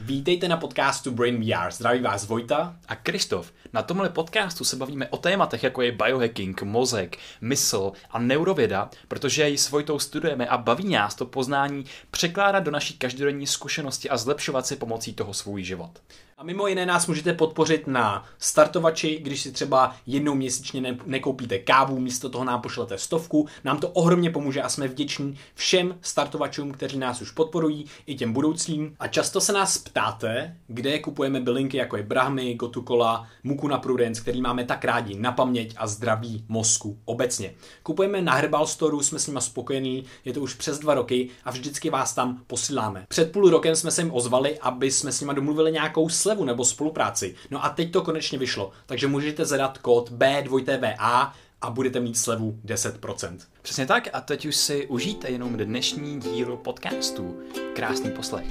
Vítejte na podcastu Brain VR. Zdraví vás Vojta a Krištof. Na tomhle podcastu se bavíme o tématech, jako je biohacking, mozek, mysl a neurověda, protože ji s Vojtou studujeme a baví nás to poznání překládat do naší každodenní zkušenosti a zlepšovat si pomocí toho svůj život. A mimo jiné nás můžete podpořit na startovači, když si třeba jednou měsíčně nekoupíte kávu, místo toho nám pošlete 100, nám to ohromně pomůže a jsme vděční všem startovačům, kteří nás už podporují, i těm budoucím. A často se nás ptáte, kde kupujeme bylinky jako je Brahmy, Gotu-kola, Mucuna prudens, který máme tak rádi na paměť a zdraví mozku obecně. Kupujeme na Herbal Storeu, jsme s nima spokojení, je to už přes 2 roky a vždycky vás tam posíláme. Před půl rokem jsme se jim ozvali, aby jsme s nima domluvili nějakou slevu nebo spolupráci. No a teď to konečně vyšlo, takže můžete zadat kód B2TVA a budete mít slevu 10%. Přesně tak a teď už si užijte jenom dnešní díl podcastu. Krásný poslech.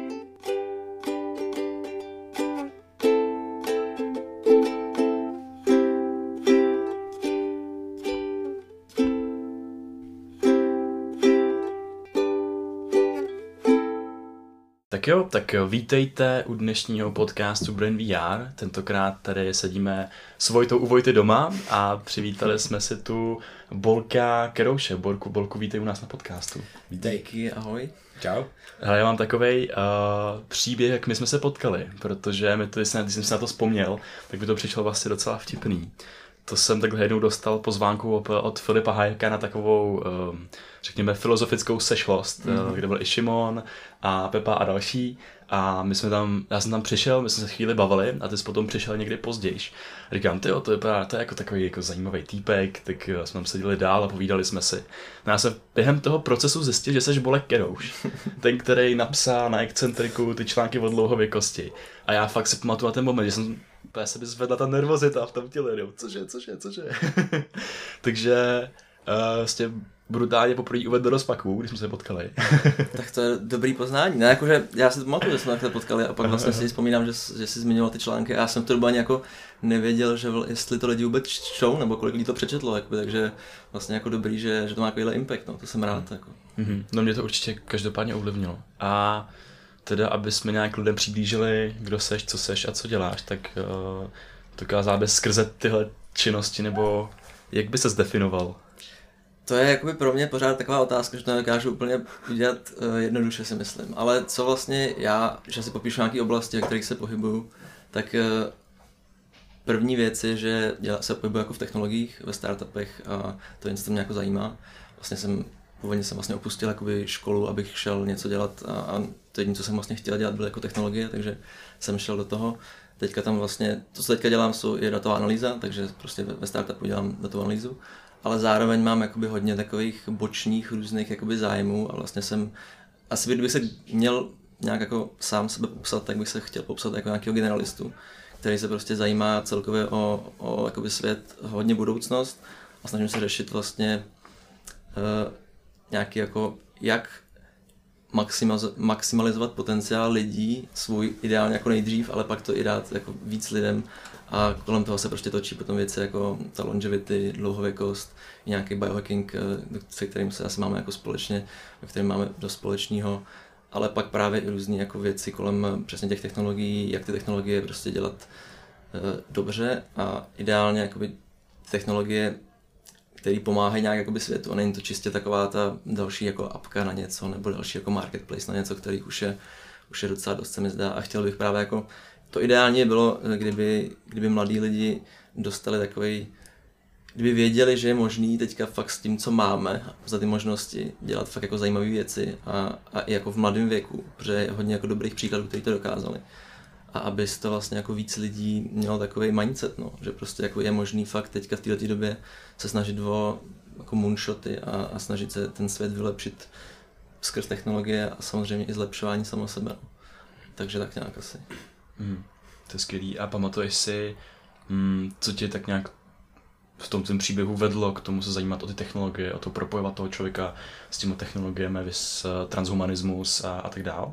Tak jo, vítejte u dnešního podcastu Brain VR. Tentokrát tady sedíme s Vojtou u Vojty doma a přivítali jsme si tu Bolka Kerouše. Bolku, vítej u nás na podcastu. Díky, ahoj. Čau. Hele, já mám takovej příběh, jak my jsme se potkali, protože když jsem si na to vzpomněl, tak by to přišlo vlastně docela vtipný. To jsem takhle jednou dostal pozvánku od Filipa Hayeka na takovou, řekněme, filozofickou sešlost, kde byl i Šimon a Pepa a další. A já jsem tam přišel, my jsme se chvíli bavili a ty jsi potom přišel někdy později. Říkám, to je jako takový jako zajímavý týpek, tak jsme tam seděli dál a povídali jsme si. No já jsem během toho procesu zjistil, že jsi Bolek Kerouš, ten, který napsal na Excentriku ty články o dlouhověkosti. A já fakt si pamatuju na ten moment, že jsem se by zvedla ta nervozita v tom těle, cože. Takže vlastně brutálně poprvé uvedl do rozpaků, když jsme se potkali. Tak to je dobrý poznání. Ne, jakože já si to pamatuju, že jsme takhle potkali a pak vlastně si vzpomínám, že jsi zmiňoval ty články a já jsem v té době ani jako nevěděl, že jestli to lidi vůbec čtou, nebo kolik lidí to přečetlo, jakoby, takže vlastně jako dobrý, že to má takovýhle impact, no, to jsem rád. Jako. No mě to určitě každopádně ovlivnilo. A teda, aby jsme nějak lidem přiblížili, kdo seš, co seš a co děláš, tak to dokázal bys skrze tyhle činnosti, nebo jak by se zdefinoval? To je jakoby pro mě pořád taková otázka, že to nedokážu úplně udělat jednoduše, si myslím. Ale co vlastně já, když si popíšu nějaké oblasti, ve kterých se pohybuju, tak první věc je, že se pohybuju jako v technologiích, ve startupech a to něco, co mě jako zajímá. Původně jsem vlastně opustil jakoby školu, abych šel něco dělat a to jediné, co jsem vlastně chtěl dělat, byly jako technologie, takže jsem šel do toho. Teďka tam vlastně, to, co teďka dělám, je datová analýza, takže prostě ve startupu dělám datovou analýzu, ale zároveň mám jakoby hodně takových bočních různých jakoby zájmů a vlastně asi kdybych se měl nějak jako sám sebe popsat, tak bych se chtěl popsat jako nějakého generalistu, který se prostě zajímá celkově o jakoby svět, hodně budoucnost a snažím se řešit vlastně nějaký jako, jak maximalizovat potenciál lidí, svůj ideálně jako nejdřív, ale pak to i dát jako víc lidem a kolem toho se prostě točí potom věci jako ta longevity, dlouhověkost, nějaký biohacking, se kterým se asi máme jako společně, ve kterém máme dost společného, ale pak právě i různé jako věci kolem přesně těch technologií, jak ty technologie prostě dělat dobře a ideálně jakoby technologie, který pomáhají nějak jakoby světu a není to čistě taková ta další jako apka na něco nebo další jako marketplace na něco, který už je docela dost, se mi zdá a chtěl bych právě jako, to ideálně bylo, kdyby mladí lidi dostali takový, kdyby věděli, že je možný teďka fakt s tím, co máme, za ty možnosti dělat fakt jako zajímavé věci a i jako v mladém věku, protože je hodně jako dobrých příkladů, kteří to dokázali. A aby to vlastně jako víc lidí mělo takový mindset, no, že prostě jako je možný fakt teďka v této době se snažit o jako moonshoty a snažit se ten svět vylepšit skrz technologie a samozřejmě i zlepšování samo sebe. No. Takže tak nějak asi. To je skvělý. A pamatuješ si, co tě tak nějak v tom příběhu vedlo k tomu se zajímat o ty technologie, o to propojovat toho člověka s těmi technologiemi, transhumanismus a tak dál?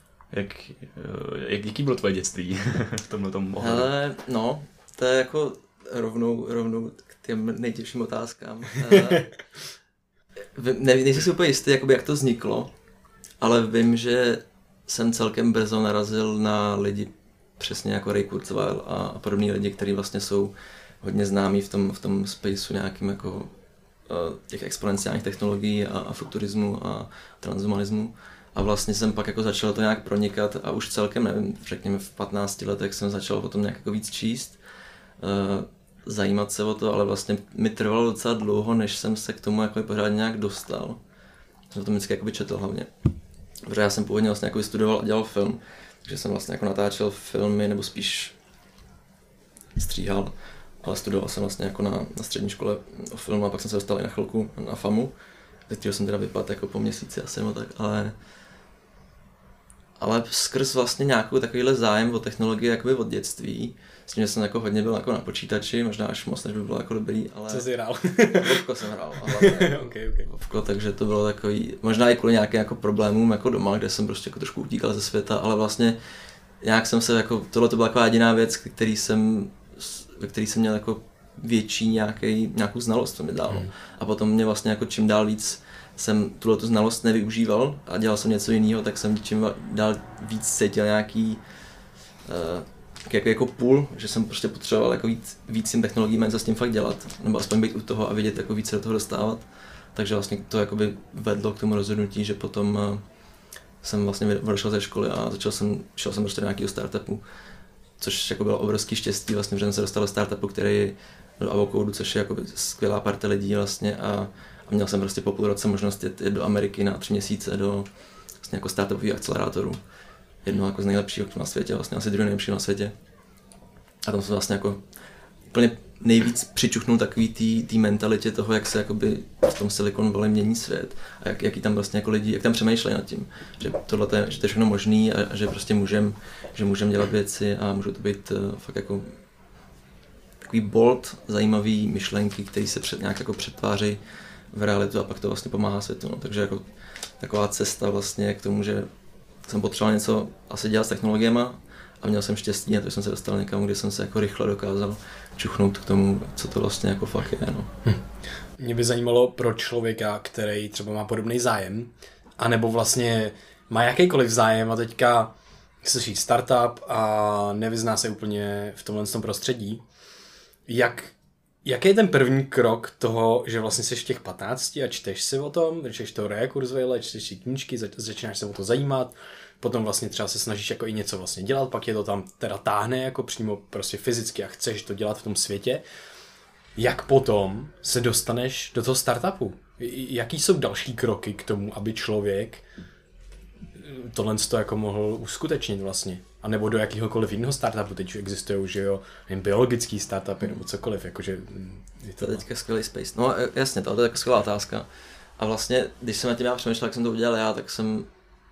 Jaký bylo tvoje dětství v tomhletom ohledu? Hele, no, to je jako rovnou k těm nejtěžším otázkám. Nejsem si úplně jistý, jakoby, jak to vzniklo, ale vím, že jsem celkem brzo narazil na lidi přesně jako Ray Kurzweil a podobní lidi, kteří vlastně jsou hodně známí v tom spaceu nějakým jako těch exponenciálních technologií a futurismu a transhumanismu. A vlastně jsem pak jako začal to nějak pronikat a už celkem, nevím, řekněme v 15 letech jsem začal o tom nějak jako víc číst, zajímat se o to, ale vlastně mi trvalo docela dlouho, než jsem se k tomu jako pořádně nějak dostal. Jsem to vždycky jako četl hlavně. Protože já jsem původně vlastně jako studoval a dělal film, takže jsem vlastně jako natáčel filmy, nebo spíš stříhal, ale studoval jsem vlastně jako na střední škole o filmu a pak jsem se dostal i na chvilku na FAMu, ze kterého jsem teda vypadl jako po měsíci asi nebo tak, ale skrz vlastně nějakou takovýhle zájem o technologii jakoby od dětství, s tím, že jsem jako hodně byl jako na počítači, možná až moc, než by bylo jako dobrý, ale... Co jsi hrál? Vovko jsem hrál, hlavně. Okay. Vovko, takže to bylo takový, možná i kvůli nějakým jako problémům jako doma, kde jsem prostě jako trošku utíkal ze světa, ale vlastně nějak jsem se jako, tohle to byla taková jediná věc, ve který jsem měl jako větší nějakou znalost, co mi dalo. A potom mě vlastně jako čím dál víc jsem tuhletu znalost nevyužíval a dělal jsem něco jiného, tak jsem čím dál víc cítil nějaký jako půl, že jsem prostě potřeboval jako víc tím technologiím se s tím fakt dělat, nebo aspoň být u toho a vidět jako více do toho dostávat. Takže vlastně to jakoby vedlo k tomu rozhodnutí, že potom jsem vlastně odešel ze školy a šel jsem prostě do nějakého startupu, což jako bylo obrovský štěstí vlastně, že jsem se dostal do startupu, který do Avocodu, což je jako skvělá parta lidí vlastně a měl jsem prostě po půl roce možnost jít do Ameriky na 3 měsíce do vlastně jako startupových akcelerátorů. Jedno jako z nejlepších na světě, vlastně asi druhý nejlepší na světě. A tam jsem vlastně jako úplně nejvíc přičuchnul takový té mentalitě toho, jak se jakoby v tom Silicon Valley mění svět a jaký tam vlastně jako lidi, jak tam přemýšlejí nad tím, že tohle je, že to je všechno možný a že prostě můžem dělat věci a můžou to být fakt jako takový bold, zajímavý myšlenky, které se nějak jako přetváří v realitu a pak to vlastně pomáhá světu. No. Takže jako taková cesta vlastně k tomu, že jsem potřeboval něco asi dělat s technologiemi a měl jsem štěstí a to jsem se dostal někam, kde jsem se jako rychle dokázal čuchnout k tomu, co to vlastně jako fakt je. No. Mě by zajímalo pro člověka, který třeba má podobný zájem, anebo vlastně má jakýkoliv zájem a teďka slyší startup a nevyzná se úplně v tomhle prostředí, jaký je ten první krok toho, že vlastně jsi v těch 15 a čteš si o tom, čteš toho Raya Kurzweila, čteš si knížky, začínáš se o to zajímat, potom vlastně třeba se snažíš jako i něco vlastně dělat, pak je to tam teda táhne jako přímo prostě fyzicky a chceš to dělat v tom světě. Jak potom se dostaneš do toho startupu? Jaký jsou další kroky k tomu, aby člověk tohle to jako mohl uskutečnit vlastně? A nebo do jakéhokoliv jiného startupu, teď existují, že jo, biologický startupy nebo cokoliv, jakože... To je teďka skvělý space. No jasně, to je tak skvělá otázka. A vlastně, když jsem na tím já přemýšlel, jak jsem to udělal já, tak jsem...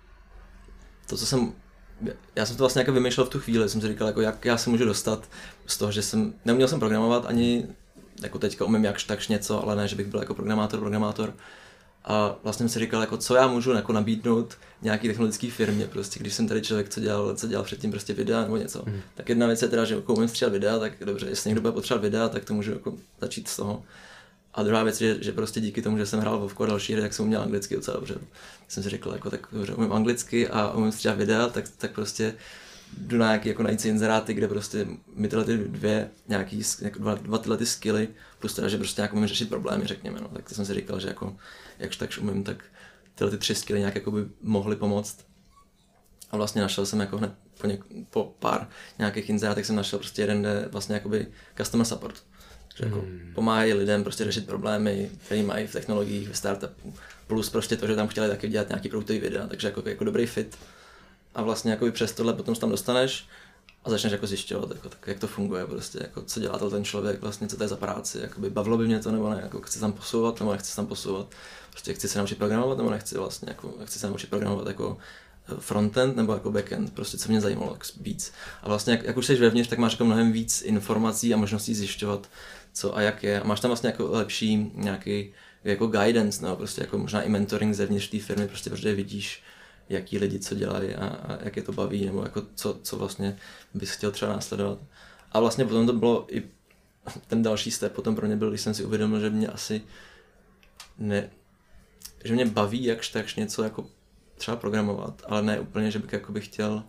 Já jsem to vlastně jako vymýšlel v tu chvíli, jsem si říkal, jako jak já se můžu dostat z toho, že neuměl jsem programovat ani, jako teďka umím jakž takž něco, ale ne, že bych byl jako programátor. A vlastně jsem si říkal, jako co já můžu jako nabídnout nějaký technologické firmě, prostě, když jsem tady člověk, co dělal předtím prostě videa nebo něco. Tak jedna věc je teda, že jako umím stříhat videa, tak dobře, jestli někdo bude potřebovat videa, tak to můžu jako začít z toho. A druhá věc je, že prostě díky tomu, že jsem hrál Vovku a další hry, tak jsem uměl anglicky docela dobře. Jsem si řekl, jako tak dobře, umím anglicky a umím stříhat videa, tak prostě jdu na nějaký, jako najít si inzeráty, kde prostě mi tyhle ty dva tyhle ty skilly, plus teda, že prostě nějak umím řešit problémy, řekněme, no. Tak jsem si říkal, že jako jakž takž umím, tak tyhle ty 3 skilly nějak jako by mohly pomoct. A vlastně našel jsem jako hned po pár nějakých inzerátech jsem našel prostě jeden, kde vlastně jakoby customer support. Takže jako pomáhají lidem prostě řešit problémy, které mají v technologiích, ve startupu. Plus prostě to, že tam chtěli taky dělat nějaký produktový videa, takže jako dobrý fit. A vlastně jako přes tohle potom se tam dostaneš a začneš jako zjišťovat, jako, tak, jak to funguje, prostě, jako, co dělá ten člověk, vlastně, co to je za práci, jakoby, bavilo by mě to nebo ne, jako, chci tam posouvat nebo nechci tam posouvat, prostě chci se naučit programovat nebo nechci vlastně, jako, chci se naučit programovat jako frontend nebo jako backend, prostě co mě zajímalo víc. A vlastně jak už jsi vevnitř, tak máš jako mnohem víc informací a možností zjišťovat, co a jak je. A máš tam vlastně jako lepší nějaký jako guidance, nebo prostě jako možná i mentoring zevnitř té firmy, prostě protože vidíš, jaký lidi co dělají a jak je to baví, nebo jako co vlastně bys chtěl třeba následovat. A vlastně potom to bylo i ten další step potom pro mě byl, když jsem si uvědomil, že mě asi že mě baví jakž takž něco jako třeba programovat, ale ne úplně, že bych jakoby chtěl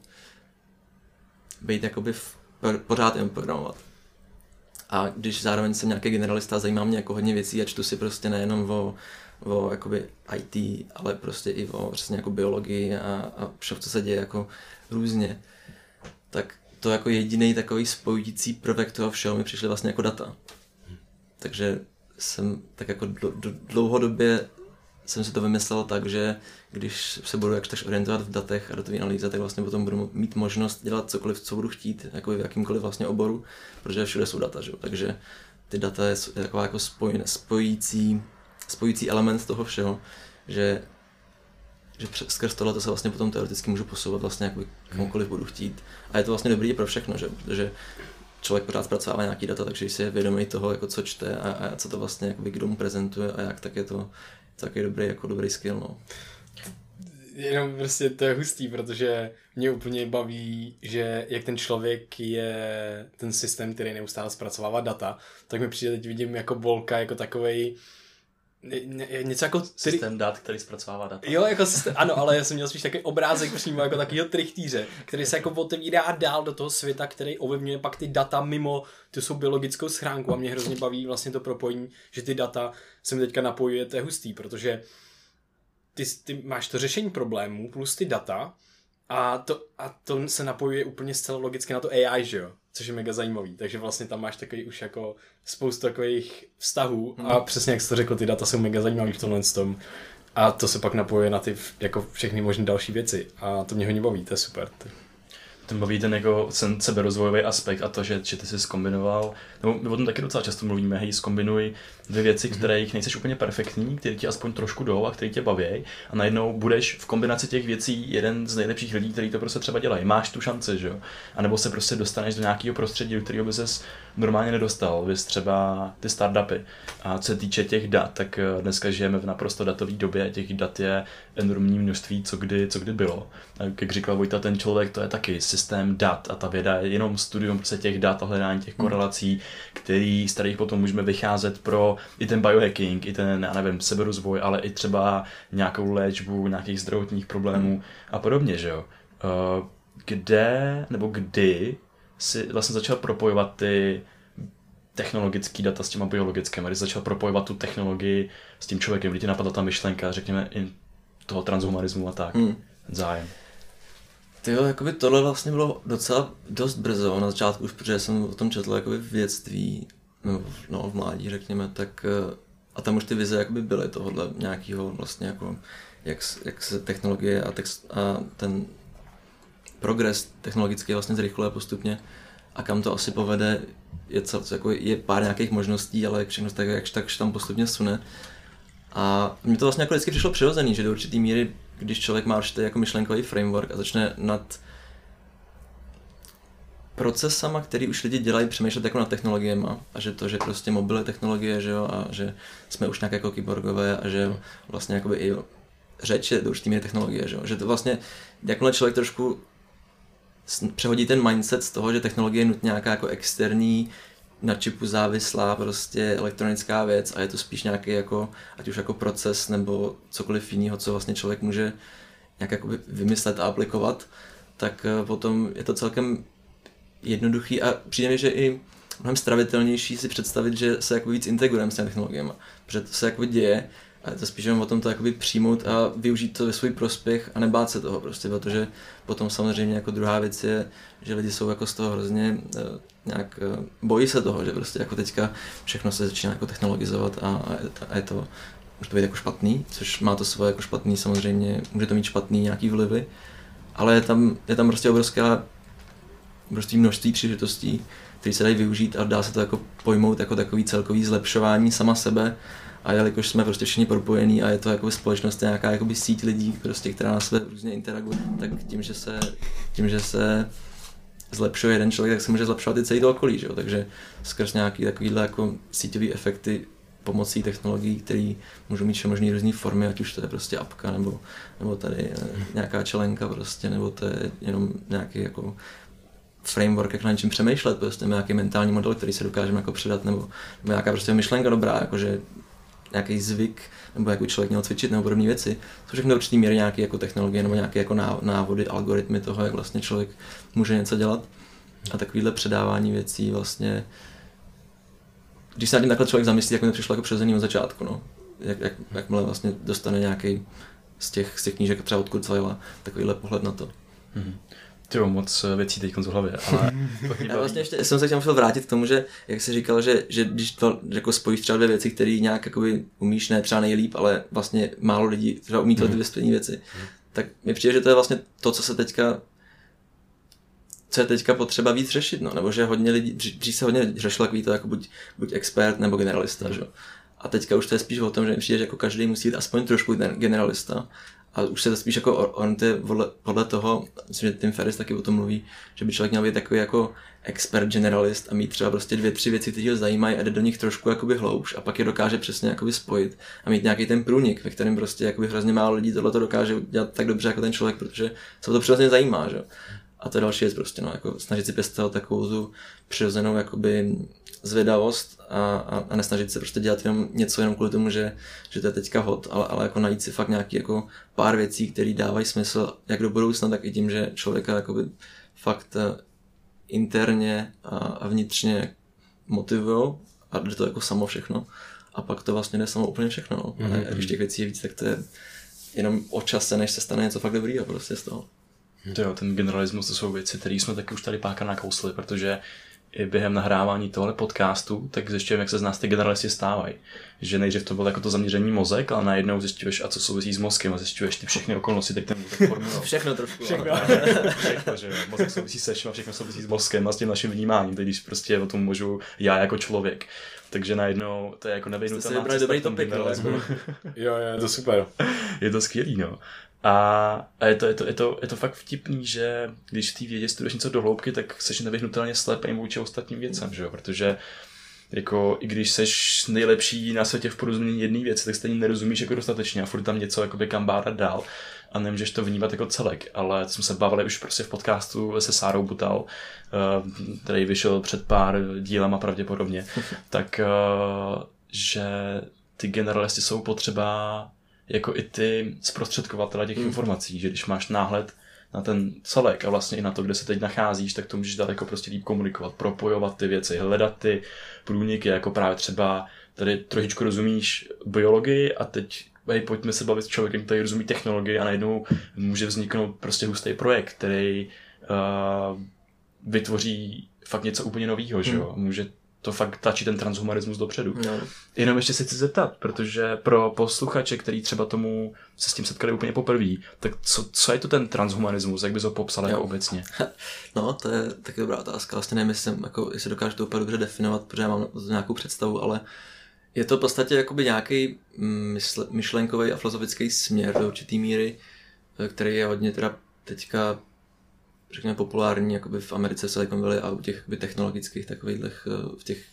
být jakoby pořád jen programovat. A když zároveň jsem nějaký generalista, zajímá mě jako hodně věcí a čtu si prostě nejenom o jakoby IT, ale prostě i o přesně jako biologii a vše, co se děje jako různě, tak to jako jediný takový spojující prvek toho všeho mi přišly vlastně jako data. Takže jsem tak jako dlouhodobě jsem si to vymyslel tak, že když se budu jakž tak orientovat v datech a datové analýze, tak vlastně potom budu mít možnost dělat cokoliv, co budu chtít, jako v jakýmkoliv vlastně oboru, protože všude jsou data, že? Takže ty data je taková jako spojící element toho všeho, že skrz tohle to se vlastně potom teoreticky můžu posouvat vlastně jako komukoliv budu chtít. A je to vlastně dobrý pro všechno, že? Protože člověk pořád zpracovává nějaký data, takže když si je vědomý toho, jako co čte a co to vlastně jakoby, kdo mu prezentuje a jak, tak je to taky dobrý skill, no. Jenom prostě to je hustý, protože mě úplně baví, že jak ten člověk je ten systém, který neustále zpracovává data, tak mi přijde, teď vidím jako Volka, jako takovej něco jako... Systém dat, který zpracovává data. Jo, jako systém, ano, ale já jsem měl spíš takový obrázek přímo jako takovýho trichtýře, který se jako otevírá dál do toho světa, který ovlivňuje pak ty data mimo tu svou biologickou schránku a mě hrozně baví vlastně to propojení, že ty data se mi teďka napojuje, to je hustý, protože ty máš to řešení problémů plus ty data a to se napojuje úplně zcela logicky na to AI, že jo? Což je mega zajímavý. Takže vlastně tam máš takový už jako spoustu takových vztahů a přesně jak jsi to řekl, ty data jsou mega zajímavý v tomhle tom. A to se pak napojuje na ty jako všechny možné další věci. A to mě hodně baví, to je super. Ten baví ten jako seberozvojový aspekt a to, že ty jsi zkombinoval, nebo my o tom taky docela často mluvíme, hej, zkombinuj dvě věci, které jich nejseš úplně perfektní, které ti aspoň trošku jdou a které tě baví a najednou budeš v kombinaci těch věcí jeden z nejlepších lidí, kteří to prostě třeba dělají. Máš tu šanci, že jo? A nebo se prostě dostaneš do nějakého prostředí, do kterého by ses normálně nedostal, vys třeba ty startupy. A co se týče těch dat, tak dneska žijeme v naprosto datové době, těch dat je enormní množství, co kdy bylo. A jak říkal Vojta, ten člověk, to je taky systém dat a ta věda je jenom studium prostě těch dat a hledání těch korelací, z kterých potom můžeme vycházet pro i ten biohacking, i ten, já nevím, seberozvoj, ale i třeba nějakou léčbu nějakých zdravotních problémů a podobně, že jo. Kdy si vlastně začal propojovat ty technologické data s těma biologickými, kdy začal propojovat tu technologii s tím člověkem, kdy ti napadla ta myšlenka, řekněme, i toho transhumanismu a tak, zájem. Tyjo, jakoby tohle vlastně bylo docela dost brzo na začátku už, protože jsem o tom četl jakoby v dětství, no v mládí řekněme, tak a tam už ty vize jakoby byly tohohle nějakého vlastně jako, jak se technologie a ten progres technologický vlastně zrychluje postupně a kam to asi povede, je pár nějakých možností, ale všechno tak tam postupně sune. A mně to vlastně jako vždycky přišlo přirozený, že do určitý míry, když člověk má určitý jako myšlenkový framework a začne nad procesama, který už lidi dělají, přemýšlet jako nad technologiemi a že prostě mobily technologie, že jo, a že jsme už nějak jako kyborgové a že vlastně jakoby i řeč je do určitý míry technologie, že jo, že to vlastně, jakmile člověk trošku přehodí ten mindset z toho, že technologie je nutně nějaká jako externí, na čipu závislá prostě elektronická věc a je to spíš nějaký jako, ať už jako proces nebo cokoliv jiného, co vlastně člověk může nějak jakoby vymyslet a aplikovat, tak potom je to celkem jednoduchý a přijde mi, že i mnohem stravitelnější si představit, že se jako víc integrujeme s těmi technologiemi, protože to se jako děje a je to spíš jenom o tom to jakoby přijmout a využít to ve svůj prospěch a nebát se toho prostě, protože potom samozřejmě jako druhá věc je, že lidi jsou jako z toho hrozně nějak bojí se toho, že prostě jako teďka všechno se začíná jako technologizovat a je to, může to být jako špatný, což má to svoje jako špatný, samozřejmě může to mít špatný nějaký vlivy, ale je tam prostě obrovské množství příležitostí, které se dají využít a dá se to jako pojmout jako takový celkový zlepšování sama sebe. A jelikož jsme prostě všichni propojení a je to jako společnost nějaká jakoby síť lidí, prostě, která na sebe různě interaguje, tak tím, že se zlepšuje jeden člověk, tak se může zlepšovat i celý to okolí, že jo? Takže skrz nějaký takovýhle jako síťový efekty pomocí technologií, které můžou mít všemožný různý formy, ať už to je prostě apka, nebo tady nějaká čelenka prostě, nebo to je jenom nějaký jako framework, jak na něčím přemýšlet, prostě nějaký mentální model, který se dokážeme jako předat, nebo nějaká prostě myšlenka dobrá, jakože nějaký zvyk, nebo jak by člověk měl cvičit, nebo podobné věci. Jsou všechno do určitý míry nějaké jako technologie, nebo nějaké jako návody, algoritmy toho, jak vlastně člověk může něco dělat. A takovýhle předávání věcí vlastně, když se na tím takhle člověk zamyslí, jak mi to přišlo jako přirozený od začátku, no. Jakmile vlastně dostane nějaký z těch knížek třeba od Kurzweila, takovýhle pohled na to. Tyjo, moc věcí teď v hlavě, ale... Já vlastně ještě jsem se chtěl musel vrátit k tomu, že jak jsi říkal, že když to jako spojíš třeba dvě věci, které nějak jakoby umíš, ne třeba nejlíp, ale vlastně málo lidí třeba umí ty dvě stejné věci, tak mi přijde, že to je vlastně to, co je teďka potřeba víc řešit, no, nebo že hodně lidí, dřív se hodně řešilo takový to jako buď expert nebo generalista, že? A teďka už to je spíš o tom, že mi přijde, že jako každý musí být aspoň trošku ten generalista. A už se to spíš jako orientuje podle toho, myslím, že Tim Ferriss taky o tom mluví, že by člověk měl být takový jako expert generalist a mít třeba prostě 2-3 věci, které ho zajímají a jde do nich trošku jakoby hloubš a pak je dokáže přesně jakoby spojit a mít nějaký ten průnik, ve kterém prostě jakoby hrozně málo lidí tohle to dokáže dělat tak dobře jako ten člověk, protože se to přirozeně zajímá, že? A to je další věc prostě, no, jako snažit si pěstovat takovou tu přirozenou jakoby zvědavost a nesnažit se prostě dělat něco kvůli tomu, že to je teďka hot, ale jako najít si fakt nějaký jako pár věcí, které dávají smysl jak do budoucna, tak i tím, že člověka jakoby fakt interně a vnitřně motivujou a jde to jako samo všechno. A pak to vlastně jde samo úplně všechno. No. A když těch věcí je víc, tak to je jenom o čase, než se stane něco fakt dobrýho prostě z toho. Jo, ten generalismus, to jsou věci, které jsme taky už tady párkrát nakousli, protože i během nahrávání tohle podcastu, tak zjišťujeme, jak se z nás ty generalisti stávají. Že nejdřív to bylo jako to zaměření mozek, ale najednou zjišťuješ, a co souvisí s mozkem, a zjišťuješ ty všechny okolnosti, tak ten mozek formuje. Všechno trošku. Všechno, že jo. Mozek souvisí se všem a všechno souvisí s mozkem a s tím naším vnímáním, teď když prostě o tom můžu já jako člověk. Takže najednou to je jako nevyhnutelná cesta v tom generalismu. Jo, je to super. Je to skvělý, no. A je to fakt vtipný, že když v té vědě studuješ něco do hloubky, tak seš nevyhnutelně slepý vůči ostatním věcem, že jo? Protože jako i když seš nejlepší na světě v porozumění jedné věci, tak stejně nerozumíš jako dostatečně a furt tam něco jakoby kam bádat dál a nemůžeš to vnímat jako celek. Ale jsme se bavili už prostě v podcastu se Sárou Butal, který vyšel před pár dílama pravděpodobně, tak že ty generalisti jsou potřeba jako i ty zprostředkovatele těch informací, že když máš náhled na ten celek a vlastně i na to, kde se teď nacházíš, tak to můžeš daleko prostě líp komunikovat, propojovat ty věci, hledat ty průniky, jako právě třeba tady trošičku rozumíš biologii a teď pojďme se bavit s člověkem, který rozumí technologii a najednou může vzniknout prostě hustý projekt, který vytvoří fakt něco úplně novýho, že jo? Může to fakt tlačí ten transhumanismus dopředu. No. Jenom ještě se chci zeptat, protože pro posluchače, který třeba tomu se s tím setkali úplně poprvé, tak co je to ten transhumanismus, jak bys ho popsal jako obecně? No, to je taky dobrá otázka. Vlastně nevím, jestli dokážu to úplně dobře definovat, protože já mám nějakou představu, ale je to v podstatě jakoby nějaký myšlenkový a filozofický směr do určitý míry, který je hodně teda teďka řekněme populární jakoby v Americe, Silicon Valley a u těch technologických takových v těch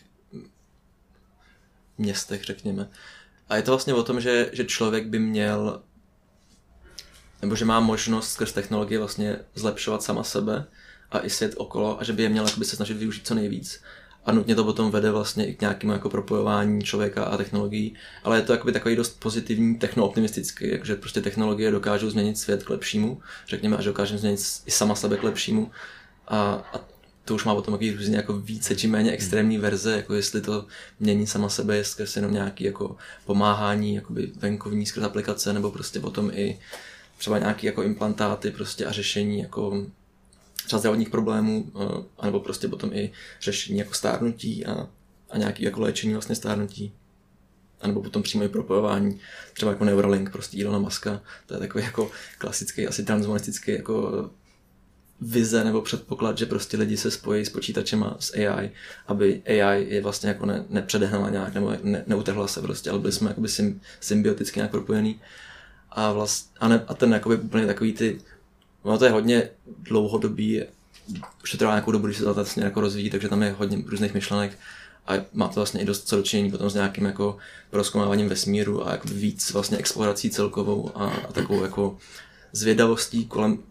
městech, řekněme. A je to vlastně o tom, že člověk by měl, nebo že má možnost skrz technologie vlastně zlepšovat sama sebe a i svět okolo a že by je měl jakoby se snažit využít co nejvíc. A nutně to potom vede vlastně i k nějakému jako propojování člověka a technologií, ale je to jakoby takový dost pozitivní, technooptimistický, takže prostě technologie dokážou změnit svět k lepšímu, řekněme, a že dokážeme změnit i sama sebe k lepšímu. A to už má potom takový různě jako více či méně extrémní verze, jako jestli to mění sama sebe, je skrz jenom nějaký jako pomáhání, jakoby venkovní skrz aplikace, nebo prostě potom i třeba nějaký jako implantáty prostě a řešení jako třeba zdravotních problémů, anebo prostě potom i řešení jako stárnutí a nějaký jako léčení vlastně stárnutí. A nebo potom přímo i propojování, třeba jako Neuralink, prostě Elona Muska, to je takový jako klasický, asi transhumanistický jako vize nebo předpoklad, že prostě lidi se spojí s počítačema, s AI, aby AI je vlastně jako nepředehnala nějak, nebo neutrhla se prostě, ale byli jsme jakoby symbioticky nějak propojený. A ten jakoby úplně takový ty, no to je hodně dlouhodobý, už to trvá nějakou dobu, když se to vlastně jako rozvíjí, takže tam je hodně různých myšlenek a má to vlastně i dost co dočinění potom s nějakým jako prozkoumáváním vesmíru a jako víc vlastně explorací celkovou a takovou jako zvědavostí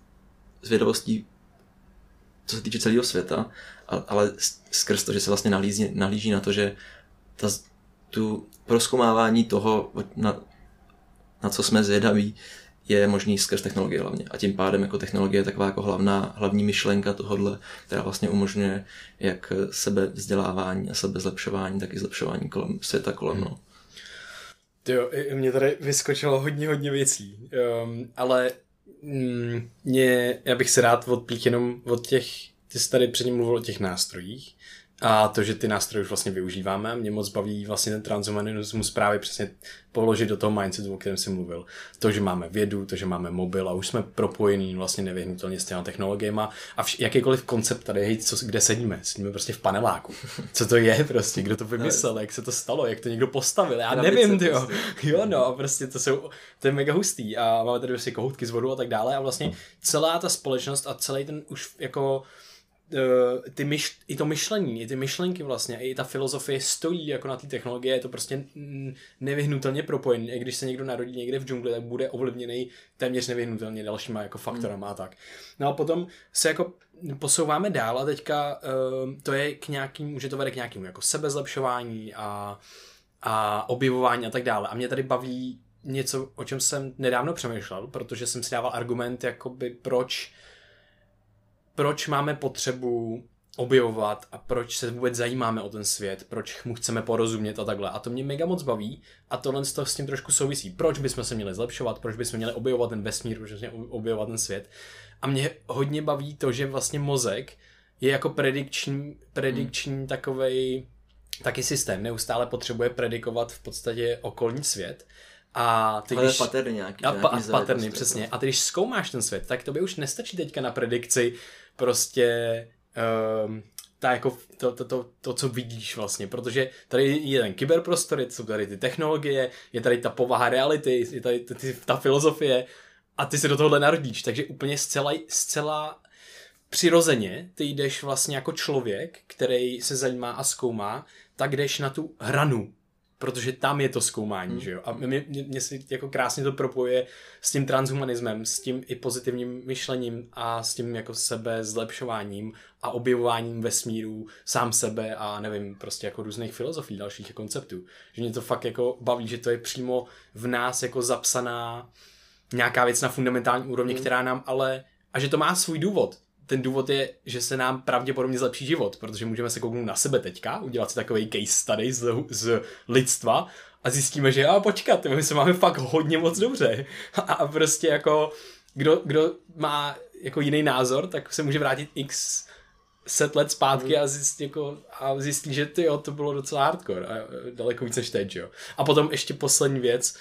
co se týče celého světa, ale skrz to, že se vlastně nahlíží na to, že tu prozkoumávání toho, na co jsme zvědaví, je možný skrz technologie hlavně. A tím pádem jako technologie je taková jako hlavní myšlenka tohodle, která vlastně umožňuje jak sebevzdělávání a sebezlepšování, tak i zlepšování světa kolem. No. Jo, mě tady vyskočilo hodně věcí, ale já bych se rád odpík jenom od těch, ty jsi tady předtím mluvil o těch nástrojích a to, že ty nástroje už vlastně využíváme, mě moc baví vlastně ten transhumanismus právě přesně položit do toho mindsetu, o kterém jsem mluvil. To, že máme vědu, to, že máme mobil a už jsme propojení vlastně nevyhnutelně s těma technologiema a jakýkoliv koncept tady, hej, kde sedíme prostě v paneláku. Co to je prostě, kdo to vymyslel, jak se to stalo, jak to někdo postavil, já nevím, tyjo. Jo, no a prostě to je mega hustý a máme tady prostě kohoutky z vodu a tak dále a vlastně celá ta společnost a celý ten už jako i to myšlení, i ty myšlenky vlastně, i ta filozofie stojí jako na té technologie, je to prostě nevyhnutelně propojené. I když se někdo narodí někde v džungli, tak bude ovlivněný téměř nevyhnutelně dalšíma jako faktorama a tak. No a potom se jako posouváme dál a teďka to je může to vede k nějakému jako sebezlepšování a objevování a tak dále. A mě tady baví něco, o čem jsem nedávno přemýšlel, protože jsem si dával argument, jakoby proč máme potřebu objevovat a proč se vůbec zajímáme o ten svět, proč mu chceme porozumět a takhle. A to mě mega moc baví a tohle s tím trošku souvisí. Proč bychom se měli zlepšovat, proč bychom měli objevovat ten vesmír, proč bychom měli objevovat ten svět. A mě hodně baví to, že vlastně mozek je jako predikční takovej taky systém. Neustále potřebuje predikovat v podstatě okolní svět. A ty když paterny nějaký paterny, přesně. A ty když zkoumáš ten svět, tak tobě už nestačí teďka na predikci prostě to, co vidíš vlastně, protože tady je ten kyberprostor, jsou tady ty technologie, je tady ta povaha reality, je tady ta filozofie a ty se do tohohle narodíš, takže úplně zcela přirozeně ty jdeš vlastně jako člověk, který se zajímá a zkoumá, tak jdeš na tu hranu, protože tam je to zkoumání, že jo. A mě si jako krásně to propojuje s tím transhumanismem, s tím i pozitivním myšlením a s tím jako sebe zlepšováním a objevováním vesmíru, sám sebe a nevím, prostě jako různých filozofií, dalších konceptů. Že mě to fakt jako baví, že to je přímo v nás jako zapsaná nějaká věc na fundamentální úrovni, která nám a že to má svůj důvod. Ten důvod je, že se nám pravděpodobně zlepší život, protože můžeme se kouknout na sebe teďka, udělat si takový case study z lidstva a zjistíme, že počkat, my se máme fakt hodně moc dobře. A prostě jako, kdo má jako jiný názor, tak se může vrátit x set let zpátky a zjistí, že to bylo docela hardcore a daleko víc než teď, jo. A potom ještě poslední věc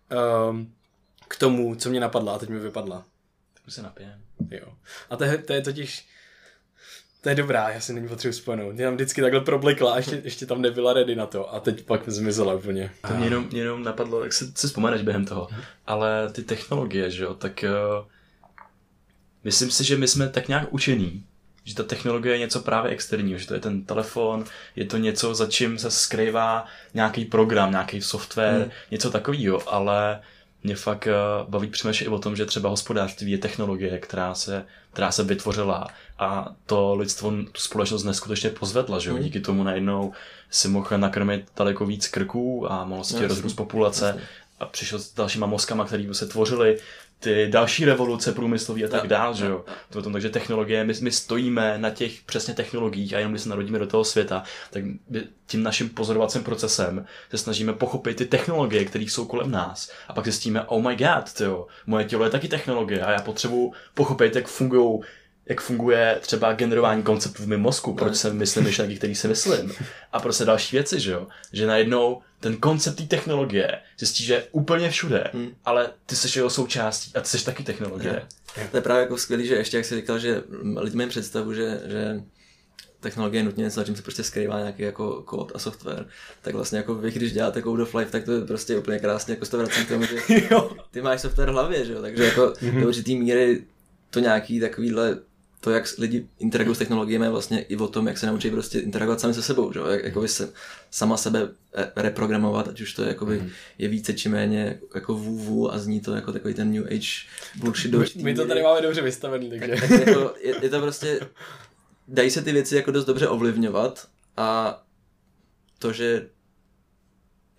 k tomu, co mě napadla a teď mi vypadla. Tak se napijem. Jo. A to je totiž, to je dobrá, já si není potřebuji vzpomenout. Mě tam vždycky takhle problikla a ještě tam nebyla ready na to a teď pak zmizela úplně. To mě jenom napadlo, jak si vzpomeneš během toho, ale ty technologie, že jo, tak myslím si, že my jsme tak nějak učení, že ta technologie je něco právě externího, že to je ten telefon, je to něco, za čím se skrývá nějaký program, nějaký software, něco takového, ale mě fakt baví přemýšlet i o tom, že třeba hospodářství je technologie, která se vytvořila a to lidstvo, tu společnost neskutečně pozvedla, že jo? Díky tomu najednou si mohl nakrmit daleko víc krků a mohl si rozrůst populace a přišel s dalšíma mozkama, který se tvořily ty další revoluce průmyslové a tak dál, že jo. Takže technologie, my stojíme na těch přesně technologiích a jenom když se narodíme do toho světa, tak tím naším pozorovacím procesem se snažíme pochopit ty technologie, které jsou kolem nás. A pak zjistíme, oh my god, tyjo, moje tělo je taky technologie a já potřebuji pochopit, jak funguje třeba generování konceptů v mém mozku, proč se myslím myšlenky, který si myslím. A prostě další věci, že jo. Že najednou ten koncept té technologie zjistí, že je úplně všude, ale ty jsi jeho součástí a ty jsi taky technologie. To je právě jako skvělý, že ještě jak jsi říkal, že lidi mají představu, že technologie je nutně něco, na čím se prostě skrývá nějaký jako kód a software, tak vlastně jako vy, když děláte Code of Life, tak to je prostě úplně krásně, jako se to vrací k tomu, že ty máš software v hlavě, že jo, takže jako do určitý míry to nějaký takovýhle to, jak lidi interagují s technologiemi, je vlastně i o tom, jak se naučí prostě interagovat sami se sebou, že? Jakoby se sama sebe reprogramovat, ať už to je více či méně jako vůvu a zní to jako takový ten New Age bullshit. My to tady máme dobře vystavený, takže. Tak jako, je to prostě, dají se ty věci jako dost dobře ovlivňovat a to, že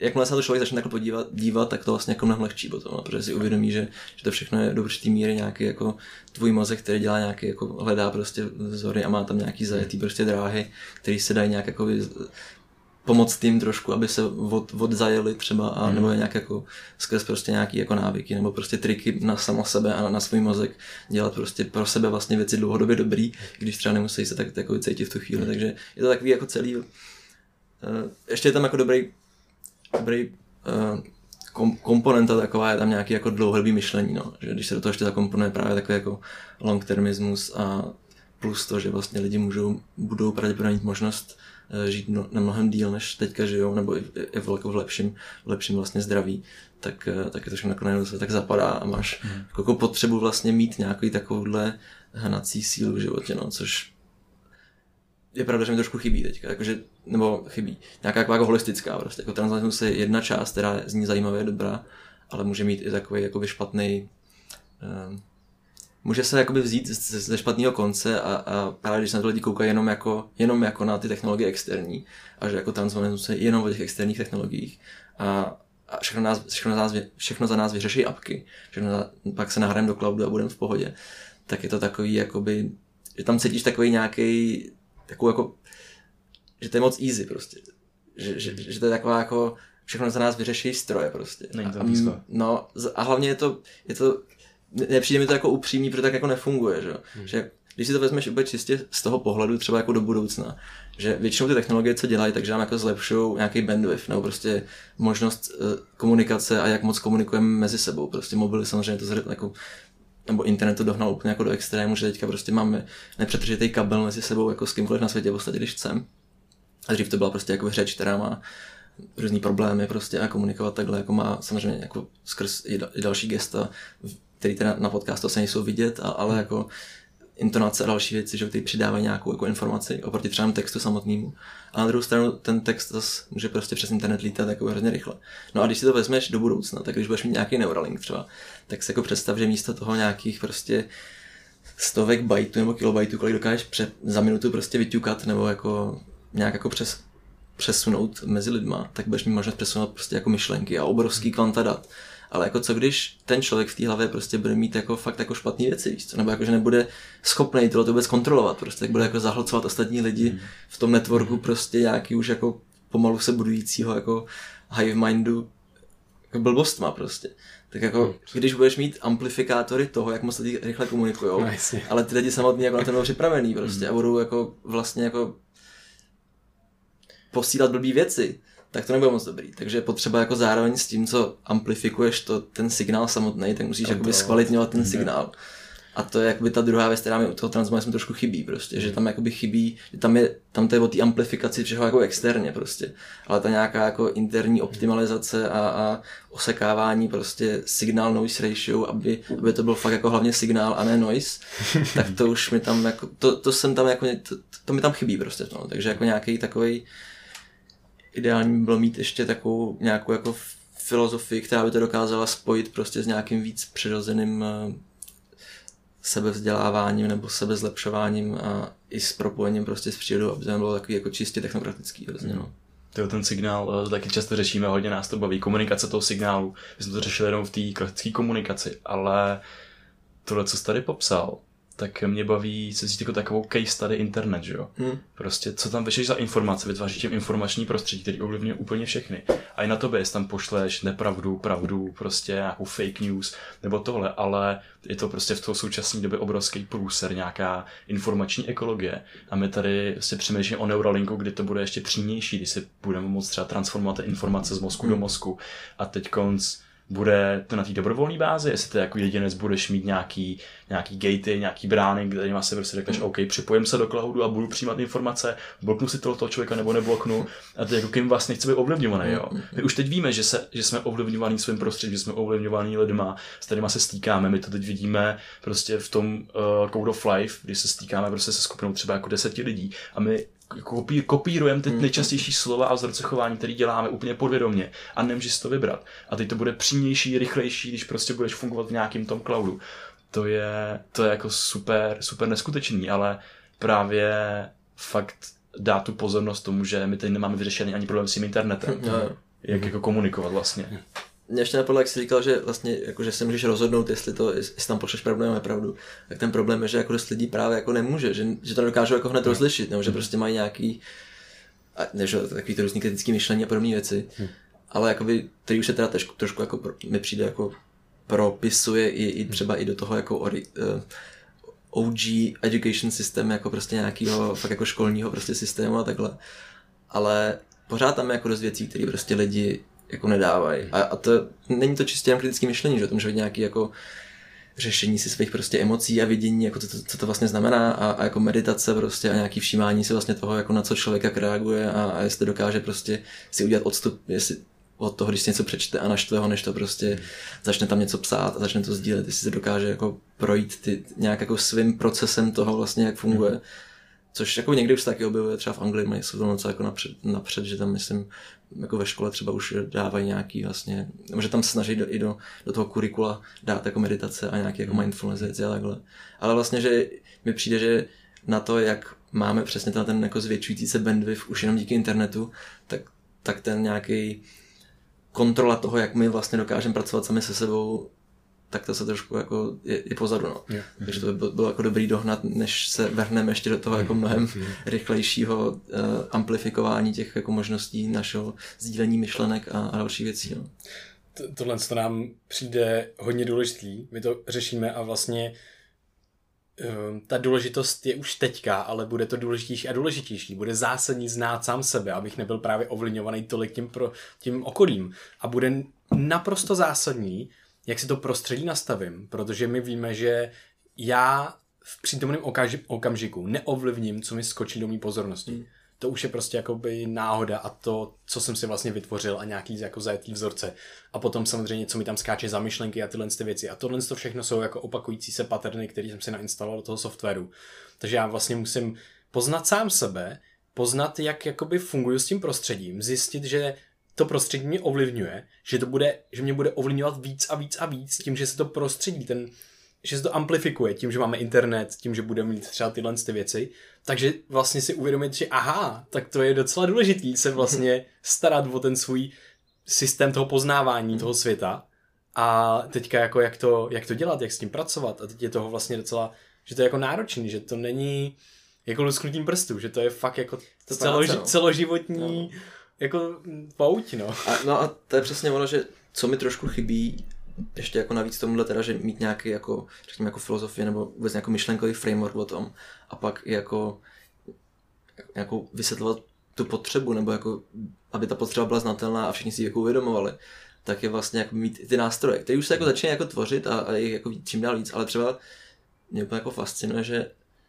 jakmile se na to člověk začne takhle dívat, tak to vlastně jako mnohem lehčí potom, protože si uvědomí, že to všechno je do určitý míry nějaký jako tvůj mozek, který dělá nějaký, jako hledá prostě vzory a má tam nějaký zajetý prostě dráhy, který se dají nějak jako pomoct tím trošku, aby se odzajeli třeba a nebo nějak jako skrz prostě nějaký jako návyky nebo prostě triky na samo sebe a na svůj mozek dělat prostě pro sebe vlastně věci dlouhodobě dobrý, když třeba nemusí se tak jako cítit v tu chvíli, takže je to takový jako celý ještě je tam jako dobrý komponenta taková, je tam nějaký jako dlouhodobý myšlení, no, že když se do toho ještě zakomponuje právě takový jako long-termismus a plus to, že vlastně lidi budou pravděpodobně mít možnost žít na mnohem díl, než teďka žijou, nebo i v lepším vlastně zdraví, tak je to všechno nakonec se tak zapadá a máš jako potřebu vlastně mít nějaký takovouhle hnací sílu v životě, no, což je pravda, že mi trošku chybí teďka, jakože, nebo chybí. Nějaká jako holistická prostě, jako transhumanismus je jedna část, která zní zajímavě, dobrá, ale může mít i takový jakoby špatný, může se jakoby vzít ze špatného konce a právě když se na to lidi koukají jenom jako na ty technologie externí a že jako transhumanismus je jenom o těch externích technologiích a všechno za nás vyřeší apky, pak se nahrajeme do cloudu a budeme v pohodě, tak je to takový jakoby, že tam cítíš takový nějaký takovou jako, že to je moc easy prostě. Že to je taková jako, všechno za nás vyřeší stroje prostě. No a hlavně je to, nepřijde mi to jako upřímný, protože tak jako nefunguje, že? Že když si to vezmeš úplně čistě z toho pohledu třeba jako do budoucna, že většinou ty technologie, co dělají, takže nám jako zlepšují nějaký bandwidth, nebo prostě možnost komunikace a jak moc komunikujeme mezi sebou. Prostě mobily samozřejmě to jako nebo internet to dohnal úplně jako do extrému, že teďka prostě máme nepřetržitý kabel mezi sebou jako s kýmkoliv na světě, v podstatě, když chcem. A dřív to byla prostě jako řeč, která má různý problémy prostě a komunikovat takhle, jako má samozřejmě jako skrz i další gesta, který teda na podcastu se nejsou vidět, ale jako intonace a další věci, že ty přidávají nějakou jako informaci oproti třeba textu samotnému. A na druhou stranu ten text zase může prostě přes internet lítat jako hrozně rychle. No a když si to vezmeš do budoucna, tak když budeš mít nějaký Neuralink třeba, tak si jako představ, že místo toho nějakých prostě stovek bajtů nebo kilobajtů, kolik dokážeš za minutu prostě vyťukat nebo jako nějak jako přesunout mezi lidma, tak budeš mít možnost přesunout prostě jako myšlenky a obrovský kvanta dat. Ale jako co když ten člověk v té hlavě prostě bude mít jako fakt jako špatné věci, víš co? Nebo jako že nebude schopný to vůbec kontrolovat, prostě tak bude jako zahlcovat ostatní lidi v tom networku prostě nějaký už jako pomalu se budujícího jako hive mindu jako blbostma prostě. Tak jako když budeš mít amplifikátory toho, jak moc lidi rychle komunikujou, ale ty lidi samotný jako na to budou připravený prostě a budou jako vlastně jako posílat blbý věci, tak to nebude moc dobrý. Takže je potřeba jako zároveň s tím, co amplifikuješ ten signál samotný, tak musíš jakoby zkvalitňovat ten signál. A to je jakoby ta druhá věc, která mi u toho transhumanismu trošku chybí prostě, že tam jakoby chybí, že tam to je o té amplifikaci všeho jako externě prostě, ale ta nějaká jako interní optimalizace a osekávání prostě signál noise ratio, aby to byl fakt jako hlavně signál a ne noise, tak to už mi tam jako, to mi tam chybí prostě v tom, takže jako nějaký takovej ideální by bylo mít ještě takovou nějakou jako filozofii, která by to dokázala spojit prostě s nějakým víc přirozeným sebevzděláváním nebo sebezlepšováním a i s propojením prostě s přírodou, aby to bylo takový jako čistě technokratický hrozně, no. Ten signál taky často řešíme, hodně nás to baví, komunikace toho signálu. My jsme to řešili jenom v té klasické komunikaci, ale tohle, co jsi tady popsal, tak mě baví se cítit jako takovou case study internet, že jo? Prostě co tam vyšleš za informace, vytváří tím informační prostředí, který ovlivňuje úplně všechny. A i na tobě, jestli tam pošleš nepravdu, pravdu, prostě nějakou fake news nebo tohle, ale je to prostě v toho současné době obrovský průser, nějaká informační ekologie. A my tady si přemýšlíme o Neuralinku, kdy to bude ještě přímější, kdy si budeme moct třeba transformovat informace z mozku do mozku. A teď bude to na té dobrovolné bázi, jestli ty jako jedinec budeš mít nějaký gatey, nějaký brány, kde se prostě řekneš, OK, připojím se do cloudu a budu přijímat informace, bloknu si toho člověka nebo nebloknu, a ty jako kým vlastně chce být ovlivňovaný, jo. My už teď víme, že jsme ovlivňovaný svým prostředím, že jsme ovlivňovaný lidma, s kterýma se stýkáme, my to teď vidíme prostě v tom Code of Life, když se stýkáme prostě se skupinou třeba jako 10 lidí a my kopírujeme ty nejčastější slova a vzorce chování, který děláme úplně podvědomě a nemůžeš si to vybrat. A teď to bude přímější, rychlejší, když prostě budeš fungovat v nějakém tom cloudu. To je jako super neskutečný, ale právě fakt dá tu pozornost tomu, že my teď nemáme vyřešený ani problém s tím internetem. jak jako komunikovat vlastně. Mě ještě napadlo, jak jsi říkal, že vlastně jako, že se můžeš rozhodnout, jestli tam pošleš pravdu nebo nepravdu. Tak ten problém je, že jako dost lidí právě jako nemůže, že to nedokážou jako hned rozlišit, nebo že prostě mají nějaký takový to různý kritický myšlení a podobné věci. Ale jakoby, který už se teda trošku jako mi přijde jako propisuje i třeba i do toho jako OG education systém, jako prostě nějakého fakt jako školního prostě systému a takhle. Ale pořád tam je jako dost věcí, které prostě lidi jako nedávají. A to není to čistě jen kritické myšlení, že to může být nějaký jako řešení si svých prostě emocí a vidění, jako co to vlastně znamená a jako meditace prostě a nějaký všímání si vlastně toho, jako na co člověk jak reaguje a jestli dokáže prostě si udělat odstup, jestli od toho, když si něco přečte a naštve ho, než to prostě začne tam něco psát a začne to sdílet, jestli se dokáže jako projít nějak jako svým procesem toho vlastně, jak funguje. Což jako někdy už se taky objevuje, třeba v Anglii jsou to moc jako napřed, že tam myslím, jako ve škole třeba už dávají nějaký vlastně, že tam snaží i do toho kurikula dát jako meditace a nějaký jako mindfulness věci a takhle. Ale vlastně, že mi přijde, že na to, jak máme přesně ten jako zvětšující se bandwidth už jenom díky internetu, tak ten nějaký kontrola toho, jak my vlastně dokážeme pracovat sami se sebou, tak to se trošku jako je pozadu, no. Takže to by bylo jako dobrý dohnat, než se vrhneme ještě do toho jako mnohem rychlejšího amplifikování těch jako možností našeho sdílení myšlenek a dalších věcí, no. Tohle to nám přijde hodně důležitý, my to řešíme a vlastně ta důležitost je už teďka, ale bude to důležitější a důležitější. Bude zásadní znát sám sebe, abych nebyl právě ovlivňovaný tolik tím okolím. A bude naprosto zásadní, jak si to prostředí nastavím, protože my víme, že já v přítomném okamžiku neovlivním, co mi skočí do mý pozornosti. To už je prostě jakoby náhoda a to, co jsem si vlastně vytvořil a nějaký jako zajetý vzorce. A potom samozřejmě, co mi tam skáče za myšlenky a tyhle věci. A tohle to všechno jsou jako opakující se paterny, které jsem si nainstaloval do toho softwaru. Takže já vlastně musím poznat sám sebe, poznat, jak jakoby funguju s tím prostředím, zjistit, že to prostředí mě ovlivňuje, že mě bude ovlivňovat víc a víc a víc tím, že se to prostředí, že se to amplifikuje tím, že máme internet, tím, že budeme mít třeba tyhle věci. Takže vlastně si uvědomit, že aha, tak to je docela důležitý se vlastně starat o ten svůj systém toho poznávání toho světa a teďka jako jak to dělat, jak s tím pracovat a teď je toho vlastně docela, že to je jako náročný, že to není jako lusknutím prstů, že to je fakt jako celoživotní jako pouť, no. A to je přesně ono, že co mi trošku chybí, ještě jako navíc tomuhle teda, že mít nějaký jako, řekněme jako filozofie nebo vůbec nějaký myšlenkový framework o tom a pak jako vysvětlovat tu potřebu nebo jako, aby ta potřeba byla znatelná a všichni si ji jako uvědomovali, tak je vlastně jako mít ty nástroje, které už se jako začínají jako tvořit a je jako čím dál víc, ale třeba mě úplně jako fascinuje, že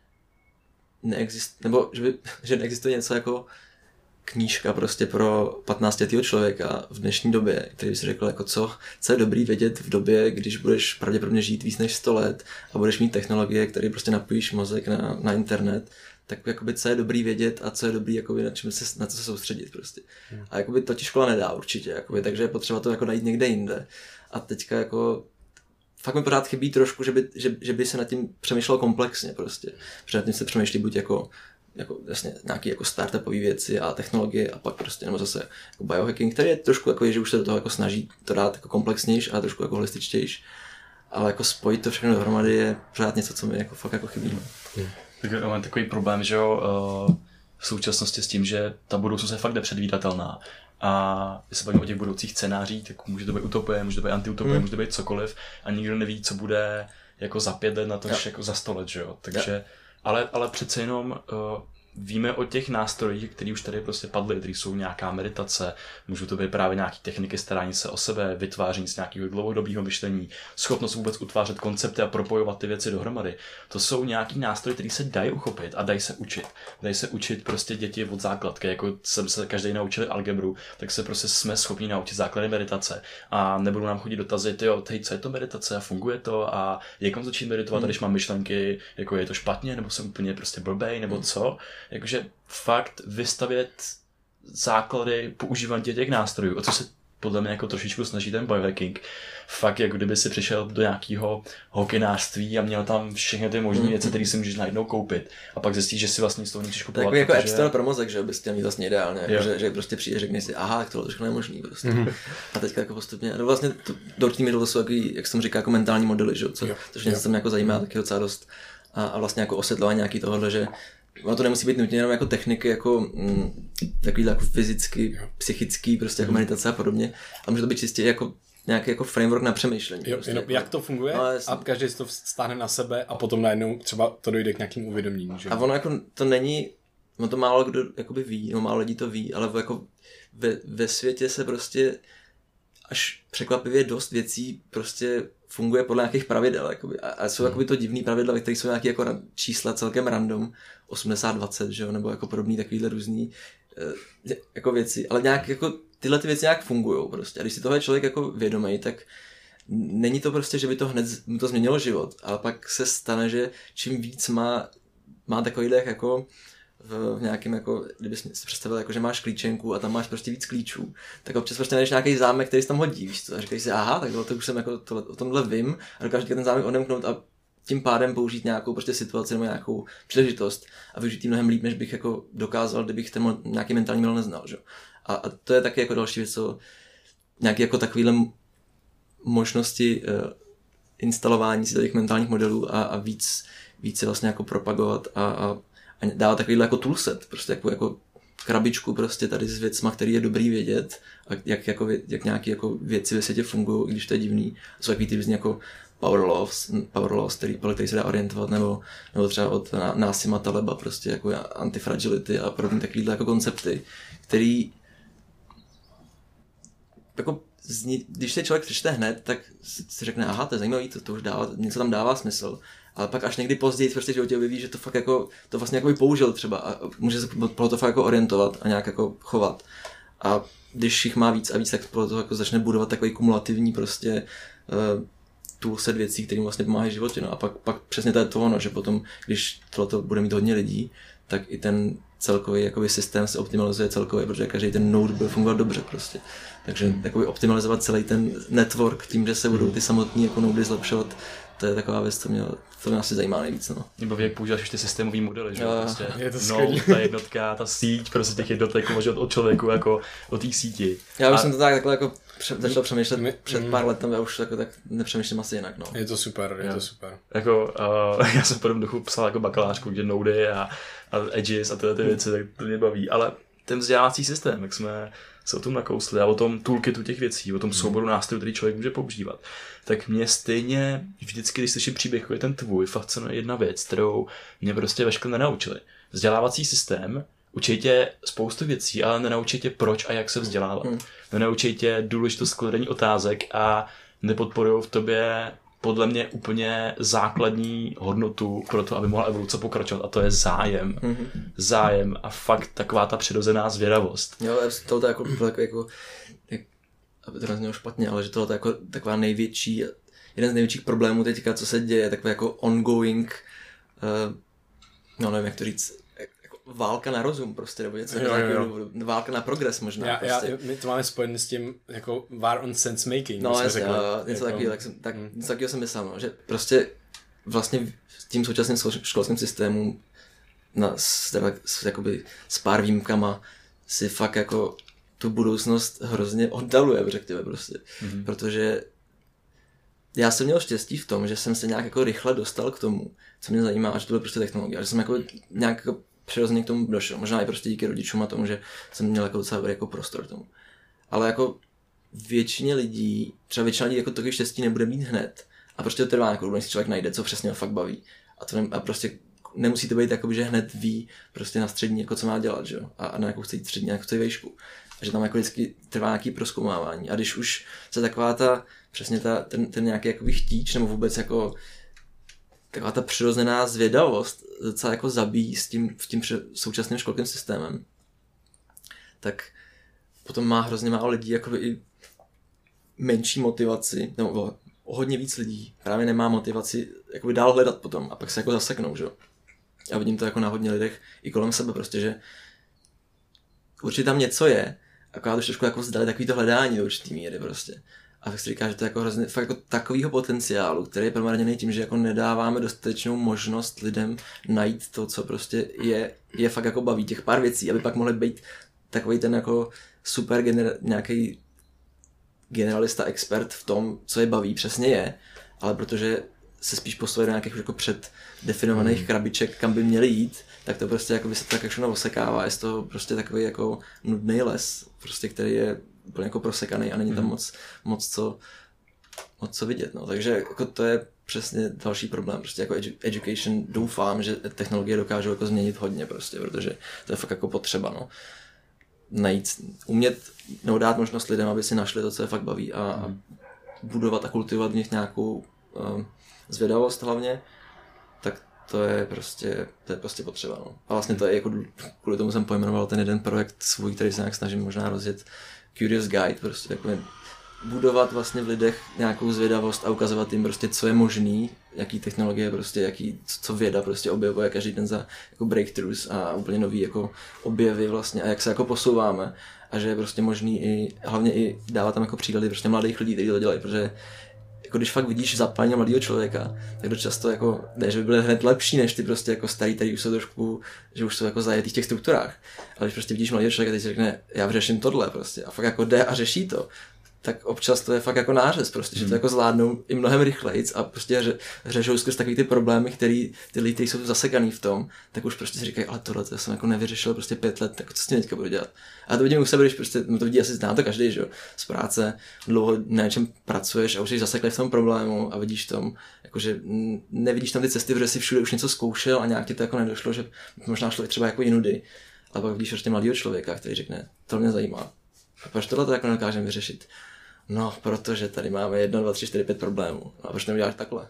neexistuje něco jako knížka prostě pro 15letého člověka v dnešní době, který by si řekl, jako co je dobrý vědět v době, když budeš pravděpodobně žít víc než 100 let a budeš mít technologie, které prostě napojíš mozek na internet, tak jakoby co je dobrý vědět a co je dobrý jakoby, na co se soustředit prostě. A jakoby to ti škola nedá určitě, jakoby, takže je potřeba to jako najít někde jinde. A teďka jako fakt mi pořád chybí trošku, že by se nad tím přemýšlel komplexně prostě. Protože nad tím se přemýšlí buď jako jasně nějaký jako startupové věci a technologie a pak prostě nebo zase jako biohacking, který je trošku jako, že už se do toho jako snaží to dát jako komplexnější a trošku jako holističtější. Ale jako spojit to všechno dohromady je pořád něco, co mi jako fakt jako chybí. Tak mám takový problém, že jo, v současnosti s tím, že ta budoucnost je fakt nepředvídatelná. A když se bavíme o těch budoucích scénářích, tak může to být utopie, může to být antiutopie, může to být cokoliv a nikdo neví, co bude jako za 5 let, na to jako za 100 let, že jo. Takže ale přece jenom víme o těch nástrojích, které už tady prostě padly, které jsou nějaká meditace, můžou to být právě nějaké techniky starání se o sebe, vytváření z nějakého dlouhodobého myšlení, schopnost vůbec utvářet koncepty a propojovat ty věci dohromady. To jsou nějaký nástroje, které se dají uchopit a dají se učit. Dají se učit prostě děti od základky, jako jsem se každý naučili algebru, tak se prostě jsme schopni naučit základy meditace a nebudou nám chodit dotazy, co je to meditace a funguje to a jak mám začít meditovat, když mám myšlenky, jako je to špatně, nebo jsem úplně prostě blbej, nebo co. Jakože fakt vystavět základy používání těch nástrojů. A co se podle mě jako trošičku snaží ten biohacking. Fakt, jako kdyby si přišel do nějakého hokejářství a měl tam všechny ty možné věci, které si můžeš najednou koupit. A pak zjistíš, že si vlastně z toho nemusíš kupovat. Takový jako App Store pro mozek, že bys chtěl mít vlastně ideálně, jako, že prostě přijde, řekneš si, aha, tak tohle všechno je možný prostě. A teďka jako postupně, no vlastně do určitý míry to jsou takový, jak jsem říkal, jako mentální modely, že? Což mě tam jako zajímá taky docela dost. A vlastně jako osvětlování nějaký tohohle, že ono to nemusí být nutně jenom jako techniky, jako takový jako fyzicky, psychický, prostě jako meditace a podobně. A může to být čistě jako nějaký jako framework na přemýšlení. Jo, prostě, jenom, jako, jak to funguje a každý si to stáhne na sebe a potom najednou třeba to dojde k nějakým uvědomění. Že? A ono jako to není, no to málo kdo jakoby ví, no málo lidí to ví, ale jako ve světě se prostě až překvapivě dost věcí prostě funguje podle nějakých pravidel. Jakoby. A jsou jakoby to divný pravidla, ve kterých jsou nějaké jako čísla celkem random, 80-20, že jo, nebo jako podobný takovýhle různý jako věci. Ale nějak jako tyhle ty věci nějak fungujou prostě. A když si tohle člověk jako vědomý, tak není to prostě, že by to hned mu to změnilo život, ale pak se stane, že čím víc má takovýhle jako v nějakém jako, kdyby si představil, jako, že máš klíčenku a tam máš prostě víc klíčů, tak občas prostě najdeš nějaký zámek, který si tam hodí, víš co? A říkáš si, aha, tak to už jsem jako o tomhle vím a dokážu ten zámek odemknout a tím pádem použít nějakou prostě situaci nebo nějakou příležitost a využít ji mnohem líp, než bych jako dokázal, kdybych ten nějaký mentální model neznal, že? A to je taky jako další věc, co nějaké jako takovýhle možnosti instalování si těch mentálních modelů a víc se vlastně jako propagovat a dávat takovýhle jako toolset, prostě jako krabičku prostě tady s věcma, který je dobrý vědět a jak nějaké jako věci ve světě fungují, i když to je divný. Jsou takový ty různý jako power laws, který se dá orientovat, nebo třeba od Nassima Taleba, prostě jako antifragility a podobně takovýhle jako koncepty, který jako když se člověk přečte hned, tak si řekne, aha, to je zajímavý, to už dává, něco tam dává smysl. Ale pak až někdy později prostě v životě objeví, že to fakt jako, to vlastně jako by použil třeba a může se podle toho fakt jako orientovat a nějak jako chovat. A když jich má víc a víc, tak podle toho jako začne budovat takový kumulativní prostě toolset věcí, které mu vlastně pomáhají v životě. No. A pak přesně to je to ono, že potom, když tohleto bude mít hodně lidí, tak i ten celkový jakoby systém se optimalizuje celkově, protože každý ten node bude fungovat dobře prostě. Takže jakoby optimalizovat celý ten network tím, že se budou ty samotný jako nody zlepšovat, to je taková věc, co mě asi zajímá nejvíc. No. Nebo jak používáš ještě systémový modely, že prostě je to ta jednotka, ta síť, prostě těch jednotek může od člověku jako od té síti. Já už jsem to takhle jako začal přemýšlet před pár letem a už tak nepřemýšlím asi jinak. No. Je to super. Jako, já jsem podobně duchu psal jako bakalářku, kde nody a edges a tyhle ty věci, tak to mě baví, ale ten vzdělávací systém, jak jsme se o tom nakousli a o tom toolkitu těch věcí, o tom souboru nástrojů, který člověk může používat, tak mě stejně vždycky, když slyším příběh, jako je ten tvůj, fascinuje jedna věc, kterou mě prostě ve škole nenaučili. Vzdělávací systém učí tě spoustu věcí, ale nenaučí tě proč a jak se vzdělávat. Nenaučí tě důležitost skladení otázek a nepodporují v tobě podle mě úplně základní hodnotu pro to, aby mohla evoluce pokračovat, a to je zájem. Zájem a fakt taková ta přirozená zvědavost. Jo, tohle jako aby to neznělo špatně, ale že tohle je jako taková největší, jeden z největších problémů teďka, co se děje, takový jako ongoing, no nevím, jak to říct, jako válka na rozum prostě, nebo něco, válka na progres možná. My to máme spojené s tím jako war on sense making. No jasně, něco takového, něco takového jsem myslel, no, že prostě vlastně s tím současným školským systémem s pár výjimkama si fakt jako tu budoucnost hrozně oddaluje, řekněme prostě. Protože já jsem měl štěstí v tom, že jsem se nějak jako rychle dostal k tomu, co mě zajímá, a že to bylo prostě technologie. A že jsem jako nějak jako přirozeně k tomu došel. Možná i prostě díky rodičům a tomu, že jsem měl jako docela jako prostor k tomu. Ale jako většině lidí, třeba většina lidí jako takový štěstí nebude mít hned. A prostě to trvá nějakou dobu, než si člověk najde, co přesně ho fakt baví. A prostě nemusí to být jako, že hned ví prostě na střední, jako co má dělat, že jo? A na jakou chce jít střední, jako chce výšku. A že tam jako vždycky trvá nějaký prozkoumávání. A když už se taková ten nějaký jakoby chtíč, nebo vůbec jako taková ta přirozená zvědavost docela jako zabíjí s tím současným školským systémem, tak potom má hrozně málo lidí jakoby i menší motivaci, nebo hodně víc lidí právě nemá motivaci jakoby dál hledat potom a pak se jako zaseknou, že jo. Já vidím to jako na hodně lidech i kolem sebe prostě, že určitě tam něco je, akorát už trošku jako vzdali takový to hledání do určitý míry prostě. A tak si říká, že to je jako hrozně fakt jako takovýho potenciálu, který je promarněný tím, že jako nedáváme dostatečnou možnost lidem najít to, co prostě je fakt jako baví, těch pár věcí, aby pak mohli být takový ten jako super nějaký generalista, expert v tom, co je baví, přesně je, ale protože se spíš posouvají do nějakých jako předdefinovaných krabiček, kam by měli jít, tak to prostě jako by se to tak všechno osekává, je z toho prostě takový jako nudný les, prostě který je úplně jako prosekaný a není tam moc co vidět, no. Takže jako to je přesně další problém, prostě jako education doufám, že technologie dokážou jako změnit hodně prostě, protože to je fakt jako potřeba, no. Umět nebo dát možnost lidem, aby si našli to, co je fakt baví a budovat a kultivovat v nich nějakou zvědavost hlavně, tak to je prostě potřeba. No. A vlastně to je jako, kvůli tomu jsem pojmenoval ten jeden projekt svůj, který se nějak snažím možná rozjet, Curious Guide, prostě jako budovat vlastně v lidech nějakou zvědavost a ukazovat jim prostě, co je možný, jaký technologie prostě, co věda prostě objevuje každý den za jako breakthroughs a úplně nový jako objevy vlastně a jak se jako posouváme a že je prostě možný hlavně i dávat tam jako příklady prostě mladých lidí, kteří to dělají, protože jako když fakt vidíš zapálení mladého člověka, tak to často jako ne, že by byly hned lepší než ty prostě jako starý, který už jsou trošku, že už jsou jako zajetý v těch strukturách. Ale když prostě vidíš mladého člověka, který si řekne, já řeším tohle prostě a fakt jako jde a řeší to, tak občas to je fakt jako nářez prostě, že to jako zvládnou i mnohem rychlejc a prostě řešou skrz takový ty problémy, který ty lidi, kteří jsou zasekaný v tom, tak už prostě si říkají, ale tohle to jsem jako nevyřešil prostě 5 let, tak co s tím teďka budu dělat. A to vidím u sebe, když prostě, to vidí asi zná to každý, že jo, z práce, dlouho na něčem pracuješ a už jsi zaseklý v tom problému a vidíš tom, jakože nevidíš tam ty cesty, protože jsi všude už něco zkoušel a nějak ti to jako nedošlo, že možná šlo třeba jako jinudy. A pak vidíš prostě mladého člověka, který řekne, to mě zajímá. A proč tohle to jako nedokážeme vyřešit? No, protože tady máme 1, 2, 3, 4, 5 problémů. No a proč neuděláš takhle?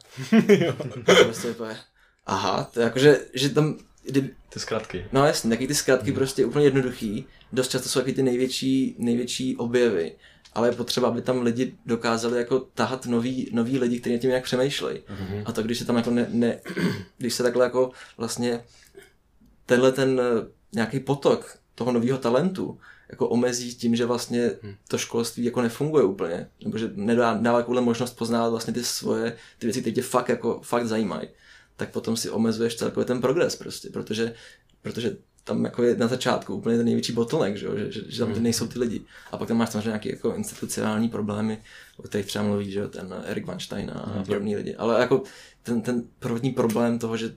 Prostě úplně, aha, to je jakože, že tam... Ty zkratky. No jasně, taky ty zkratky prostě úplně jednoduchý. Dost často jsou taky ty největší objevy. Ale je potřeba, aby tam lidi dokázali jako tahat nový lidi, kteří tím nějak přemýšlejí. A to, když se tam jako když se takhle jako vlastně tenhle ten nějaký potok toho nového talentu jako omezí tím, že vlastně to školství jako nefunguje úplně, nebo že nedává kvůli možnost poznávat vlastně ty věci, které tě fakt zajímají, tak potom si omezuješ celkově ten progres prostě, protože tam jako je na začátku úplně ten největší bottleneck, že tam nejsou ty lidi. A pak tam máš samozřejmě nějaké jako institucionální problémy, o kterých třeba mluví, že ten Erik Weinstein a podobný lidi. Ale jako ten prvotní problém toho, že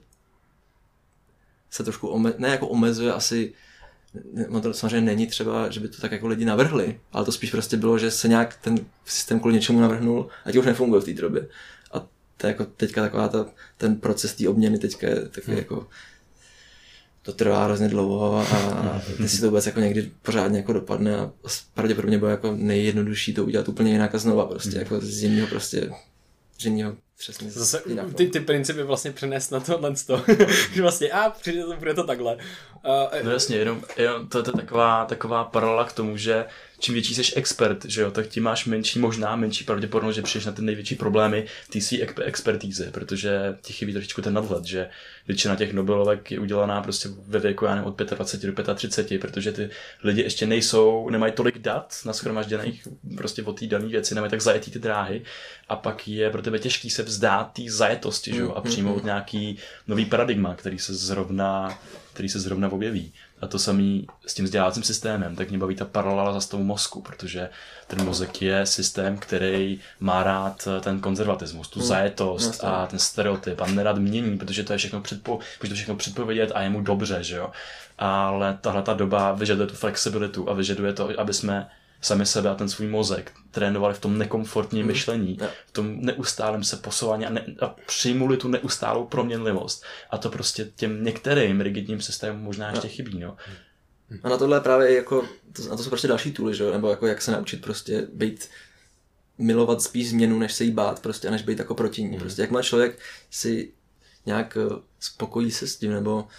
se trošku omezuje asi, no to samozřejmě není třeba, že by to tak jako lidi navrhli, ale to spíš prostě bylo, že se nějak ten systém kvůli něčemu navrhnul a ti už nefunguje v té době. A to je jako teďka taková ten proces té obměny teďka je takový jako to trvá hrozně dlouho a si to vůbec jako někdy pořádně jako dopadne a pravděpodobně bude jako nejjednodušší to udělat úplně jinak a znova prostě, jako z jiného prostě, přesně. Zase ty principy vlastně přenést na tohle že vlastně bude to takhle. No jasně, jenom to je taková paralela k tomu, že čím větší jsi expert, že jo, tak tím máš možná menší pravděpodobnost, že přijdeš na ty největší problémy té své expertízy, protože ti chybí trošičku ten nadhled, že většina těch Nobelovek je udělaná prostě ve věku, já nevím, od 25 do 35, protože ty lidi ještě nemají tolik dat nashromažděných prostě o té dané věci, nemají tak zajetý ty dráhy a pak je pro tebe těžký se vzdát té zajetosti, že jo, a přijmout nějaký nový paradigma, který se zrovna objeví. A to samý s tím vzdělávacím systémem, tak mě baví ta paralela za tou mozku, protože ten mozek je systém, který má rád ten konzervatismus, tu zajetost a ten stereotyp a nerad mění, protože to je všechno předpovědět a je mu dobře, že jo. Ale tahle ta doba vyžaduje tu flexibilitu a vyžaduje to, aby jsme sami sebe a ten svůj mozek trénovali v tom nekomfortním myšlení, v tom neustálém se posouvání a přijmuli tu neustálou proměnlivost. A to prostě těm některým rigidním systémům možná ještě chybí, no. A na tohle právě jako, na to jsou prostě další tooly, že? Nebo jako jak se naučit prostě milovat spíš změnu, než se jí bát prostě, a než být jako proti ní. Prostě jakmile člověk si nějak spokojí se s tím, nebo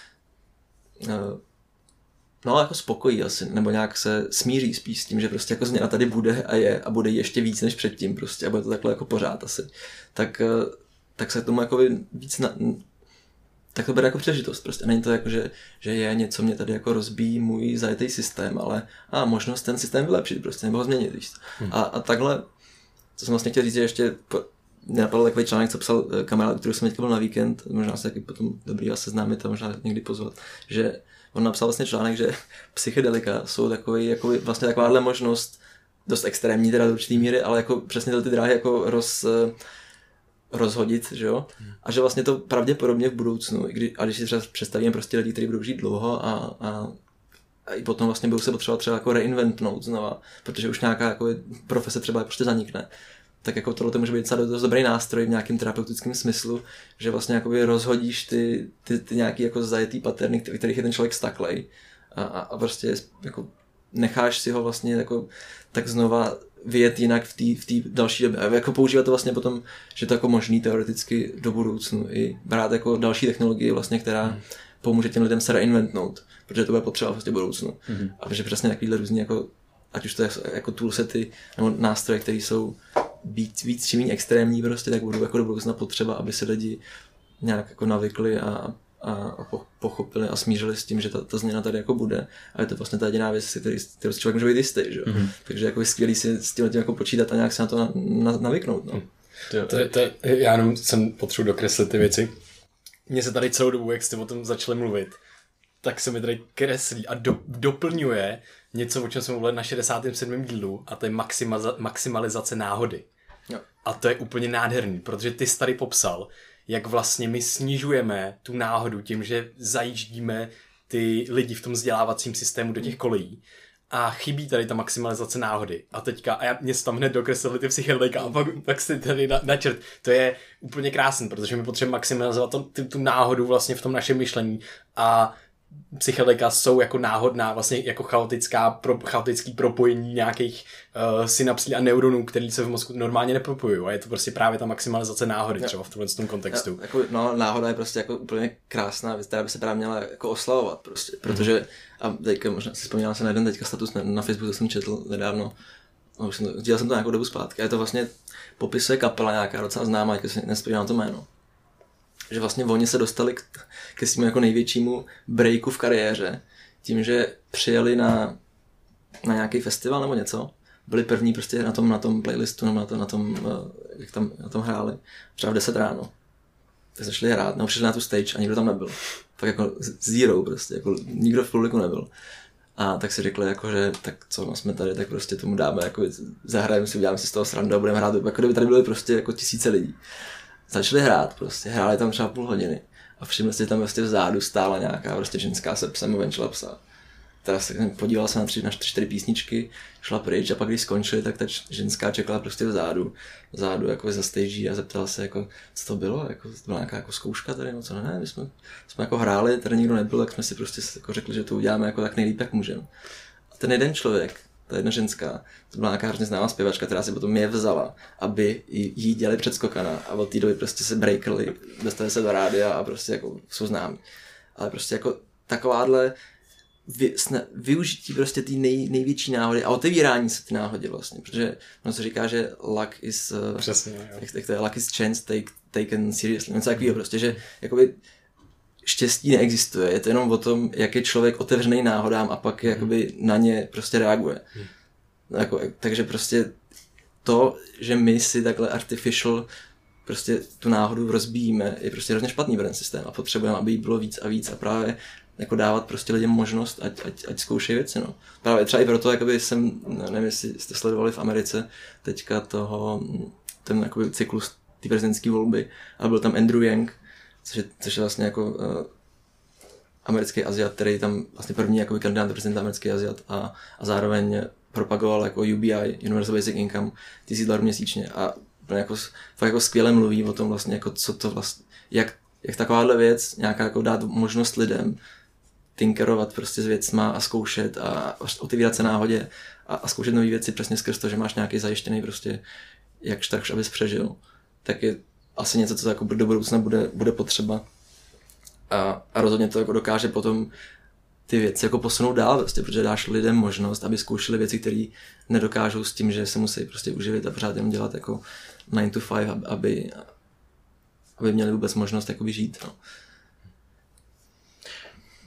jako spokojí asi, nebo nějak se smíří spíš s tím, že prostě jako změna tady bude a bude ještě víc než předtím prostě a bude to takhle jako pořád asi, tak se tomu jako víc tak to bude jako příležitost. Prostě není to jako, že je něco mě tady jako rozbíjí můj zajetý systém, ale možnost ten systém vylepšit prostě, nebo ho změnit. Víš. A takhle, co jsem vlastně chtěl říct, že ještě mě napadl takový článek, co psal kamarád, který jsem teďka byl na víkend, možná se taky potom dobrý vás seznámit a možná někdy pozvat, že on napsal vlastně článek, že psychedelika jsou takový, jako vlastně takováhle možnost, dost extrémní teda do určitý míry, ale jako přesně ty dráhy jako rozhodit, že jo? A že vlastně to pravděpodobně v budoucnu, když si třeba představíme prostě lidi, kteří budou žít dlouho a i potom vlastně budou se potřebovat třeba jako reinventnout znova, protože už nějaká jako profese třeba prostě zanikne. Tak jako tohle může být docela dost dobrý nástroj v nějakém terapeutickém smyslu, že vlastně jakoby rozhodíš ty nějaký jako zajetý paterny, kterých je ten člověk staklej a prostě jako necháš si ho vlastně jako tak znova vyjet jinak v té další době. A jako používat to vlastně potom, že to jako možný teoreticky do budoucnu i brát jako další technologii vlastně, která pomůže těm lidem se reinventnout, protože to bude potřeba vlastně v budoucnu. A že přesně takovýhle různý jako, ať už to je jako toolsety nebo nástroje, které jsou víc čím méně extrémní prostě, tak budou jako do budoucna potřeba, aby se lidi nějak jako navykli a pochopili a smířili s tím, že ta změna tady jako bude. A je to vlastně ta jediná věc, kterou si člověk může být jistý, že? Takže jako je skvělý si s tím jako počítat a nějak se na to navyknout. No. Já jenom jsem potřebuji dokreslit ty věci. Mně se tady celou dobu, jak jste o tom začali mluvit, tak se mi tady kreslí a doplňuje něco, o čem jsme mluvili na 67. dílu, a to je maximalizace náhody. Jo. A to je úplně nádherný, protože ty jsi tady popsal, jak vlastně my snižujeme tu náhodu tím, že zajíždíme ty lidi v tom vzdělávacím systému do těch kolejí. A chybí tady ta maximalizace náhody. A teďka, mě se tam hned dokreslili ty psychedelika a pak si tady načrt. To je úplně krásný, protože my potřebujeme maximalizovat tu náhodu vlastně v tom našem myšlení. A psychedelika jsou jako náhodná, vlastně jako chaotický propojení nějakých synapsí a neuronů, které se v mozku normálně nepropojují. A je to prostě právě ta maximalizace náhody třeba v tomhle kontextu. Náhoda je prostě jako úplně krásná věc, která by se právě měla jako oslavovat prostě, protože, a teďka možná si vzpomínal se na jeden teďka status na Facebooku, jsem četl nedávno, dělal jsem to nějakou dobu zpátky, a je to vlastně popisuje kapela nějaká docela známá, jako si nespomínám to jméno. Že vlastně oni se dostali ke svému jako největšímu breaku v kariéře tím, že přijeli na nějaký festival nebo něco, byli první prostě na tom playlistu nebo jak tam na tom hráli, třeba v 10 ráno. Tak začali hrát, nebo přišli na tu stage a nikdo tam nebyl. Tak jako zero prostě, jako nikdo v publiku nebyl. A tak si řekli, jako, že tak co, no jsme tady, tak prostě tomu dáme, jako zahrajeme si, uděláme si z toho srandu a budeme hrát, jako kdyby tady byly prostě jako tisíce lidí. Začali hrát prostě, hráli tam třeba půl hodiny a všimli si, že tam prostě vzadu stála nějaká prostě ženská se psem a venčila psa. Teda se podívala se na 3-4 písničky, šla pryč a pak když skončili, tak ta ženská čekala prostě vzadu jako za stage a zeptala se jako, co to bylo, jako to byla nějaká jako zkouška tady, no co ne, my jsme jako hráli, tady nikdo nebyl, tak jsme si prostě jako řekli, že to uděláme jako tak nejlíp, jak můžeme. A ten jeden člověk, ta jedna ženská, to byla nějaká hrozně známá zpěvačka, která si potom je vzala, aby jí dělali předskokana a od té doby prostě se breakali, dostali se do rádia a prostě jako jsou známí. Ale prostě jako takováhle využití prostě té největší náhody a otevírání se ty náhodě vlastně, protože ono se říká, že luck is luck is chance taken seriously, něco takového prostě, že jakoby štěstí neexistuje, je to jenom o tom, jak je člověk otevřený náhodám a pak jakoby na ně prostě reaguje. Jako, takže prostě to, že my si takhle artificial prostě tu náhodu rozbíjíme, je prostě hrozně špatný pro ten systém a potřebujeme, aby jí bylo víc a víc a právě jako dávat prostě lidem možnost, ať zkoušejí věci, no. Právě třeba i proto, jakoby jsem, nevím, jestli jste sledovali v Americe teďka ten jakoby cyklus té prezidentské volby a byl tam Andrew Yang, což je vlastně jako americký Aziat, který tam vlastně první jako kandidát prezidenta americký Aziat a zároveň propagoval jako UBI, Universal Basic Income, $1000 měsíčně a jako, fakt jako skvěle mluví o tom vlastně, jako co to vlastně, jak takováhle věc nějaká jako dát možnost lidem tinkerovat prostě s věcma a zkoušet a otevírat se náhodě a zkoušet nové věci přesně skrz to, že máš nějaký zajištěný prostě jak štrach, abys přežil, tak je asi něco, co jako do budoucna bude potřeba a rozhodně to jako dokáže potom ty věci jako posunout dál, prostě, protože dáš lidem možnost, aby zkoušeli věci, které nedokážou s tím, že se musí prostě uživit a pořád jenom dělat jako 9 to 5, aby měli vůbec možnost jakoby žít. No.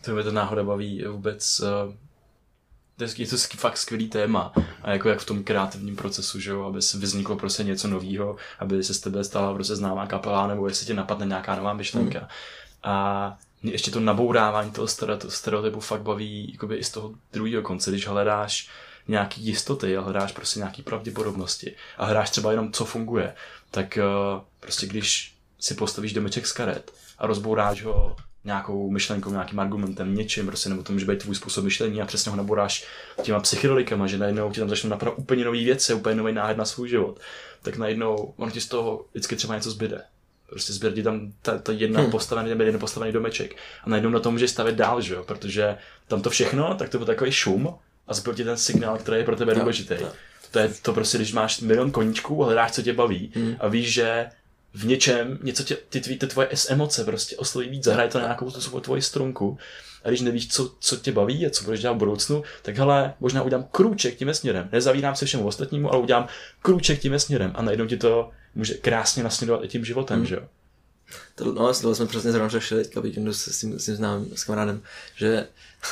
To mě ta náhoda baví vůbec. Je to fakt skvělý téma a jako jak v tom kreativním procesu, že jo, aby se vzniklo prostě něco nového, aby se z tebe stala prostě známá kapela, nebo jestli tě napadne nějaká nová myšlenka. A mě ještě to nabourávání toho stereotypu fakt baví jakoby i z toho druhého konce, když hledáš nějaký jistoty a hledáš prostě nějaký pravděpodobnosti a hledáš třeba jenom co funguje, tak prostě když si postavíš domeček z karet a rozbouráš ho nějakou myšlenkou, nějakým argumentem, něčím, prostě, nebo to může být tvůj způsob myšlení a přesně ho naboráš těma psychedelikama, že najednou ti tam začnou napadat úplně nový věci, úplně nový náhled na svůj život, tak najednou on ti z toho vždycky třeba něco zbyde. Prostě zbyde ti tam ta jeden postavený domeček a najednou na to můžeš stavět dál, že jo, protože tam to všechno, tak to byl takový šum a zbyl ti ten signál, který je pro tebe důležitý. To je to prostě, když máš milion koníčků a hledáš, co tě baví a víš, že v něčem něco ty tvoje emoce prostě osloví víc, zahraje to na nějakou tvoji strunku a když nevíš, co tě baví a co budeš dělat v budoucnu, tak hele, možná udělám krůček tím směrem. Nezavírám se všemu ostatnímu, ale udělám krůček tím směrem a najednou ti to může krásně nasměrovat i tím životem, že jo? No, tohle jsme přesně zrovna řešili, teďka s tím znám s kamarádem, že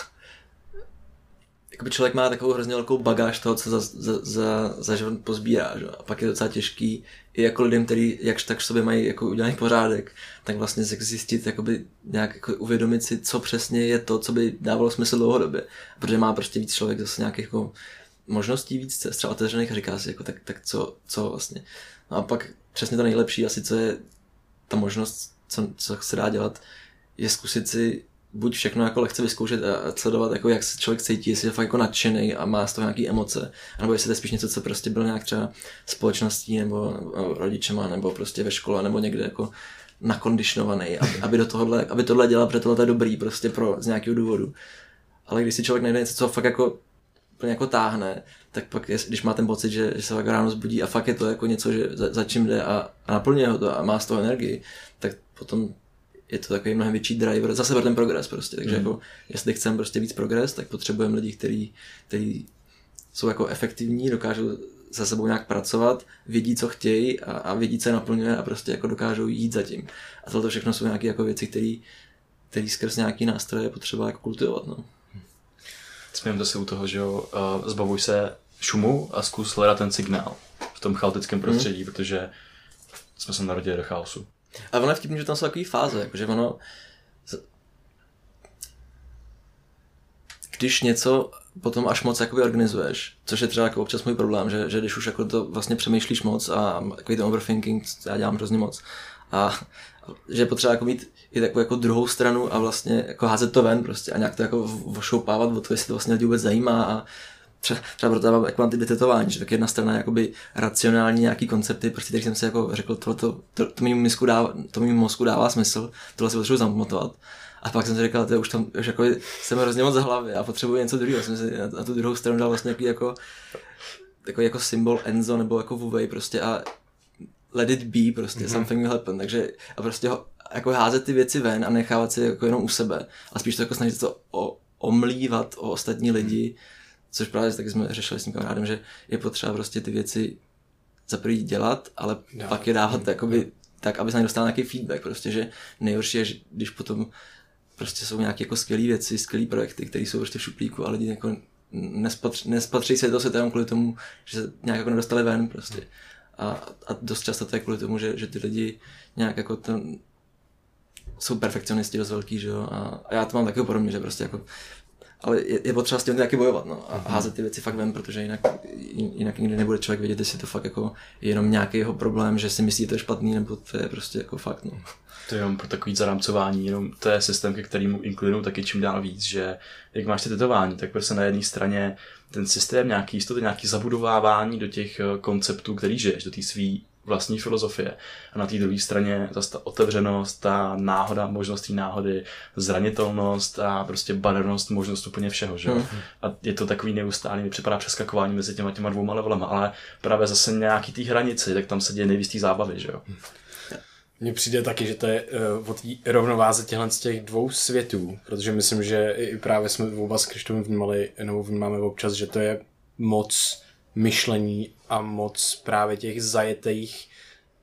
jakoby člověk má takovou hrozně velkou bagáž toho, co za život pozbírá, že? A pak je docela těžký i jako lidem, kteří jakž tak v sobě mají jako udělaný pořádek, tak vlastně zjistit, jakoby nějak jako uvědomit si, co přesně je to, co by dávalo smysl dlouhodobě. Protože má prostě víc člověk zase nějakých jako možností, víc cest třeba otevřených a říká si, jako, tak co vlastně. No a pak přesně to nejlepší asi, co je ta možnost, co se dá dělat, je zkusit si buď všechno jako lehce vyzkoušet a sledovat, jako jak se člověk cítí, jestli je fakt jako nadšený a má z toho nějaký emoce, nebo jestli to je spíš něco, co prostě bylo nějak třeba společností nebo rodičema, nebo prostě ve škole, nebo někde jako nakonditionovaný, aby tohle dělal, protože tohle je dobrý prostě z nějakého důvodu. Ale když si člověk najde něco, co fakt jako úplně jako táhne, tak pak když má ten pocit, že se fakt ráno zbudí a fakt je to jako něco, že za čím jde a naplňuje ho to a má z toho energii, tak potom je to takový mnohem větší driver, zase pro ten progres prostě, takže jako, jestli chceme prostě víc progres, tak potřebujeme lidi, kteří jsou jako efektivní, dokážou se sebou nějak pracovat, vědí, co chtějí a vědí, co je naplňuje a prostě jako dokážou jít za tím. A tohle všechno jsou nějaké jako věci, které skrz nějaký nástroje je potřeba jako kultivovat, no. Jsme zase u toho, že jo, zbavuj se šumu a zkus hledat ten signál v tom chaotickém prostředí, protože jsme se narodili do chaosu. A ono je vtipný, že tam jsou takové fáze, jakože ono, když něco potom až moc jakoby organizuješ, což je třeba jako občas můj problém, že když už jako to vlastně přemýšlíš moc a takový ten overthinking, já dělám hrozně moc, a že je potřeba jako mít i takovou jako druhou stranu a vlastně jako házet to ven prostě a nějak to jako vošoupávat o to, jestli to vlastně lidi vůbec zajímá a třeba proto jako mám ty tetování, že tak jedna strana je jakoby racionální nějaký koncepty, prostě když jsem si jako řekl, to mému mozku dává smysl, tohle si potřebuji zapamatovat. A pak jsem si říkal, už jako jsem hrozně moc za hlavy a potřebuji něco druhého. Jsem si na tu druhou stranu dal vlastně takový jako symbol Enzo nebo jako Vuvej prostě a let it be prostě, something will happen. Takže a prostě jako házet ty věci ven a nechávat si jako jenom u sebe. A spíš to jako snažit to omlívat o ostatní lidi, což právě taky jsme řešili s tím kamarádem, že je potřeba prostě ty věci za první dělat, ale pak je dávat jakoby tak, aby se nedostal nějaký feedback, prostě, že nejhorší je, když potom prostě jsou nějaké jako skvělé věci, skvělé projekty, které jsou prostě v šuplíku a lidi jako nespatří se do světa kvůli tomu, že se nějak jako nedostali ven prostě. A dost často to je kvůli tomu, že ty lidi nějak jako jsou perfekcionisti dost velký, že jo, a já to mám taky podobně, že prostě jako ale je potřeba s tím nějaký bojovat, no, a házet ty věci fakt ven, protože jinak nikdy nebude člověk vědět, jestli to fakt jako je jenom nějaký jeho problém, že si myslí, že to je špatný, nebo to je prostě jako fakt, no. To je jenom pro takový zarámcování, jenom to je systém, ke kterému inklinuju taky čím dál víc, že jak máš ty tetování, tak prostě na jedné straně ten systém nějaký jistoty, nějaký zabudovávání do těch konceptů, který žiješ, do té svý vlastní filozofie. A na té druhé straně zase ta otevřenost, ta náhoda, možnost té náhody, zranitelnost a prostě barevnost, možnost úplně všeho, že? A je to takový neustálý, mi připadá přeskakování mezi těma dvouma levelama, ale právě zase nějaký té hranici, tak tam se děje nejvíc té zábavy, že jo? Mně přijde taky, že to je o té rovnováze z těch dvou světů, protože myslím, že i právě jsme oba s Krištovem vnímali, nebo vnímáme občas, že to je moc myšlení a moc právě těch zajetých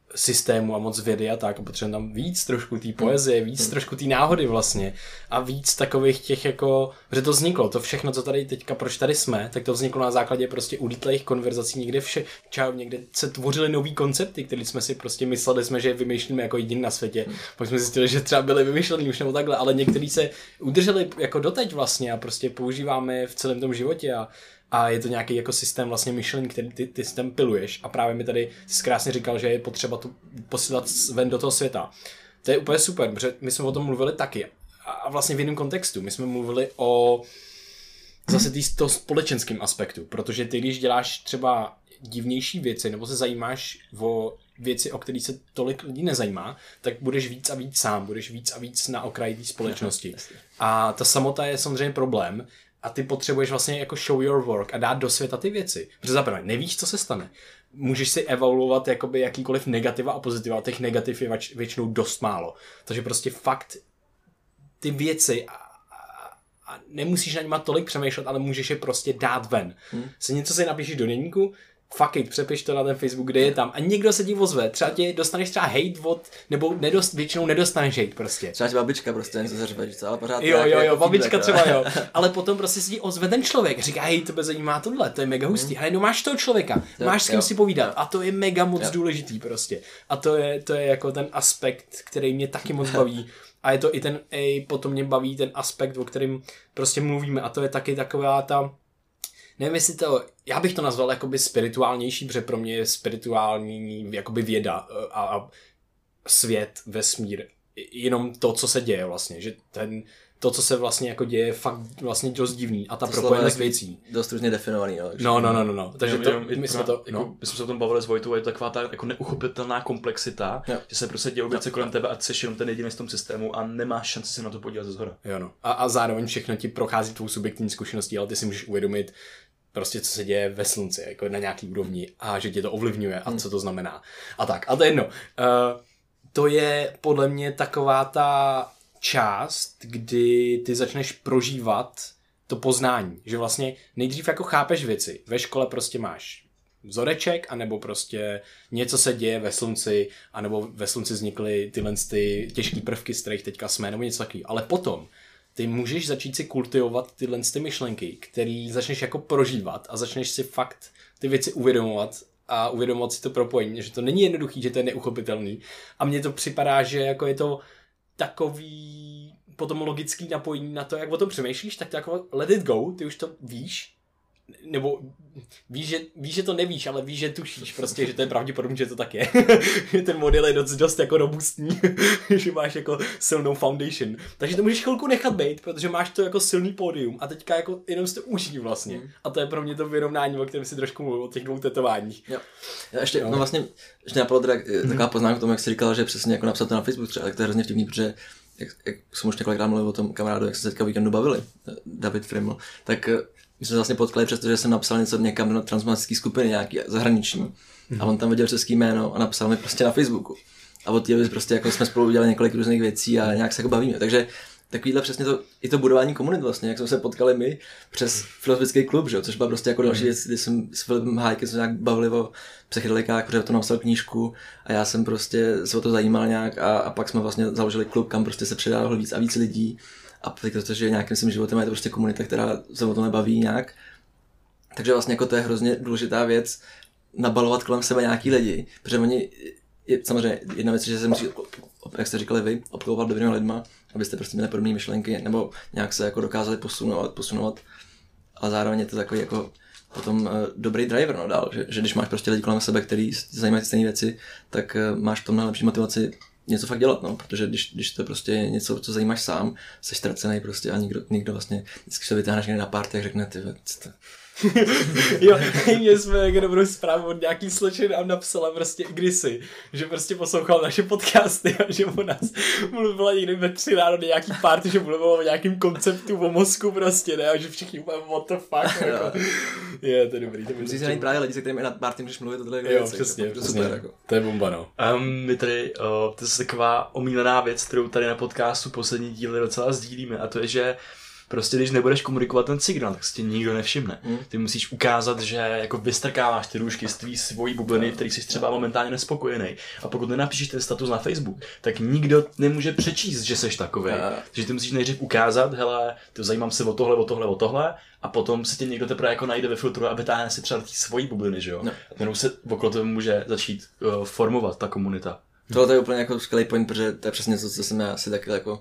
systému a moc vědy a tak, a potřebujeme tam víc trošku té poezie, víc trošku té náhody vlastně a víc takových těch jako, že to vzniklo, to všechno, co tady teďka, proč tady jsme, tak to vzniklo na základě prostě ulítlých konverzací, někde se tvořily nový koncepty, které jsme si prostě mysleli jsme, že vymýšlíme jako jediný na světě, pak jsme zjistili, že třeba byly vymýšlený už nebo takhle, ale některý se udrželi jako doteď vlastně a prostě používáme v celém tom životě a je to nějaký jako systém vlastně myšlení, který ty systém piluješ a právě mi tady jsi krásně říkal, že je potřeba to posílat ven do toho světa. To je úplně super, protože my jsme o tom mluvili taky a vlastně v jiném kontextu. My jsme mluvili o zase toho společenském aspektu, protože ty, když děláš třeba divnější věci nebo se zajímáš o věci, o kterých se tolik lidí nezajímá, tak budeš víc a víc sám, budeš víc a víc na okraji té společnosti. A ta samota je samozřejmě problém, a ty potřebuješ vlastně jako show your work a dát do světa ty věci. Protože zaprvé nevíš, co se stane. Můžeš si evaluovat jakoby jakýkoliv negativa a pozitiva, a těch negativ je většinou dost málo. Takže prostě fakt ty věci a nemusíš na nima tolik přemýšlet, ale můžeš je prostě dát ven. Se něco si napíšeš do deníku, fuck it, přepiš to na ten Facebook, kde je tam a někdo se ti ozve, třeba dostaneš třeba hate nebo většinou nedostaneš hate prostě. Třeba babička prostě něco zařve, ale pořád jo, babička třeba jo, ale potom prostě si ti ozve ten člověk, říká, hej, tebe zajímá tohle, to je mega hustý, ale no máš toho člověka, máš s kým si povídat a to je mega moc důležitý prostě a to je jako ten aspekt, který mě taky moc baví. A je to i potom mě baví ten aspekt, o kterém prostě mluvíme a to je taky taková ta, nevím jestli já bych to nazval jakoby spirituálnější, protože pro mě je spirituální jakoby věda a svět, vesmír, jenom to, co se děje vlastně, že to, co se vlastně jako děje, je fakt vlastně dost divný a ta propojenost věcí. Dost různě definovaný, no. No. Takže my jsme se o tom bavili s Vojtou, je to taková ta jako neuchopitelná komplexita, že se prostě dějou věci kolem tebe a jsi jenom ten jediný v tom systému a nemáš šanci se na to podívat ze zhora. Jo, no. A zároveň všechno ti prochází tvou subjektivní zkušeností, ale ty si můžeš uvědomit prostě, co se děje ve slunci, jako na nějaký úrovni a že tě to ovlivňuje a co to znamená. A tak, a to je jedno. To je podle mě taková ta část, kdy ty začneš prožívat to poznání, že vlastně nejdřív jako chápeš věci. Ve škole prostě máš vzoreček, anebo prostě něco se děje ve slunci, anebo ve slunci vznikly tyhle ty těžké prvky, z kterých teďka jsme, nebo něco takového. Ale potom ty můžeš začít si kultivovat tyhle ty myšlenky, který začneš jako prožívat a začneš si fakt ty věci uvědomovat a uvědomovat si to propojení, že to není jednoduchý, že to je neuchopitelný. A mně to připadá, že jako je to takový potom logický napojení na to, jak o tom přemýšlíš, tak to jako let it go, ty už to víš, nebo víš, že to nevíš, ale víš, že tušíš prostě, že to je pravděpodobně, že to tak je. Že ten model je dost jako robustní, že máš jako silnou foundation. Takže to můžeš chvilku nechat být, protože máš to jako silný pódium a teďka jako jenom si to užij vlastně. A to je pro mě to vyrovnání, o kterém si trošku mluvil, o těch 2 tetováních. Jo. Já ještě, no vlastně, ještě napadlo taková poznámka k tomu, jak jsi říkal, že přesně jako napsat to na Facebook třeba, tak to je hrozně vtipný, protože jak jsem už několikrát mluvil o tom kamarádu, jak se teďka víkendu bavili, David Friml, tak my jsme vlastně potkali, přestože jsem napsal něco někam na transmatické skupiny nějaký zahraniční. A on tam viděl český jméno a napsal mi prostě na Facebooku. A od té doby prostě jako jsme spolu udělali několik různých věcí a nějak se jako bavíme. Takže takovýhle přesně to budování komunit vlastně, jak jsme se potkali my přes filozofický klub, že? Což byla prostě jako další věc, kdy jsem s Filipem Hájkem se nějak bavili o psychedelikách, protože to napsal knížku a já jsem prostě se o to zajímal nějak a pak jsme vlastně založili klub, kam prostě se přidávalo víc a víc lidí. A protože nějakým svým životem je to prostě komunita, která se o tom baví nějak. Takže vlastně jako to je hrozně důležitá věc nabalovat kolem sebe nějaký lidi, protože oni, samozřejmě jedna věc, že se musí, jak jste říkali vy, obklopovat dobrými lidma, abyste prostě měli podobné myšlenky, nebo nějak se jako dokázali posunovat, ale zároveň je to takový jako potom dobrý driver, no dál, že když máš prostě lidi kolem sebe, který zajímají stejné věci, tak máš v tomhle lepší motivaci něco fakt dělat, no, protože když to je prostě něco, co zajímáš sám, jsi ztracený prostě a nikdo vlastně, vždycky se vytáhneš někde na party a řekne, ty co to. Jo, mě jsme jako dobrou zprávu od nějaký slečny nám napsala prostě kdysi, že prostě poslouchal naše podcasty a že o nás mluvila někdy ve 3 ráno na nějaký party, že mluvila o nějakým konceptu o mozku prostě, ne, a že všichni úplně what the fuck, jako. Je, to je dobrý. Musíš se najít právě lidi, se kterými na party můžeš mluvit o tohle věci. Jo, přesně, super, jako. To je bomba, no. My tady, to je taková omílená věc, kterou tady na podcastu poslední díly docela sdílíme a to je, že prostě když nebudeš komunikovat ten signál, tak si tě nikdo nevšimne. Ty musíš ukázat, že jako vystrkáváš ty růžky z tvý svojí bubliny, v kterých jsi třeba momentálně nespokojený. A pokud nenapíšeš ten status na Facebook, tak nikdo nemůže přečíst, že seš takovej. Takže ty musíš nejdřív ukázat, hele, ty zajímám se o tohle, a potom se tě někdo teprve jako najde ve filtru a vytáhne si třeba ty svojí bubliny, že jo? No. A jenom se okolo toho může začít formovat ta komunita. Tohle je úplně jako skvělý point, protože to je přesně něco, co jsem já asi taky jako,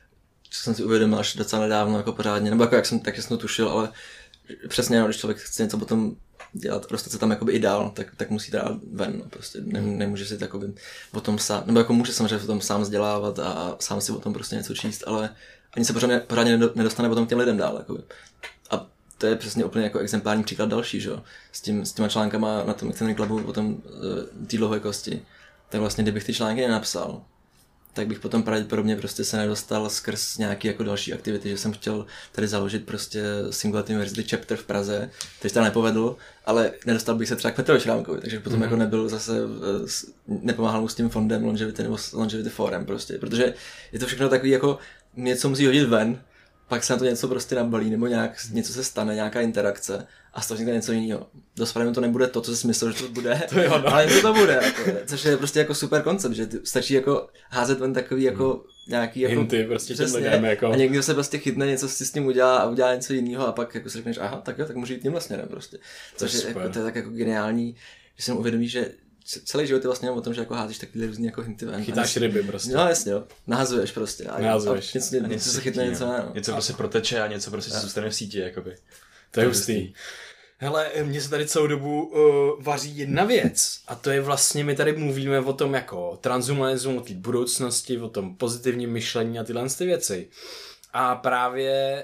co jsem si uvědomil až docela nedávno jako pořádně, nebo jako jak jsem to tušil, ale přesně, když člověk chce něco potom dělat, dostat se tam jakoby i dál, tak musí dát ven, prostě nemůže si takový o tom sám, nebo jako může samozřejmě o tom sám vzdělávat a sám si o tom prostě něco číst, ale ani se pořádně nedostane potom k těm lidem dál, jakoby. A to je přesně úplně jako exemplární příklad další, že jo, s těma článkama na tom Extended Clubu o tom té dlouhověkosti. Tak vlastně, kdybych ty články nenapsal, tak bych potom pravděpodobně prostě se nedostal skrz nějaký jako další aktivity, že jsem chtěl tady založit prostě Singularity University chapter v Praze, který se nepovedl, ale nedostal bych se třeba k Petrovi Šrámkovi, takže potom jako nebyl zase, nepomáhal mu s tím fondem Longevity nebo s Longevity Forem prostě, protože je to všechno takový jako něco musí hodit ven, pak se na to něco prostě nabalí, nebo něco se stane, nějaká interakce a z toho vznikne něco jiného. Dospělým to nebude to, co jsi myslel, že to bude, to jo, no. Ale něco to bude, jako, což je prostě jako super koncept, že stačí jako házet ven takový jako nějaký jako hinty prostě těm lidem jako. A někdo se prostě chytne, něco si s tím udělá a udělá něco jiného a pak jako si řekneš, aha, tak jo, tak může jít tímhle směrem prostě. Což je jako, to je tak jako geniální, že si uvědomí, že celý život je vlastně o tom, že jako házíš takový různý jako hinty ven. Chytáš ryby prostě. No jasně, jo. Nahazuješ prostě. A něco se chytne, něco ne. No. Něco prostě proteče a něco prostě zůstane v síti, jakoby. To je hustý. Hele, mně se tady celou dobu vaří jedna věc a to je vlastně, my tady mluvíme o tom jako transhumanismu, o té budoucnosti, o tom pozitivním myšlení a tyhle věci. A právě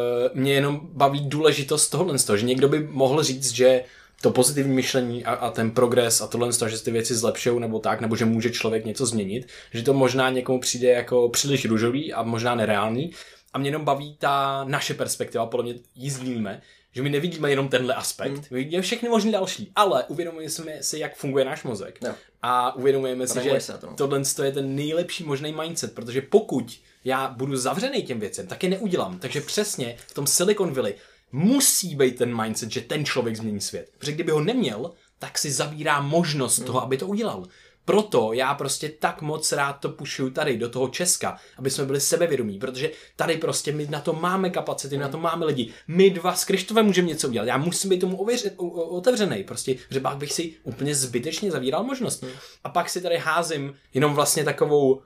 mě jenom baví důležitost tohohle z toho, že někdo by mohl říct, že to pozitivní myšlení a ten progres a tohle z toho, že se ty věci zlepšou nebo tak, nebo že může člověk něco změnit, že to možná někomu přijde jako příliš růžový a možná nereálný. A mě jenom baví ta naše perspektiva, podle mě ji sdílíme, že my nevidíme jenom tenhle aspekt, my vidíme všechny možný další, ale uvědomujeme si, jak funguje náš mozek. No. A uvědomujeme si, že tohle je ten nejlepší možný mindset, protože pokud já budu zavřený těm věcem, tak je neudělám. Takže přesně v tom Silicon Valley musí být ten mindset, že ten člověk změní svět. Protože kdyby ho neměl, tak si zabírá možnost toho, aby to udělal. Proto já prostě tak moc rád to pušuju tady, do toho Česka, aby jsme byli sebevědomí, protože tady prostě my na to máme kapacity, na to máme lidi. My dva s Krištofem můžeme něco udělat. Já musím být tomu otevřenej, prostě, že pak bych si úplně zbytečně zavíral možnost. A pak si tady házím jenom vlastně takovou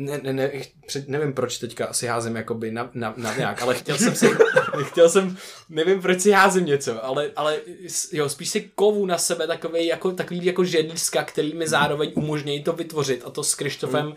nevím proč teďka asi házím jakoby na nějak, ale chtěl jsem, nevím proč si házím něco, ale jo, spíš si kovu na sebe takový jako žedlíska, který mi zároveň umožňují to vytvořit a to s Krištofem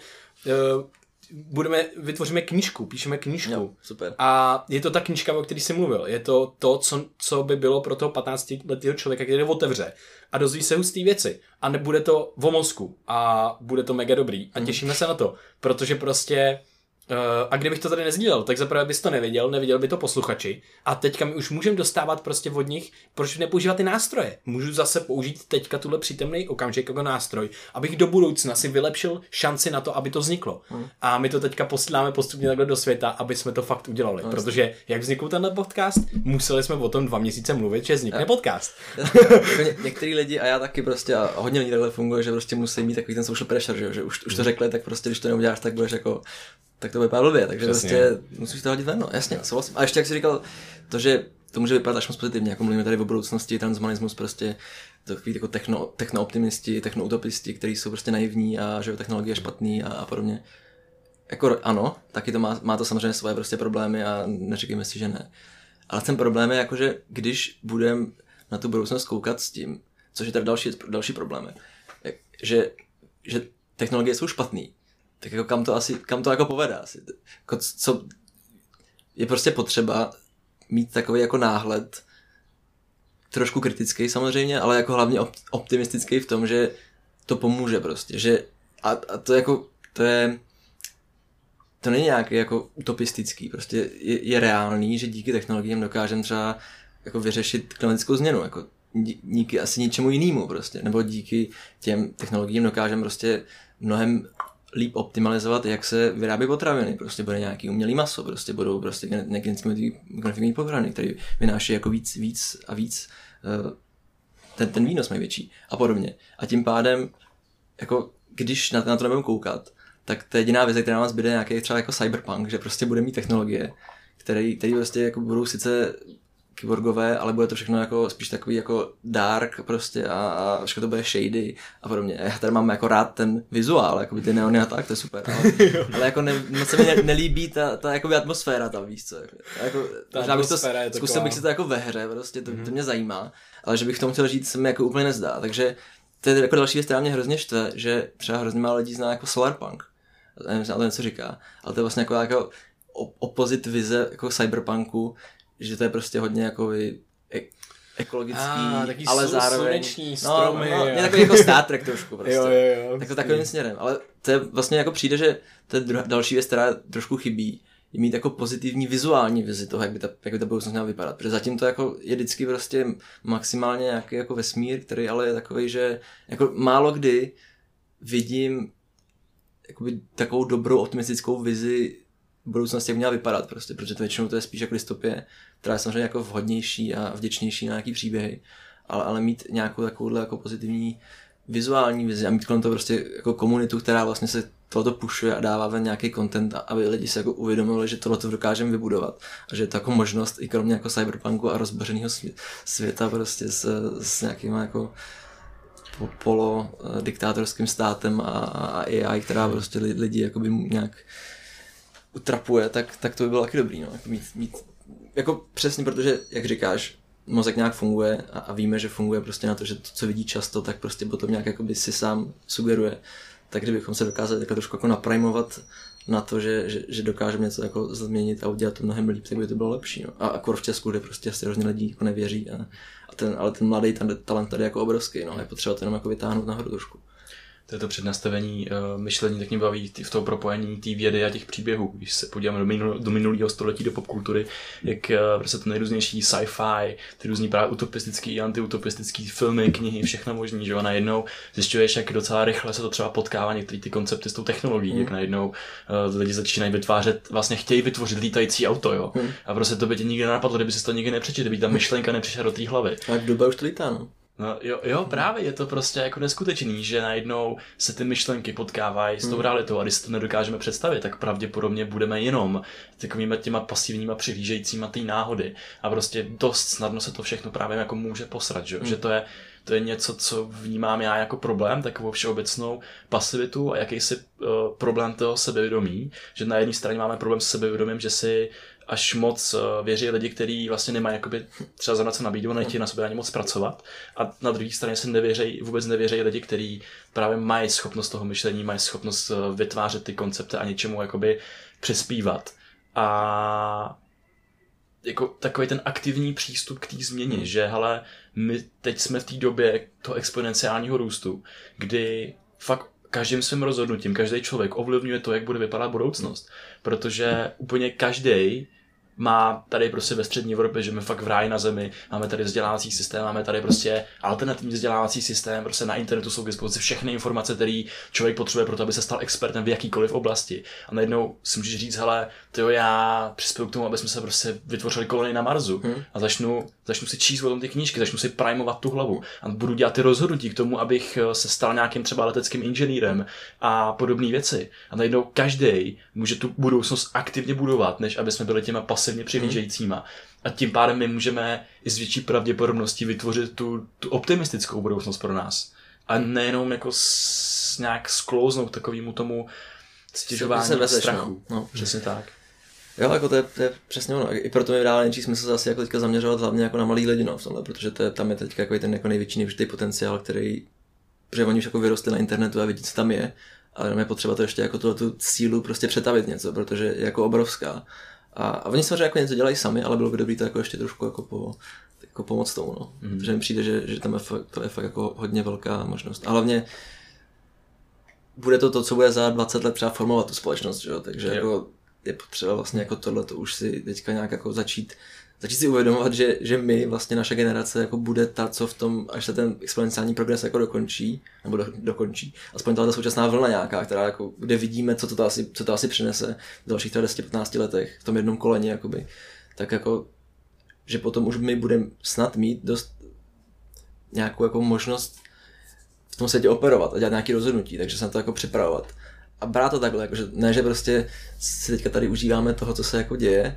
vytvoříme knížku, píšeme knížku. Jo, super. A je to ta knížka, o který jsi mluvil. Je to to, co by bylo pro toho 15letého člověka, který otevře a dozví se hustý věci. A nebude to o mozku a bude to mega dobrý. A těšíme se na to, protože prostě a kdybych to tady nezdílel, tak zaprvé bys to nevěděl by to posluchači a teďka my už můžeme dostávat prostě od nich, proč nepoužívat ty nástroje. Můžu zase použít teďka tuhle přítomný okamžik jako nástroj, abych do budoucna si vylepšil šanci na to, aby to vzniklo. A my to teďka posíláme postupně takhle do světa, aby jsme to fakt udělali, protože jak vznikl tenhle podcast, museli jsme o tom 2 měsíce mluvit, že vznikne podcast. Některý lidi a já taky prostě a hodně lidí takhle funguje, že prostě musí mít takový ten social pressure, že už to řekli, tak prostě když to neuděláš, tak budeš jako tak to vypadá blbě, takže prostě musíš to hodit ven, no, jasně, souhlasím. A ještě jak jsi říkal, to, že to může vypadat až moc pozitivně, jako mluvíme tady o budoucnosti, transhumanismus, prostě takový jako techno-optimisti, techno-utopisti, kteří jsou prostě naivní a že technologie je špatný a podobně. Jako ano, taky to má to samozřejmě svoje prostě problémy a neříkejme si, že ne. Ale ten problém je jako, že když budeme na tu budoucnost koukat s tím, což je tady další problémy, že technologie jsou špatný, tak jako kam to jako povede asi. Co je prostě potřeba mít takový jako náhled, trošku kritický samozřejmě, ale jako hlavně optimistický v tom, že to pomůže prostě, že a to jako, to není nějaký jako utopistický, prostě je reálný, že díky technologiím dokážeme třeba jako vyřešit klimatickou změnu, jako díky asi ničemu jinému prostě, nebo díky těm technologiím dokážeme prostě mnohem líp optimalizovat, jak se vyrábí potraviny. Prostě bude nějaký umělý maso, prostě budou prostě geneticky modifikované potraviny, které vynáší jako víc a víc ten výnos mají větší a podobně. A tím pádem, jako když na to nebudeme koukat, tak to je jediná vize, která nás bude nějaký třeba jako cyberpunk, že prostě bude mít technologie, které prostě jako budou sice kyborgové, ale bude to všechno jako spíš takový jako dark prostě a všechno to bude shady a podobně. Já tady mám jako rád ten vizuál, jako ty neony a tak, to je super, ale jako moc se mi nelíbí ta jakoby atmosféra tam, víc co. Jako, zkusil bych si to jako ve hře, prostě to mě zajímá, ale že bych tomu chtěl říct, se mi jako úplně nezdá, takže to je jako další věc, která mě hrozně štve, že třeba hrozně málo lidí zná jako Solarpunk. Nevím, jestli na to něco říká, ale to je vlastně jako opozit vize jako cyberpunku, že to je prostě hodně jako ekologický, ale zároveň sluneční stromy. Je takový jako Star Trek trošku prostě. Jo, tak to takovým směrem, ale to je vlastně jako přijde, že to je další věc, která trošku chybí, je mít jako pozitivní vizuální vizi toho, jak by ta budoucnost měla vypadat, protože zatím to jako je vždycky prostě maximálně nějaký jako vesmír, který ale je takový, že jako málo kdy vidím jakoby takovou dobrou optimistickou vizi budoucnosti, jak měla vypadat prostě, protože to většinou to je spíš jako dystopie, která je samozřejmě jako vhodnější a vděčnější na nějaký příběhy, ale mít nějakou takovouhle jako pozitivní vizuální vizi a mít kolem toho prostě jako komunitu, která vlastně se tohoto pušuje a dává ven nějaký content, aby lidi se jako uvědomili, že tohleto dokážeme vybudovat a že je to jako možnost i kromě jako cyberpunku a rozbořeného světa prostě s nějakýma jako polodiktátorským státem a AI, která prostě lidi jakoby nějak utrapuje, tak to by bylo taky dobrý, no. Jako mít jako přesně, protože, jak říkáš, mozek nějak funguje a víme, že funguje prostě na to, že to, co vidí často, tak prostě potom nějak jakoby si sám sugeruje. Tak kdybychom se dokázali jako trošku jako naprimovat na to, že dokážeme něco jako změnit a udělat to mnohem líp, tak by to bylo lepší, no. A jako v Česku, kde prostě asi hrozně lidí jako nevěří ale ten mladý talent tady jako obrovský, no. Je potřeba to jenom jako vytáhnout nahoru trošku. To je to přednastavení myšlení, tak mě baví v tom propojení té vědy a těch příběhů. Když se podíváme do minulého století, do popkultury, jak prostě to nejrůznější sci-fi, ty různý právě utopistický i antiutopistický filmy, knihy, všechno možný, že a najednou zjišťuješ, jak docela rychle se to třeba potkává některé ty koncepty s tou technologií, jak najednou lidi začínají vytvářet, vlastně chtějí vytvořit lítající auto, jo. A prostě to by tě nikdy nenapadlo, kdyby si to nikdy nepřečetl, kdyby ta myšlenka nepřišla do té hlavy. A v Dubai už to lítá, no. No jo, právě je to prostě jako neskutečný, že najednou se ty myšlenky potkávají s tou realitou a když si to nedokážeme představit, tak pravděpodobně budeme jenom takovými těma pasivníma přihlížejícíma té náhody a prostě dost snadno se to všechno právě jako může posrat, že to je něco, co vnímám já jako problém, takovou všeobecnou pasivitu a jakýsi problém toho sebevědomí, že na jedné straně máme problém s sebevědomím, že si až moc věří lidi, kteří vlastně nemají jakoby třeba za co nabídnout, nechtějí na sobě ani moc pracovat. A na druhé straně se vůbec nevěří lidi, kteří právě mají schopnost toho myšlení, mají schopnost vytvářet ty koncepty a něčemu jakoby přispívat. A jako takový ten aktivní přístup k té změně, že hele, my teď jsme v té době toho exponenciálního růstu, kdy fakt každým svým rozhodnutím, každý člověk ovlivňuje to, jak bude vypadat budoucnost. Protože úplně každý má tady prostě ve střední Evropě, že my fakt v ráji na zemi, máme tady vzdělávací systém, máme tady prostě alternativní vzdělávací systém, prostě na internetu jsou k dispozici všechny informace, které člověk potřebuje pro to, aby se stal expertem v jakýkoliv oblasti. A najednou si můžeš říct, hele, tyjo, já přispěju k tomu, aby jsme se prostě vytvořili kolonii na Marsu a začnu si číst o tom ty knížky, začnu si primovat tu hlavu a budu dělat ty rozhodnutí k tomu, abych se stal nějakým třeba leteckým inženýrem a podobné věci. A najednou každý může tu budoucnost aktivně budovat, než aby jsme byli těma pasivně přihlížejícíma. A tím pádem my můžeme i s větší pravděpodobností vytvořit tu optimistickou budoucnost pro nás. A nejenom jako nějak sklouznout takovému tomu stěžování a strachu. No. Přesně tak. Jo, jako to je přesně ono. I proto mi dává největší smysl zase jako teďka zaměřovat hlavně jako na malý lidi, no, v tomhle, protože tam je teďka jako ten jako největší nevyžitý potenciál, protože oni už jako vyrostli na internetu a vidí, co tam je, ale jenom je potřeba to ještě jako tu sílu prostě přetavit něco, protože je jako obrovská. A oni samozřejmě jako něco dělají sami, ale bylo by dobré to jako ještě trošku jako pomoct tomu, no. Protože mi přijde, že tam to je fakt jako hodně velká možnost. A hlavně bude to, co bude za 20 let třeba formovat tu společnost, že jo? Takže jako je potřeba vlastně jako tohleto už si teďka nějak jako začít začít si uvědomovat, že my, vlastně naše generace, jako bude ta, co v tom, až se ten exponenciální progres jako dokončí, nebo dokončí, aspoň ta současná vlna nějaká, která jako, kde vidíme, co to asi přinese v dalších třeba 10-15 letech, v tom jednom koleni, jakoby, tak jako, že potom už my budeme snad mít dost nějakou jako možnost v tom světě operovat a dělat nějaké rozhodnutí, takže se na to jako připravovat. A brát to takhle, jakože ne, že prostě si teďka tady užíváme toho, co se jako děje,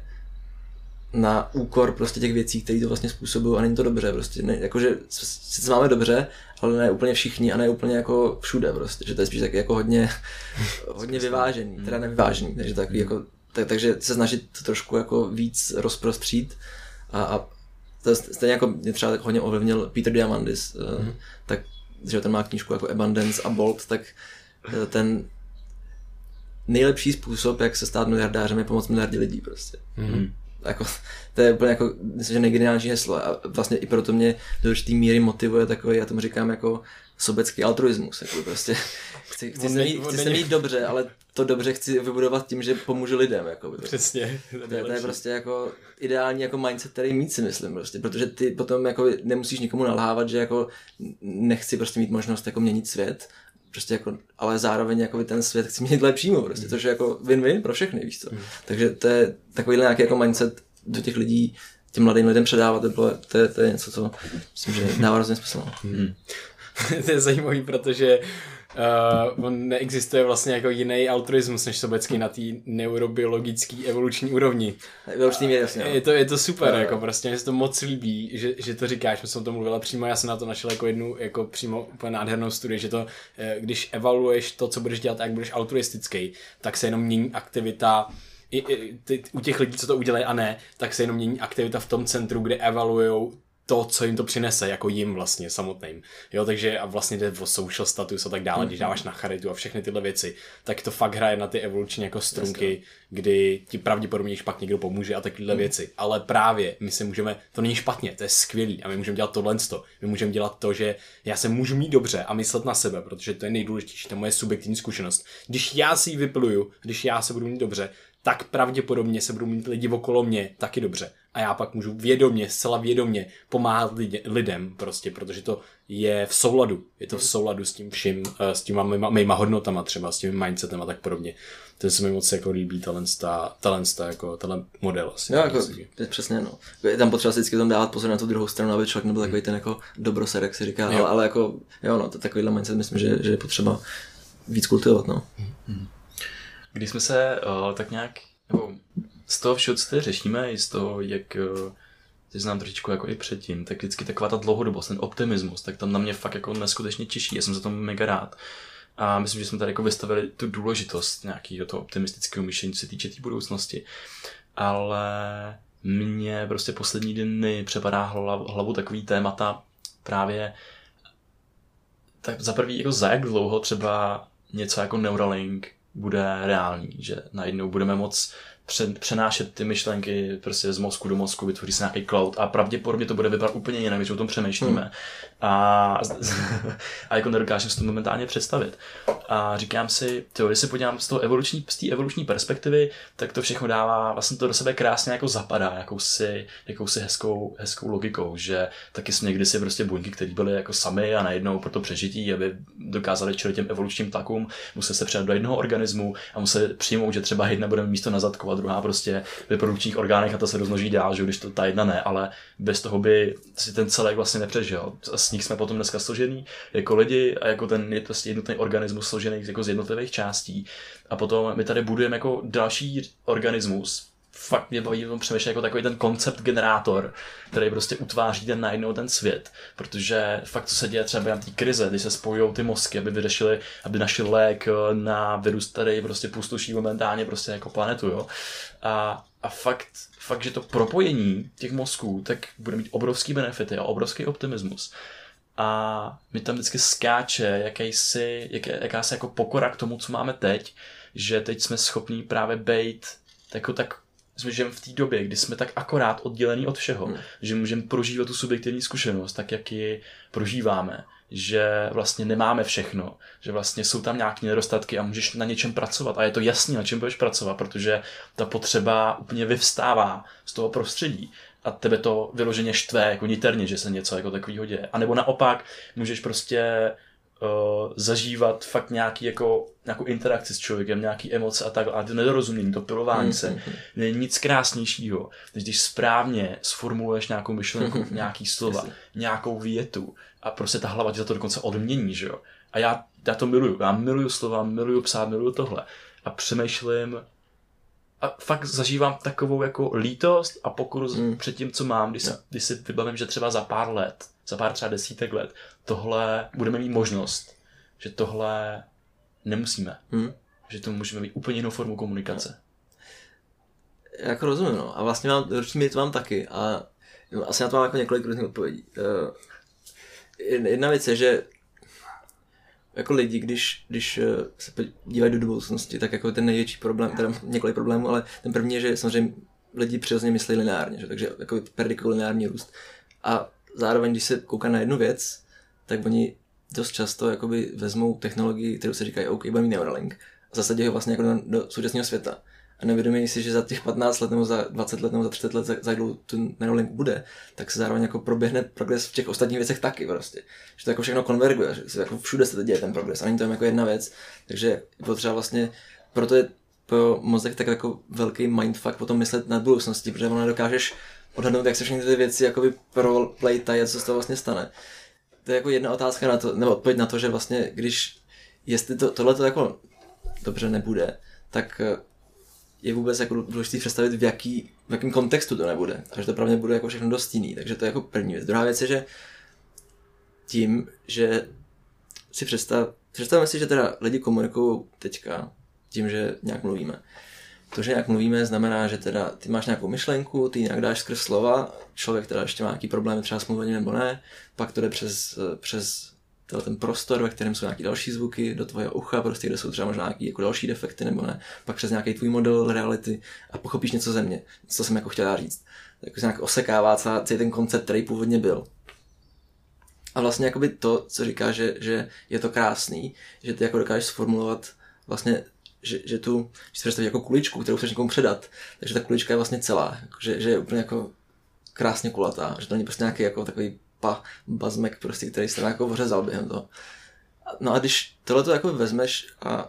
na úkor prostě těch věcí, které to vlastně způsobují a není to dobře prostě. Ne, jakože sice máme dobře, ale ne úplně všichni a ne úplně jako všude prostě, že to je spíš taky jako hodně vyvážený, teda nevyvážený, takže takový jako, takže se snažit to trošku jako víc rozprostřít a to je stejně jako mě třeba tak hodně ovlivnil Peter Diamandis, tak že ten má knížku jako Abundance a Bold, tak ten nejlepší způsob, jak se stát miliardářem, je pomoct miliardě lidí prostě. Jako, to je úplně jako, myslím, že nejgeniálnější heslo a vlastně i proto mě do určitý míry motivuje takový, já tomu říkám jako sobecký altruismus, jako prostě chci se mít dobře, ale to dobře chci vybudovat tím, že pomůžu lidem, jako. Přesně. To je prostě jako ideální jako mindset, který mít si myslím prostě, protože ty potom jako nemusíš nikomu nalhávat, že jako nechci prostě mít možnost jako měnit svět, prostě jako, ale zároveň jako ten svět chci mít lepšímu prostě, což je jako win-win pro všechny, víš co. Takže to je takovýhle nějaký jako mindset do těch lidí, těm mladým lidem předávat, to je něco, co myslím, že dává hrozně smysl. To je zajímavý, protože on neexistuje vlastně jako jiný altruismus než sobecký na té neurobiologické evoluční úrovni. Je to super, jako prostě mě se to moc líbí, že to říkáš, my jsme o tom mluvila přímo, já jsem na to našel jako jednu jako přímo úplně nádhernou studii, že to, když evaluuješ to, co budeš dělat a jak budeš altruistický, tak se jenom mění aktivita u těch lidí, co to udělají a ne, tak se jenom mění aktivita v tom centru, kde evaluujou to, co jim to přinese, jako jim vlastně samotným. Jo, takže a vlastně jde o social status a tak dále, když dáváš na charitu a všechny tyhle věci, tak to fakt hraje na ty evoluční jako strunky, kdy ti pravděpodobně pak někdo pomůže a takovéhle věci. Ale právě my se můžeme, to není špatně, to je skvělý a my můžeme dělat tohle. My můžeme dělat to, že já se můžu mít dobře a myslet na sebe, protože to je nejdůležitější, to je moje subjektivní zkušenost. Když já si ji vypluju, když já se budu mít dobře, tak pravděpodobně se budou mít lidi okolo mě taky dobře. A já pak můžu zcela vědomě pomáhat lidem prostě, protože to je v souladu. Je to v souladu s tím vším, s těma mýma hodnotama třeba, s tím mindsetem a tak podobně. To se mi moc jako líbí, tenhle model asi. Jo, jako, přesně, no. Je tam potřeba si vždycky tam dávat pozor na tu druhou stranu, aby člověk nebyl takový ten jako dobroser, jak si říká, ale jako, jo, no, to takovýhle mindset myslím, že je potřeba víc kultivovat, no. Když jsme se tak nějak, nebo z toho všeho, co tady řešíme, i z toho, jak ty znám trošičku jako i předtím, tak vždycky taková ta dlouhodobost, ten optimismus, tak tam na mě fakt jako neskutečně těší, já jsem za to mega rád. A myslím, že jsme tady jako vystavili tu důležitost nějakého toho optimistického myšlení, co se týče té budoucnosti. Ale mně prostě poslední dny přepadá hlavu takový témata právě tak za prvý jako za jak dlouho třeba něco jako Neuralink bude reálný, že najednou budeme moc přenášet ty myšlenky prostě z mozku do mozku, vytvoří se nějaký cloud a pravděpodobně to bude vypadat úplně jinak, když o tom přemýšlíme. A jako nedokážeme si to momentálně představit. A říkám si, když se podívám z té evoluční perspektivy, tak to všechno dává, vlastně to do sebe krásně jako zapadá, jakousi hezkou logikou, že taky jsme někdy si prostě buňky, které byly jako samy a najednou pro to přežití, aby dokázali čelit těm evolučním tlakům, museli se předat do jednoho organismu a museli přijmout, že třeba jedna bude místo na zadku a druhá prostě v reprodukčních orgánech a ta se rozmnoží dál, že když to ta jedna ne, ale bez toho by si ten celek vlastně nepřežil. A z nich jsme potom dneska složený jako lidi a jako ten je prostě jednotný organismus složený jako z jednotlivých částí. A potom my tady budujeme jako další organismus. Fakt mě baví tom přemýšlet jako takový ten koncept generátor, který prostě utváří najednou ten svět, protože fakt co se děje třeba během té krize, když se spojují ty mozky, aby našli lék na virus, který prostě pustoší momentálně prostě jako planetu, jo. A fakt, že to propojení těch mozků, tak bude mít obrovský benefity a obrovský optimismus. A mi tam vždycky skáče jakási jako pokora k tomu, co máme teď, že teď jsme schopní právě bejt jako tak jsme žijeme v té době, kdy jsme tak akorát oddělení od všeho, že můžeme prožívat tu subjektivní zkušenost, tak jak ji prožíváme, že vlastně nemáme všechno, že vlastně jsou tam nějaké nedostatky a můžeš na něčem pracovat a je to jasný, na čem budeš pracovat, protože ta potřeba úplně vyvstává z toho prostředí a tebe to vyloženě štve jako niterně, že se něco jako takového děje. A nebo naopak můžeš prostě zažívat fakt nějakou interakci s člověkem, nějaký emoce a tak, a to nedorozumění, to pilování se, není nic krásnějšího, než když správně sformuluješ nějakou myšlenku, nějaký slova, nějakou větu a prostě ta hlava ti za to dokonce odmění, že jo. A já to miluju, já miluju slova, miluju psát, miluju tohle a přemýšlím a fakt zažívám takovou jako lítost a pokoru před tím, co mám, když si vybavím, že třeba za pár třeba desítek let, tohle budeme mít možnost, že tohle nemusíme. Že to můžeme mít úplně jinou formu komunikace. Já jako rozumím, no. A vlastně to mám taky. A asi na to mám jako několik různých odpovědí. Jedna věc je, že jako lidi, když se dívají do budoucnosti, tak jako ten největší problém, teda několik problémů, ale ten první je, že samozřejmě lidi přirozeně myslí lineárně, že? Takže jako predikují lineární růst. A zároveň, když se kouká na jednu věc, tak oni dost často jakoby vezmou technologii, kterou se říkají, OK, bude mít Neuralink, a zasadí ho vlastně jako do současného světa. A nevědomí si, že za těch 15 let nebo za 20 let nebo za 30 let, za dlouho ten Neuralink bude, tak se zároveň jako proběhne progres v těch ostatních věcech taky prostě. Že to jako všechno konverguje, že se jako všude se to děje ten progres a není to jako jedna věc. Takže potřeba vlastně, proto je pro mozek tak jako velký mindfuck potom myslet nad budoucností, protože ono nedokážeš odhadnout, jak se všechny ty věci jakoby prolejtají a co se to vlastně stane. To je jako jedna otázka na to, nebo odpověď na to, že vlastně jestli tohle to jako dobře nebude, tak je vůbec jako důležité představit, v jakém kontextu to nebude. A že to pravděpodobně bude jako všechno dost jiný. Takže to je jako první věc. Druhá věc je, že tím, že si představíme si, že teda lidi komunikují teďka tím, že nějak mluvíme. To, že nějak mluvíme, znamená, že teda ty máš nějakou myšlenku, ty nějak dáš skrz slova, člověk teda ještě má nějaký problémy třeba s mluvením nebo ne, pak to jde přes ten prostor, ve kterém jsou nějaké další zvuky do tvého ucha, prostě kde jsou třeba možná nějaké jako další defekty nebo ne, pak přes nějaký tvůj model reality a pochopíš něco ze mě, co jsem jako chtěla říct. Tak se nějak osekává celý ten koncept, který původně byl. A vlastně jakoby to, co říká, že je to krásný, že ty jako dokážeš sformulovat vlastně, že tu, když si představíš jako kuličku, kterou chceš někomu předat, takže ta kulička je vlastně celá, že je úplně jako krásně kulatá, že to není prostě nějaký jako takový bazmek prostě, který se tam jako ořezal během toho. No a když tohleto jako vezmeš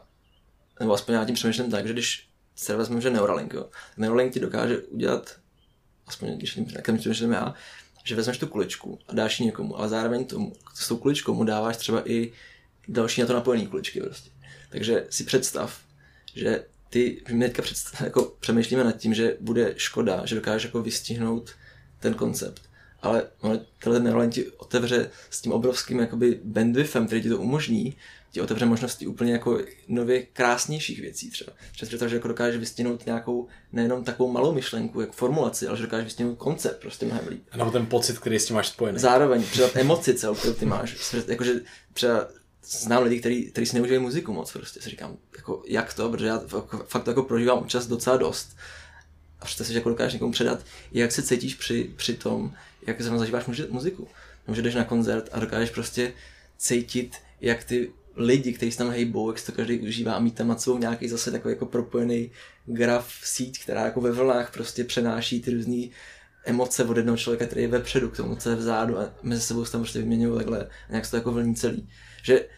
nebo aspoň já tím přemýšlím tak, že když se vezmeme, že Neuralink, jo, Neuralink ti dokáže udělat, aspoň když tím přemýšlím já, že vezmeš tu kuličku a dáš ji někomu, ale zároveň s tou kuličkou mu dáváš třeba i další na to napojený kuličky prostě. Takže si představ, že my teďka jako přemýšlíme nad tím, že bude škoda, že dokážeš jako vystihnout ten koncept. Ale tenhle Neuralink ti otevře s tím obrovským jakoby bandwidthem, který ti to umožní, ti otevře možnosti úplně jako nově krásnějších věcí třeba. Protože jako dokážeš vystihnout nějakou nejenom takovou malou myšlenku, jak formulaci, ale že dokážeš vystihnout koncept prostě mnohem líp. A nebo ten pocit, který s tím máš spojený. Zároveň předat emoci celou, kterou ty máš. Jakože třeba znám lidi, kteří si neužívají muziku moc, prostě si říkám, jako jak to, protože já fakt to jako prožívám občas docela dost. A představ si, že jako dokážeš někomu předat, jak se cítíš při tom, jak zrovna zažíváš muziku. Nebo že jdeš na koncert a dokážeš prostě cítit, jak ty lidi, kteří se tam hejbou, jak se to každý užívá a mít tam nad sebou nějaký zase takový jako propojený graf, síť, která jako ve vlnách prostě přenáší ty různý emoce od jednoho člověka, který je vepředu k tomu, co je vzadu a mezi sebou se tam prostě vyměňují takhle a nějak se to jako vlní celý. Že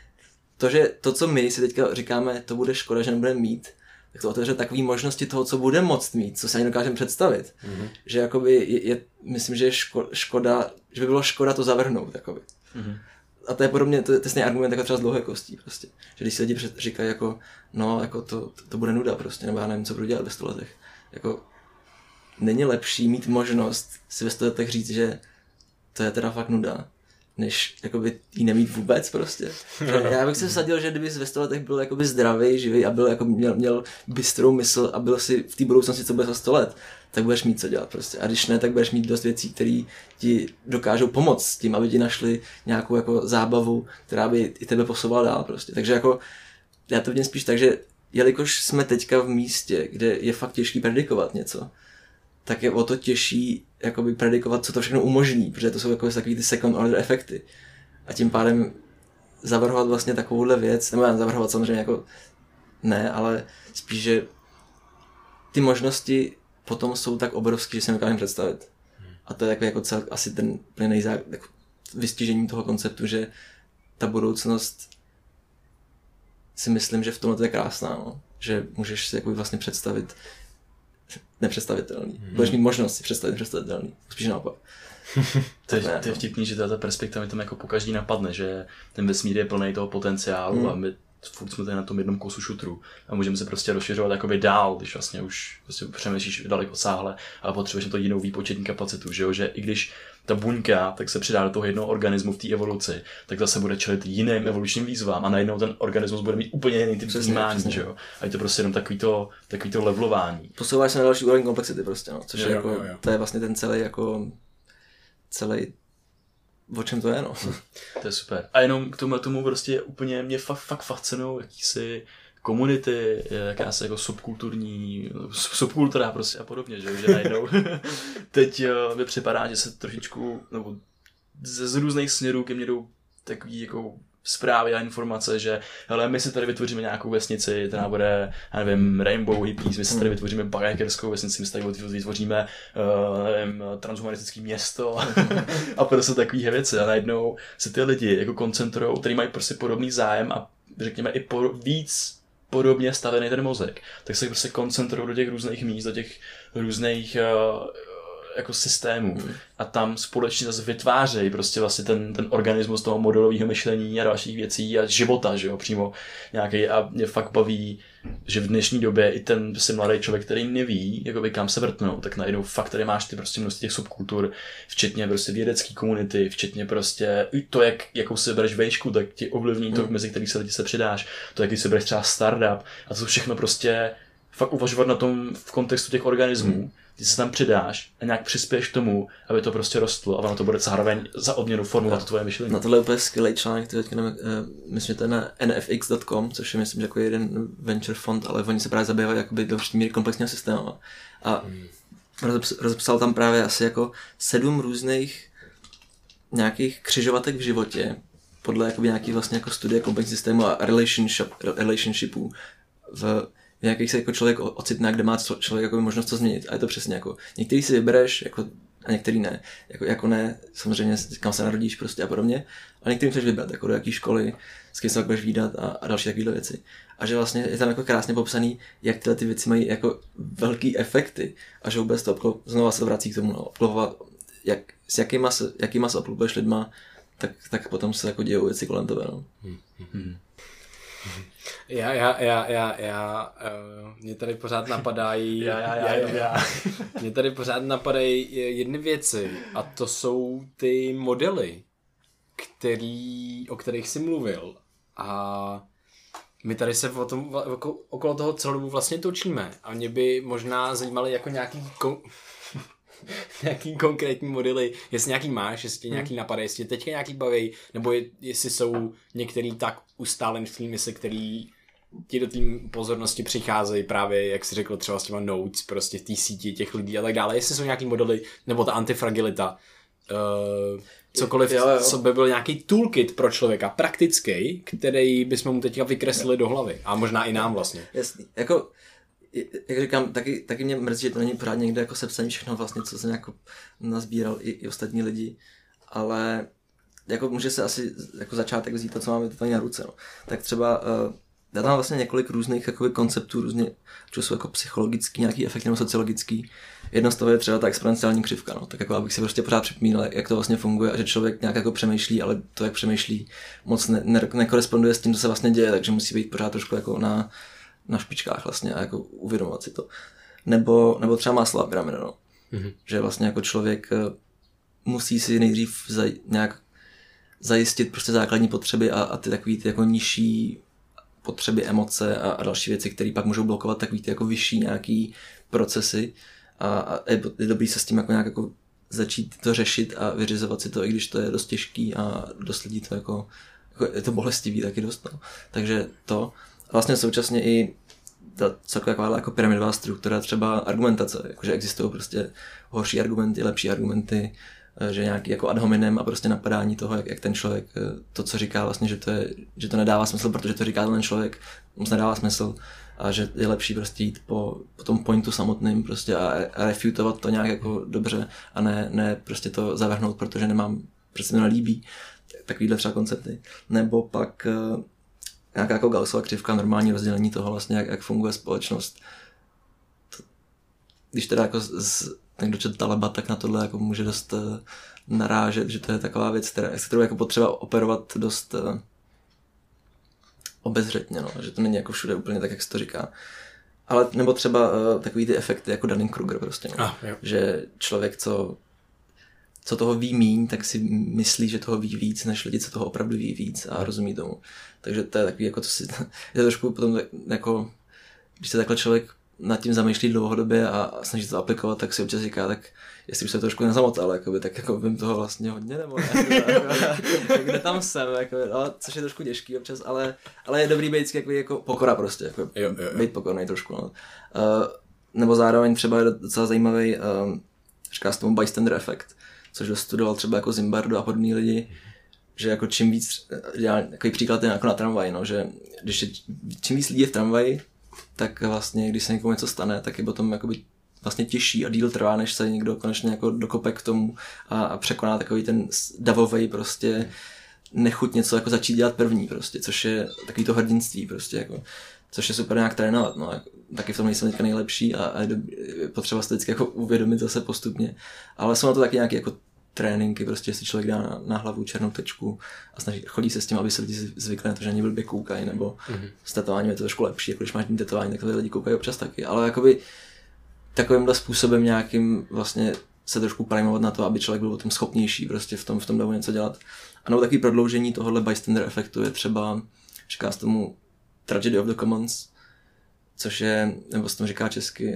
to, co my si teďka říkáme, to bude škoda, že nebudeme mít, tak to otevře takové možnosti toho, co bude moct mít, co si ani dokážeme představit. Mm-hmm. Že jakoby myslím, že je škoda, že by bylo škoda to zavrhnout. Jakoby. Mm-hmm. A to je podobně, to je stejný argument jako třeba s dlouhokostí. Prostě. Že když si lidi říkají, jako, no, jako to bude nuda prostě, nebo já nevím, co budu dělat ve 100 letech. Jako, není lepší mít možnost si ve 100 letech říct, že to je teda fakt nuda, než jakoby jí nemít vůbec prostě. Já bych se vsadil, že kdyby ve 100 letech byl jakoby zdravý, živý a byl jako měl bystrou mysl a byl si v té budoucnosti, co bude za 100 let, tak budeš mít co dělat prostě. A když ne, tak budeš mít dost věcí, které ti dokážou pomoct s tím, aby ti našli nějakou jako zábavu, která by i tebe posouvala dál prostě. Takže jako já to vidím spíš tak, že jelikož jsme teďka v místě, kde je fakt těžký predikovat něco, tak je o to těžší jakoby predikovat, co to všechno umožní, protože to jsou jako takový ty second order efekty. A tím pádem zavrhovat vlastně takovouhle věc, nebo já zavrhovat samozřejmě jako ne, ale spíš, že ty možnosti potom jsou tak obrovský, že si nedokážeme představit. A to je jako asi ten jako vystižení toho konceptu, že ta budoucnost si myslím, že v tomhle to je krásná, no. Že můžeš si jako vlastně představit nepředstavitelný. Budeš mít možnost si představit nepředstavitelný. Spíš naopak. To je vtipný, že ta perspektiva mi tam jako pokaždý napadne, že ten vesmír je plný toho potenciálu a my furt jsme tady na tom jednom kusu šutru a můžeme se prostě rozšiřovat jakoby dál, když vlastně už prostě přemýšlíš daleko sáhle a potřebuješ na to jinou výpočetní kapacitu, že jo, že i když ta buňka tak se přidá do toho jednoho organismu v té evoluci, tak zase bude čelit jiným evolučním výzvám a najednou ten organismus bude mít úplně jiný typ vnímání, že jo. A je to prostě jenom takový to levelování. Posouváš se na další úroveň komplexity prostě, no, což je jako, to je vlastně ten celý o čem to je, no. To je super. A jenom k tomu prostě úplně mě fakt fascinují jakýsi komunity, jakási jako subkultura prostě a podobně, že najednou teď mi připadá, že se trošičku, nebo z různých směrů ke mně jdou takový jako zprávy a informace, že hele, my si tady vytvoříme nějakou vesnici, která bude, já nevím, Rainbow Hippies, my si tady vytvoříme bikerskou vesnici, my si tady vytvoříme nevím, transhumanistické město a prostě takové věci. A najednou se ty lidi jako koncentrujou, který mají prostě podobný zájem a řekněme i víc podobně stavený ten mozek, tak se prostě koncentrují do těch různých míst, do těch různých jako systémů a tam společně zase vytvářejí prostě vlastně ten organismus toho modelového myšlení a dalších věcí a života, že jo, přímo nějaký a mě fakt baví, že v dnešní době i ten prostě mladý člověk, který neví, jakoby kam se vrtnou, tak najednou fakt tady máš ty prostě množství těch subkultur, včetně prostě vědecké komunity, včetně prostě to, jakou si bereš vejšku, tak ti ovlivní to, mezi který se lidi se přidáš, to, jaký si bereš třeba startup a to všechno prostě fakt uvažovat na tom v kontextu těch organismů, ty se tam přidáš a nějak přispěješ k tomu, aby to prostě rostlo a ono to bude zároveň za odměnu formovat tvoje myšlení. Na tohle je úplně skvělý článek, myslím, že to je na nfx.com, což je myslím, že jako jeden venture fond, ale oni se právě zabývají jakoby do určitý míry komplexního systému. A rozepsal tam právě asi jako 7 různých nějakých křižovatek v životě, podle jakoby nějakých vlastně jako studie komplexního systému a relationshipů v nějakých se jako člověk ocitne, kde má člověk jako možnost to změnit. A je to přesně jako, některý si vybereš jako, a některý ne. Jako ne, samozřejmě kam se narodíš prostě a podobně, ale některý chceš vybrat, jako do jaký školy, s kým se budeš vídat a další takovéhle věci. A že vlastně je tam jako krásně popsaný, jak tyhle ty věci mají jako velký efekty a že vůbec to znova se vrací k tomu, no, s jakýma se obklopuješ lidma, tak potom se jako dějou věci kolem tebe, no. Mě tady pořád napadají Mě tady pořád napadají jedny věci a to jsou ty modely, o kterých jsi mluvil a my tady se okolo toho celou dobu vlastně točíme a mě by možná zajímaly jako nějaký konkrétní modely, jestli nějaký máš, jestli tě nějaký napadají, jestli tě teďka nějaký baví, nebo jestli jsou některý tak ustálenství mysli, který ti do té pozornosti přicházejí právě, jak jsi řekl, třeba s těma notes, prostě v té síti těch lidí a tak dále, jestli jsou nějaký modely, nebo ta antifragilita, cokoliv, co by byl nějaký toolkit pro člověka, praktický, který bychom mu teďka vykreslili do hlavy a možná i nám vlastně. Jasný, jako jak říkám, taky mě mrzí, že to není pořád někde jako sepsaný všechno vlastně, co jsem jako nazbíral i ostatní lidi, ale jako může se asi jako začátek vzít to, co máme tady na ruce, no. Tak třeba já tam vlastně několik různých jakoby konceptů, různě, čo jsou jako psychologický, nějaký efekty nebo sociologický. Jedno z toho je třeba ta exponenciální křivka, no. Tak jako abych si prostě pořád připomínal, jak to vlastně funguje a že člověk nějak jako přemýšlí, ale to, jak přemýšlí, moc nekoresponduje s tím, co se vlastně děje, takže musí být pořád trošku jako na špičkách vlastně a jako uvědomovat si to. Nebo třeba Maslowova pyramida, no. Že vlastně jako člověk musí si nejdřív nějak zajistit prostě základní potřeby a ty takový ty jako nižší potřeby, emoce a další věci, které pak můžou blokovat takový ty jako vyšší nějaký procesy a je dobrý se s tím jako nějak jako začít to řešit a vyřizovat si to, i když to je dost těžký a dost lidí to jako je to bolestivý taky dost, no. Takže to a vlastně současně i ta celková jako pyramidová struktura, třeba argumentace, jakože existují prostě horší argumenty, lepší argumenty, že nějaký jako ad hominem a prostě napadání toho, jak ten člověk to, co říká vlastně, že to nedává smysl, protože to říká ten člověk, moc nedává smysl a že je lepší prostě jít po tom pointu samotným prostě a refutovat to nějak jako dobře a ne prostě to zavrhnout, protože prostě mi nelíbí takovýhle třeba koncepty. Nebo pak nějaká jako Gaussova křivka, normální rozdělení toho vlastně, jak funguje společnost. Když teda jako někdo četl Taleba, tak na tohle jako může dost narážet, že to je taková věc, kterou jako potřeba operovat dost obezřetně, no, že to není jako všude úplně tak, jak se to říká. Ale nebo třeba takový ty efekty jako Dunning-Kruger prostě, no. Že člověk, co toho ví míň, tak si myslí, že toho ví víc, než lidi, co toho opravdu ví víc a rozumí tomu. Takže to je takový, jako to je trošku potom jako, když se takhle člověk nad tím zamýšlí dlouhodobě a snaží se to aplikovat, tak si občas říká, tak jestli už se trošku nezamotal, jakoby, tak jako vím toho vlastně hodně, nebo ne, kde tam jsem, jako, ale, což je trošku těžký občas, ale je dobrý být jako pokora prostě, jako, být pokornej trošku. No. Nebo zároveň třeba je docela zajímavý, říká se tomu bystander efekt, což dostudoval třeba jako Zimbardo a podobný lidi, že jako čím víc, takový příklad je jako na tramvaji, no, že čím víc lidí je v tramvaji, tak vlastně, když se někomu něco stane, tak je potom jakoby vlastně těžší a díl trvá, než se někdo konečně jako dokope k tomu a překoná takový ten davovej prostě nechuť něco jako začít dělat první prostě, což je takový to hrdinství prostě jako, což je super nějak trénovat, no, taky v tom nejsem teďka nejlepší a je potřeba se vždycky jako uvědomit zase postupně, ale jsou na to taky nějaké jako tréninky, prostě si člověk dá na hlavu černou tečku a chodí se s tím, aby se lidi zvykli na to, že ani blbě koukají, nebo s tetováním je to trošku lepší, jako když máš tetování, tak to lidi koukají občas taky, ale jakoby takovýmhle způsobem nějakým vlastně se trošku primovat na to, aby člověk byl potom schopnější prostě v tom davu něco dělat. A nebo takový prodloužení tohohle bystander efektu je třeba, říká se tomu Tragedy of the Commons, což je, nebo se tomu říká česky,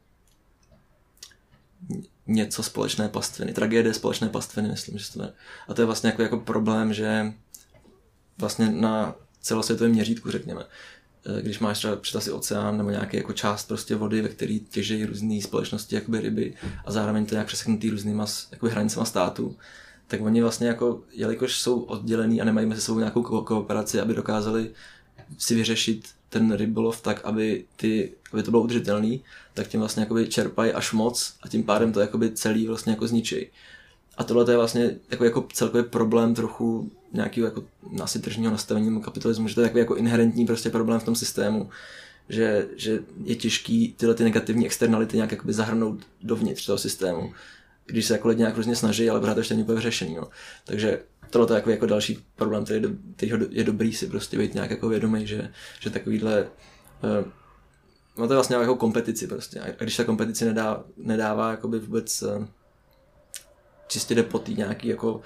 něco společné pastviny, tragédie společné pastviny, myslím, že to je. A to je vlastně jako problém, že vlastně na celosvětovém měřítku, řekněme, když máš třeba představ si oceán nebo nějaký jako část prostě vody, ve který těží různé společnosti, jakoby ryby a zároveň to nějak přeseknutý různýma jakoby hranicema států, tak oni vlastně jako, jelikož jsou oddělený a nemají mezi sebou nějakou kooperaci, aby dokázali si vyřešit ten rybolov tak, aby to bylo udržitelný, tak tím vlastně jakoby čerpají až moc a tím pádem to jakoby celý vlastně jako zničí. A tohle je vlastně jako celkový problém trochu nějakého jako asi tržního nastavení kapitalismu, že to je takový jako inherentní prostě problém v tom systému, že je těžký tyhle ty negativní externality nějak jakoby zahrnout dovnitř toho systému, když se jako lidi nějak různě snaží, ale pořád to ještě není úplně vyřešený. No. Takže tohle je jako další problém, který je dobrý si prostě být nějak jako vědomý, že takovýhle no to je vlastně jako kompetici prostě. A když ta kompetici nedává jakoby vůbec čistě jde po té nějaký jako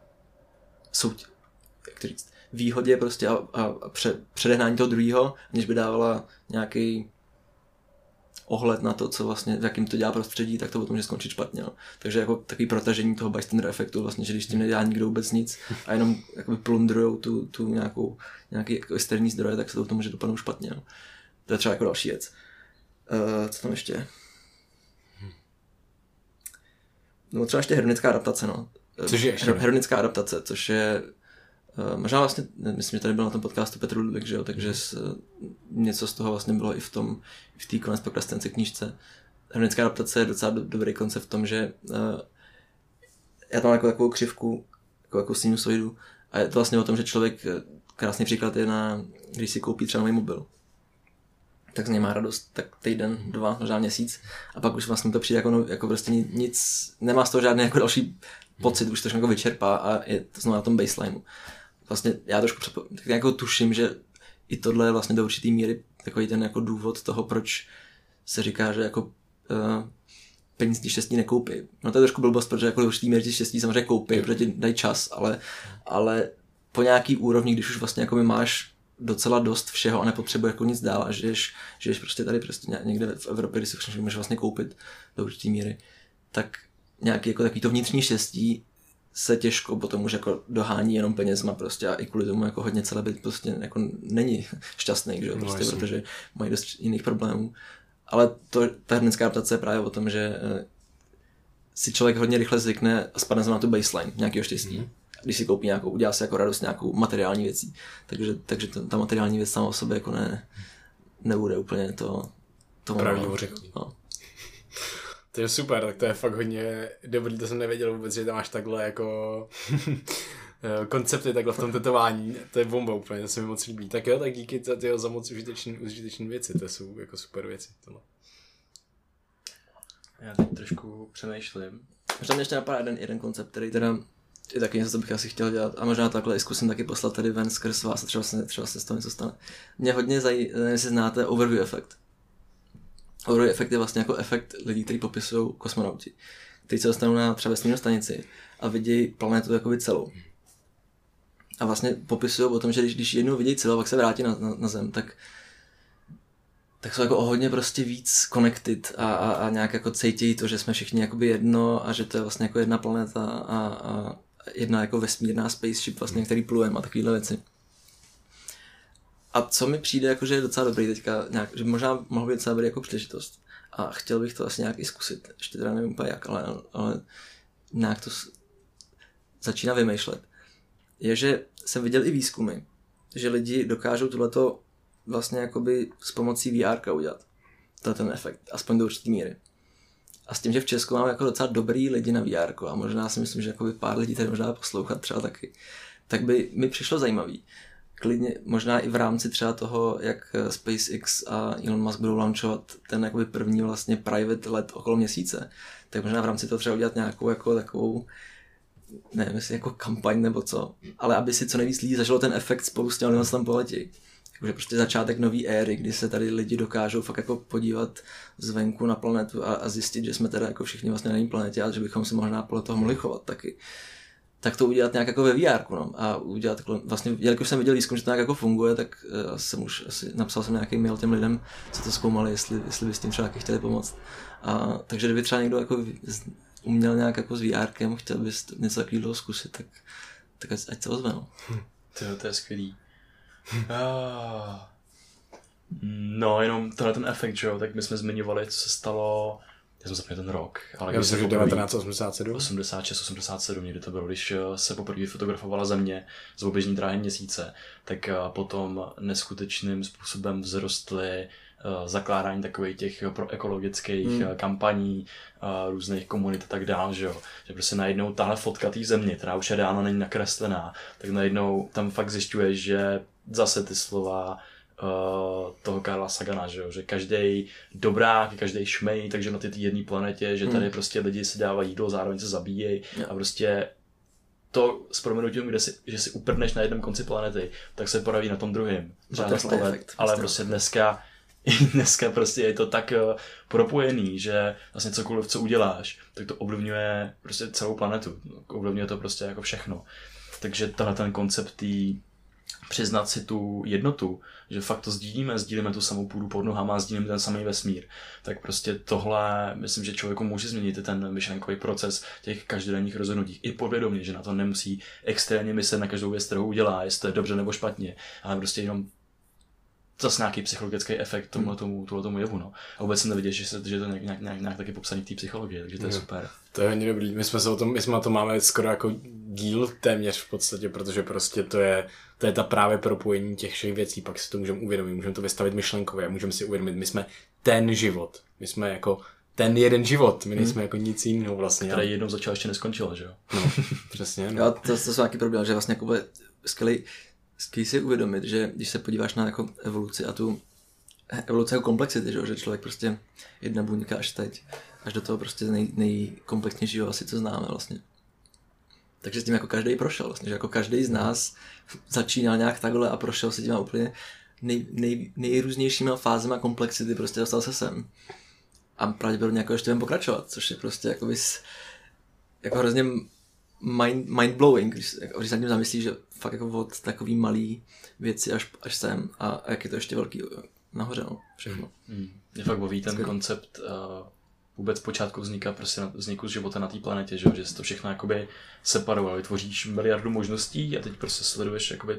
jak to říct, výhodě prostě a předehnání toho druhého, než by dávala nějaký ohled na to, co vlastně, v jakým to dělá prostředí, tak to potom může skončit špatně. No. Takže jako takový protažení toho bystander efektu, vlastně, že když tím nedělá nikdo vůbec nic a jenom jakoby plundrujou tu nějaký jako externí zdroje, tak se to může dopadnout špatně. No. To je třeba jako další věc. Co tam ještě? No třeba ještě hedonická adaptace, no. Což je ještě? Hedonická adaptace, což je možná vlastně, myslím, že tady byl na tom podcastu Petr Ludvík, že jo, takže něco z toho vlastně bylo i v té konec prokrastinace knížce. Hedonická adaptace je docela dobrý koncept v tom, že já tam mám jako takovou křivku, jako sinusoidu a je to vlastně o tom, že člověk, krásný příklad je když si koupí třeba nový mobil, tak z něj má radost tak týden, 2, možná měsíc a pak už vlastně to přijde jako prostě nic, nemá z toho žádný jako další pocit, už to jako vyčerpá a je to znovu na tom baselineu. Vlastně já trošku jako tuším, že i tohle je vlastně do určitý míry takový ten jako důvod toho, proč se říká, že jako peníze štěstí nekoupí. No to je trošku blbost, protože jako do určitý míry štěstí samozřejmě koupí, protože ti dají čas, ale po nějaký úrovni, když už vlastně jako máš docela dost všeho a nepotřebuje jako nic dál a žiješ prostě tady prostě někde v Evropě, kde si všechno můžeš vlastně koupit do určitý míry, tak nějaký jako takový to vnitřní štěstí se těžko potom už jako dohání jenom penězma prostě a i kvůli tomu jako hodně celebrit prostě jako není šťastný, že jo, prostě, no, protože mají dost jiných problémů. Ale ta hernická adaptace je právě o tom, že si člověk hodně rychle zvykne a spadne na tu baseline nějakého štěstí. Když si koupí udělá si jako radost nějakou materiální věcí. Takže ta materiální věc sama o sobě jako nebude úplně to pravý ořechový. No. To je super, tak to je fakt hodně dobrý, to jsem nevěděl vůbec, že tam máš takhle jako koncepty takhle v tom tetování, to je bomba úplně, to se mi moc líbí. Tak jo, tak díky za moc užitečné věci, to jsou jako super věci. Tohle. Já teď trošku přemýšlím. Možná mě ještě napadá jeden koncept, který teda je taky něco, co bych asi chtěl dělat a možná takhle i zkusím taky poslat tady ven skrz vás a třeba se z toho něco stane. Mě hodně nevím, jestli znáte overview efekt. Overview efekt je vlastně jako efekt lidí, kteří popisují kosmonauti, kteří se dostanou na třeba vesmírnou stanici a vidějí planetu jakoby celou. A vlastně popisují o tom, že když jednou vidějí celou, pak se vrátí na Zem, tak jsou jako o hodně prostě víc connected a nějak jako cítějí to, že jsme všichni jakoby jedno a že to je vlastně jako jedna planeta a jedna jako vesmírná spaceship vlastně, který plujeme a takovýhle věci. A co mi přijde, jako, že je docela dobrý teďka, nějak, že možná mohl být docela dobrý jako příležitost a chtěl bych to asi nějak i zkusit, ještě teda nevím úplně jak, ale nějak to začíná vymýšlet. Je, že jsem viděl i výzkumy, že lidi dokážou tohleto vlastně jakoby s pomocí VR udělat. To je ten efekt, aspoň do určitý míry. A s tím, že v Česku máme jako docela dobrý lidi na VR a možná si myslím, že jakoby pár lidí tady možná poslouchat třeba taky, tak by mi přišlo zajímavý. Klidně, možná i v rámci třeba toho, jak SpaceX a Elon Musk budou launchovat ten jakoby první vlastně private let okolo měsíce, tak možná v rámci toho třeba udělat nějakou jako takovou, nevím, jestli jako kampaň nebo co, ale aby si co nejvíc lidí zažilo ten efekt spolu s těmi tam poletí. Jakože prostě začátek nový éry, kdy se tady lidi dokážou fakt jako podívat zvenku na planetu a zjistit, že jsme teda jako všichni vlastně na jiné planetě a že bychom si možná podle toho mohli chovat taky. Tak to udělat nějak jako ve VR, no, a udělat vlastně, jelikož jsem viděl výzkum, že to nějak jako funguje, tak jsem už asi napsal jsem nějaký mail těm lidem, co to zkoumali, jestli by s tím třeba chtěli pomoct. A takže kdyby třeba někdo jako uměl nějak jako s VRkem, chtěl by něco takového zkusit, tak ať se ozve, no. To je skvělý. No, jenom ten efekt, že jo, tak my jsme zmiňovali, co se stalo, já jsem zapomněl ten rok, ale já myslím, že 1987. 86, 87, někdy to bylo, když se poprvé fotografovala Země z oběžní dráhy Měsíce, tak potom neskutečným způsobem vzrostly zakládání takových těch proekologických kampaní, různých komunit a tak dál, že jo. Že prostě najednou tahle fotka té Země, která už je dávno není nakreslená, tak najednou tam fakt zjišťuješ, že zase ty slova toho Carla Sagana, že jo, že každý dobrák, každý šmej, takže na té jedné planetě, že tady prostě lidi si dávají jídlo, zároveň se zabíjejí a prostě to s proměnutím, že si uprdneš na jednom konci planety, tak se poraví na tom druhém. Ale prostě dneska prostě je to tak propojený, že vlastně cokoliv, co uděláš, tak to ovlivňuje prostě celou planetu. Ovlivňuje to prostě jako všechno. Takže ten koncept přiznat si tu jednotu, že fakt to sdílíme tu samou půdu pod nohama, sdílíme ten samý vesmír, tak prostě tohle, myslím, že člověku může změnit ten myšlenkový proces těch každodenních rozhodnutí. I podvědomě, že na to nemusí extrémně myslet na každou věc, kterou udělá, jestli to je dobře nebo špatně, ale prostě jenom zase nějaký psychologický efekt tomuto jevu, no. A vůbec jsem neviděl, že to je nějak taky popsaný v té psychologii, takže to je super. To je hodně dobrý. My jsme to máme skoro jako díl téměř v podstatě, protože prostě to je ta právě propojení těch všech věcí, pak si to můžeme uvědomit, můžeme to vystavit myšlenkově, můžeme si uvědomit, my jsme ten život, my jsme jako ten jeden život, my nejsme jako nic jiného vlastně. Která jednou začala, ještě neskončila, že jo? No, přesně. No. Jo, to jsou nějaký problém, že vlastně jako skvělý si uvědomit, že když se podíváš na jako evoluci a tu evoluci jako komplexity, že člověk prostě jedna buňka až do toho prostě nejkomplexnějšího asi, co známe vlastně. Takže s tím jako každý prošel vlastně, že jako každý z nás začínal nějak takhle a prošel si těma úplně nejrůznějšíma fázema komplexity, prostě dostal se sem. A pravděpodobně jako ještě budeme pokračovat, což je prostě jako hrozně mind-blowing, když se nad tím zamyslíš, že fakt jako od takový malý věci až sem a jak je to ještě velký nahoře, no, všechno. Je fakt baví ten koncept vůbec počátku vzniku života na té planetě, že se to všechno jakoby separovalo, vytvoříš miliardu možností a teď prostě sleduješ jakoby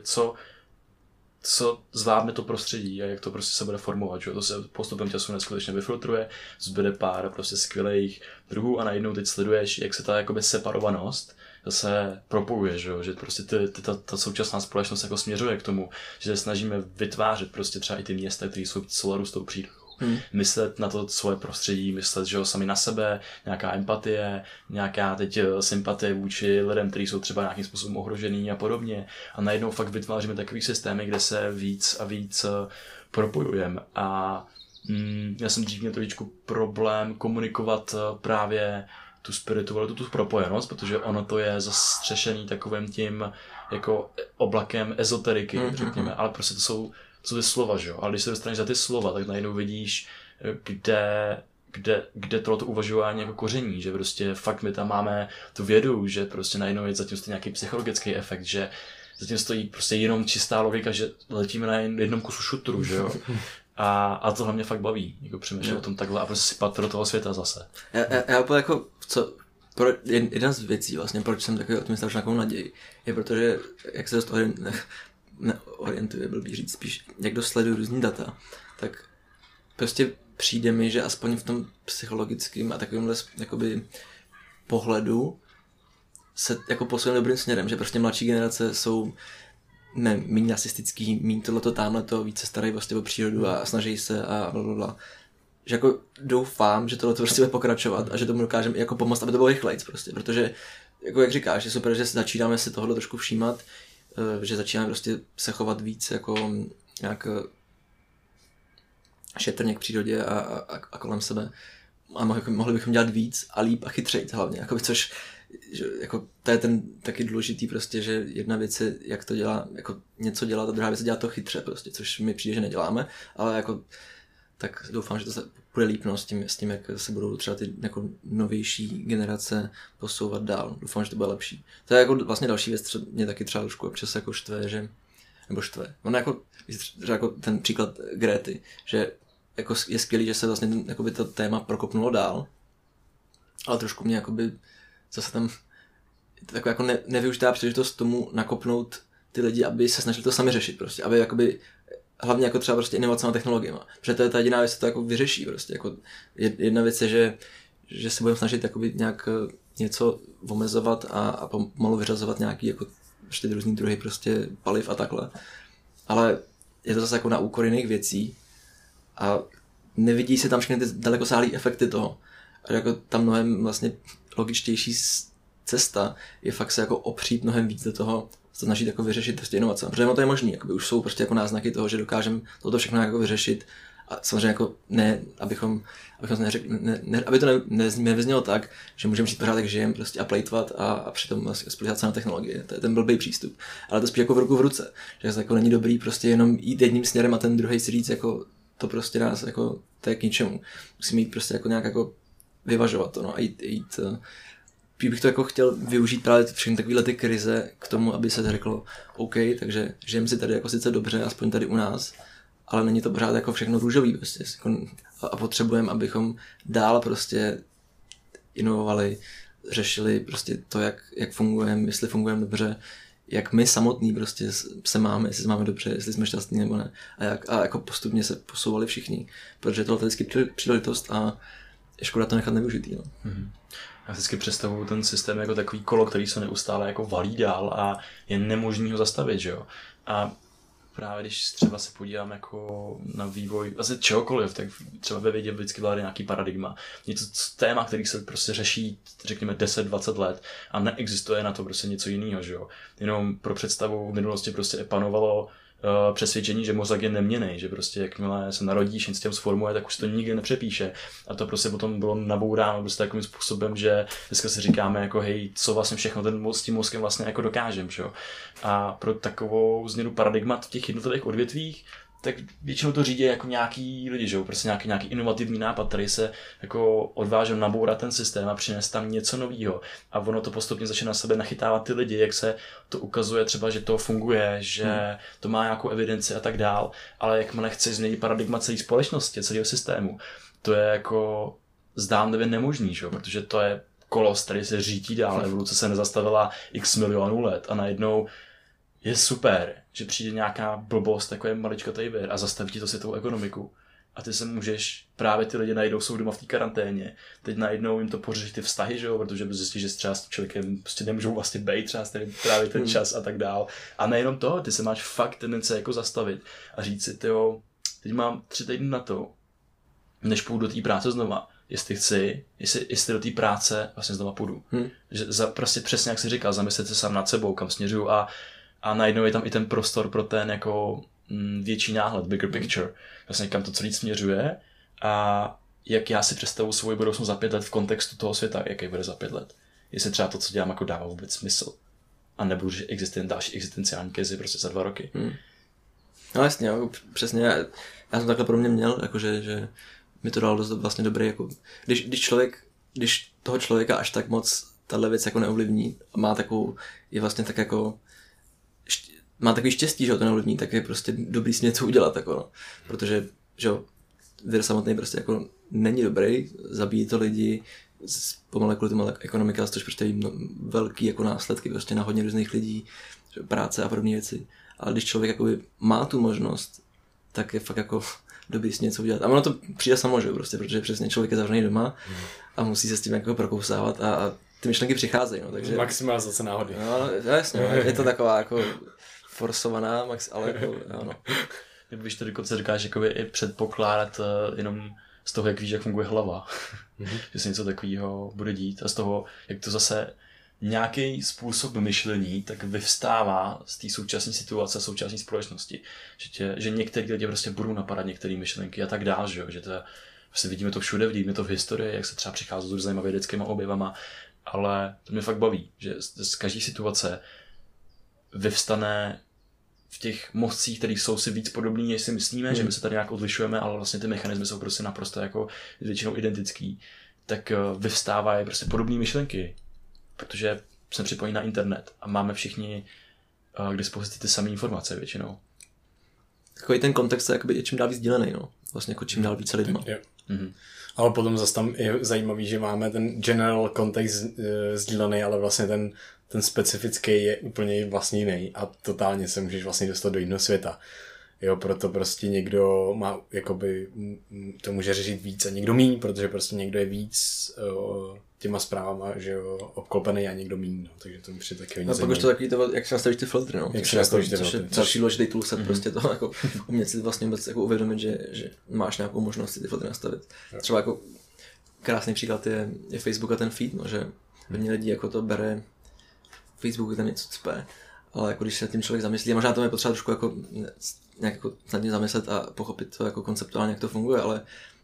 co zvládne to prostředí a jak to prostě se bude formovat, že? To se postupem času neskutečně vyfiltruje, zbyde pár prostě skvělých druhů a najednou teď sleduješ, jak se ta jakoby separovanost zase propojuje, že prostě ta současná společnost jako směřuje k tomu, že se snažíme vytvářet prostě třeba i ty města, které jsou v souladu s tou přírodou. Myslet na to svoje prostředí, myslet, že jo, sami na sebe, nějaká empatie, nějaká teď sympatie vůči lidem, kteří jsou třeba nějakým způsobem ohrožený a podobně. A najednou fakt vytváříme takový systémy, kde se víc a víc propojujeme. A já jsem dřív měl trošičku problém komunikovat právě tu spiritualitu, tu propojenost, protože ono to je zastřešený takovým tím jako oblakem ezoteriky, řekněme, ale prostě to jsou ty slova, že jo? Ale když se dostaneš za ty slova, tak najednou vidíš, kde tohleto uvažování jako koření, že prostě fakt my tam máme tu vědu, že prostě najednou je zatím stojí nějaký psychologický efekt, že zatím stojí prostě jenom čistá logika, že letíme na jednom kusu šutru, že jo? A tohle mě fakt baví, jako přemýšlet o tom takhle a prostě sypat do toho světa zase. Já úplně jako, jedna z věcí vlastně, proč jsem takový optimista, nějakou naději, je protože, jak se dost neorientuje, byl bych říct spíš, jak dost sleduju různý data, tak prostě přijde mi, že aspoň v tom psychologickém a takovémhle jakoby pohledu se jako posuneme dobrým směrem, že prostě mladší generace jsou méně rasistický, méně tohleto, támhleto, více starají vlastně o přírodu a snaží se a blablabla. Že jako doufám, že tohleto prostě bude pokračovat a že tomu dokážeme jako pomoct, aby to bylo rychlejc prostě, protože jako jak říkáš, je super, že začínáme si tohle trošku všímat, že začínáme prostě se chovat víc jako nějak šetrně k přírodě a kolem sebe a mohli bychom dělat víc a líp a chytřejc hlavně, jako což že, jako, to je ten taky důležitý prostě, že jedna věc je, jak to dělá, jako něco dělat a druhá věc je dělat to chytře prostě, což mi přijde, že neděláme, ale jako tak doufám, že to se bude líp no, s tím, jak se budou třeba ty jako novější generace posouvat dál. Doufám, že to bude lepší. To je jako vlastně další věc, mě taky třeba trošku občas jako štve. Ono jako ten příklad Gréty, že jako je skvělý, že se vlastně jakoby to téma prokopnulo dál, ale trošku mě jakoby zase tam jako nevyužitá příležitost tomu nakopnout ty lidi, aby se snažili to sami řešit prostě, aby jakoby hlavně jako třeba prostě inovacemi technologiemi, protože to je ta jediná věc, co to jako vyřeší prostě, jako jedna věc je, že se budeme snažit jakoby nějak něco omezovat a pomalu vyřazovat nějaký jako prostě různý druhy prostě paliv a takhle, ale je to zase jako na úkor jiných věcí a nevidí se tam všechny ty dalekosáhlé efekty toho a jako tam mnohem vlastně logičtější cesta je fakt se jako opřít mnohem víc do toho, se snažit jako vyřešit prostě inovace. Protože to je možný, jakoby už jsou prostě jako náznaky toho, že dokážeme toto všechno jako vyřešit a samozřejmě jako ne, abychom se neřekli, aby to nevyznělo tak, že můžeme žít pořád, jak žijeme prostě a plejtvat a přitom vlastně spoléhat se na technologie. To je ten blbý přístup. Ale to spíš jako v ruku v ruce, že to jako není dobrý prostě jenom jít jedním směrem a ten druhý si říct jako to prostě nás jako to je k ničemu. Musíme jít prostě jako nějak jako vyvažovat to, no a jít bych to jako chtěl využít právě všechny takovéhle ty krize k tomu, aby se řeklo OK, takže žijeme si tady jako sice dobře, aspoň tady u nás, ale není to pořád jako všechno růžový prostě. A potřebujeme, abychom dál prostě inovovali, řešili prostě to, jak fungujeme, jestli fungujeme dobře, jak my samotní prostě se máme, jestli se máme dobře, jestli jsme šťastní nebo ne. A jako postupně se posouvali všichni, protože tohle je vždycky příležitost a je škoda to nechat nevyužitý. No. Mm-hmm. Já vždycky představuju ten systém jako takový kolo, který se neustále jako valí dál a je nemožný ho zastavit, že jo. A právě když třeba se podívám jako na vývoj vlastně čehokoliv, tak třeba ve vědě vždycky vládne nějaký paradigma. Něco téma, který se prostě řeší, řekněme 10-20 let a neexistuje na to prostě něco jiného, že jo. Jenom pro představu v minulosti prostě panovalo přesvědčení, že mozek je neměnný, že prostě jakmile se narodíš, nic s tím sformuje, tak už to nikdy nepřepíše. A to prostě potom bylo nabouráno prostě takovým způsobem, že dneska si říkáme jako hej, co vlastně všechno s tím mozkem vlastně jako dokážem, že jo. A pro takovou změnu paradigmat v těch jednotlivých odvětvích, tak většinou to řídí jako nějaký lidi, že jo, prostě nějaký inovativní nápad, který se jako odvážil nabourat ten systém a přinést tam něco nového. A ono to postupně začne na sebe nachytávat ty lidi, jak se to ukazuje třeba, že to funguje, že to má nějakou evidenci a tak dál, ale jakmile chce změnit paradigma celé společnosti, celého systému, to je jako zdánlivě nemožný, že jo, protože to je kolos, který se řítí dál, evoluce se nezastavila x milionů let a najednou je super, že přijde nějaká blbost, takový maličkatej vir a zastaví ti to světovou ekonomiku. a ty se můžeš, právě ty lidi najdou, jsou doma v té karanténě, teď najednou jim to pořeší ty vztahy, že jo, protože zjistí, že třeba s člověkem prostě nemůžou vlastně bejt, třeba právě ten čas a tak dál. A nejenom to, ty se máš fakt tendence jako zastavit a říct si, tyjo, teď mám 3 týdny na to, než půjdu do té práce znova, jestli do té práce vlastně znova půjdu. Že prostě přesně jak jsi říkal, zamyslet se sám nad sebou, kam směřuju a najednou je tam i ten prostor pro ten jako větší náhled, bigger picture, vlastně kam to celý směřuje a jak já si představuji svoji budoucnost za 5 let v kontextu toho světa, jaký bude za 5 let. Jestli třeba to, co dělám, jako dává vůbec smysl. A nebudu, že další existenciální krizi prostě za 2 roky. No jasně, jako přesně. Já jsem takhle pro mě měl, jakože, že mi to dalo dost vlastně dobrý, jako, když toho člověka až tak moc tahle věc jako neovlivní, má takovou, je vlastně tak jako, má takový štěstí, že ho to neovlivní, tak je prostě dobrý s něco udělat, jako, no. Protože, že jo, vir samotný prostě jako není dobrý, zabíjí to lidi, pomalu kvůli tomu ekonomika, což prostě velký jako následky prostě na hodně různých lidí, práce a podobné věci. Ale když člověk jakoby má tu možnost, tak je fakt jako dobrý s něco udělat. A ono to přijde samo, že prostě, protože přesně člověk je zavřený doma a musí se s tím jako prokousávat a ty myšlenky přicházejí, no, takže... Maximalizace náhody. No, jasně, je to taková jako forsovaná, ale jako, no. Nebo když to dokonce říkáš, jakoby i předpokládat jenom z toho, jak víš, jak funguje hlava. Že se něco takového bude dít a z toho, jak to zase nějaký způsob myšlení tak vyvstává z té současné situace, současné společnosti. Že některé lidi prostě budou napadat některé myšlenky a tak dál, že to vlastně vidíme to všude, vidíme to v historii, jak se třeba přichází s zajímavými vědeckými objevama, ale to mě fakt baví, že z každé situace vyvstane v těch mozcích, které jsou si víc podobný, než si myslíme, že my se tady nějak odlišujeme, ale vlastně ty mechanismy jsou prostě naprosto jako většinou identický, tak vyvstávají prostě podobné myšlenky, protože jsme připojeni na internet a máme všichni k dispozici ty samé informace většinou. Takový ten kontext je čím dál víc dělený, no. Vlastně jako čím dál více lidma. Ale potom zase tam je zajímavý, že máme ten general kontext sdílený, ale vlastně ten specifický je úplně vlastně jiný a totálně se můžeš vlastně dostat do jiného světa. Jo, proto prostě někdo má, jakoby, to může řešit víc a někdo míň, protože prostě někdo je víc těma zprávama, že jo, obklopený a někdo míň, no, takže to mi přijde taky hodně zajímavé. Pak už to takový to, jak si nastavíš ty filtry, no. Jak si nastavíš ty filtry. Což je důležitý toolset, prostě to jako umět si vlastně vůbec jako uvědomit, že máš nějakou možnost si ty filtry nastavit. Třeba jako krásný příklad je Facebook a ten feed, no, že hodně lidí jako to bere, Facebook je tam něco cpe, ale jako když se tím člověk zamyslí, a možná to je potřeba trošku jako nějak jako nad tím zamyslet a pochopit to jako konceptuálně, jak to funguje, ale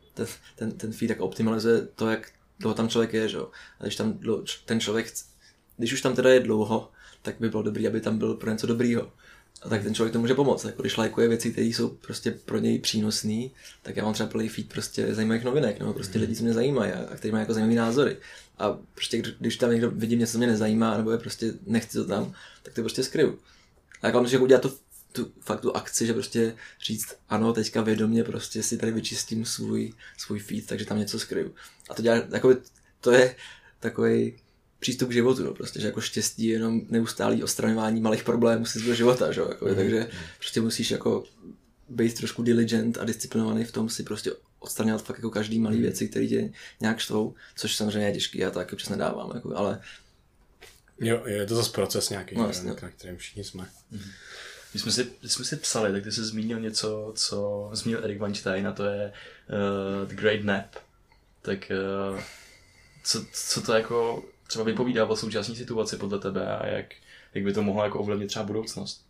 ten feed jako optimalizuje to, jak dlouho tam člověk je, že jo. A když tam ten člověk, když už tam teda je dlouho, tak by bylo dobrý, aby tam byl pro něco dobrýho. A tak ten člověk to může pomoct. Jako když lajkuje věci, které jsou prostě pro něj přínosné, tak já mám třeba plný feed prostě zajímavých novinek, nebo prostě lidí, co mě zajímají a kteří mají jako zajímavé názory. A prostě když tam někdo vidím něco, co mě nezajímá, nebo je prostě nechci to tam, tak to prostě skryju. A jak můžu udělat fakt tu akci, že prostě říct, ano, teďka vědomě prostě si tady vyčistím svůj feed, takže tam něco skryju. A to dělá, jakoby, to je takový přístup k životu, no, prostě, že jako štěstí je jenom neustálý odstraňování malých problémů z toho života, že jo, jako, takže prostě musíš jako být trošku diligent a disciplinovaný v tom si prostě odstraňovat fakt jako každý malý věci, které tě nějak štvou, což samozřejmě je těžký, já to taky občas nedávám, jako, ale... Jo, je to zase proces nějaký, no, na kterém všichni jsme. Když jsme si psali, tak ty jsi zmínil něco, co zmínil Erik Weinstein, a to je The Great Nap. Tak co to jako třeba vypovídá o současné situaci podle tebe a jak by to mohlo jako ovlivnit třeba budoucnost?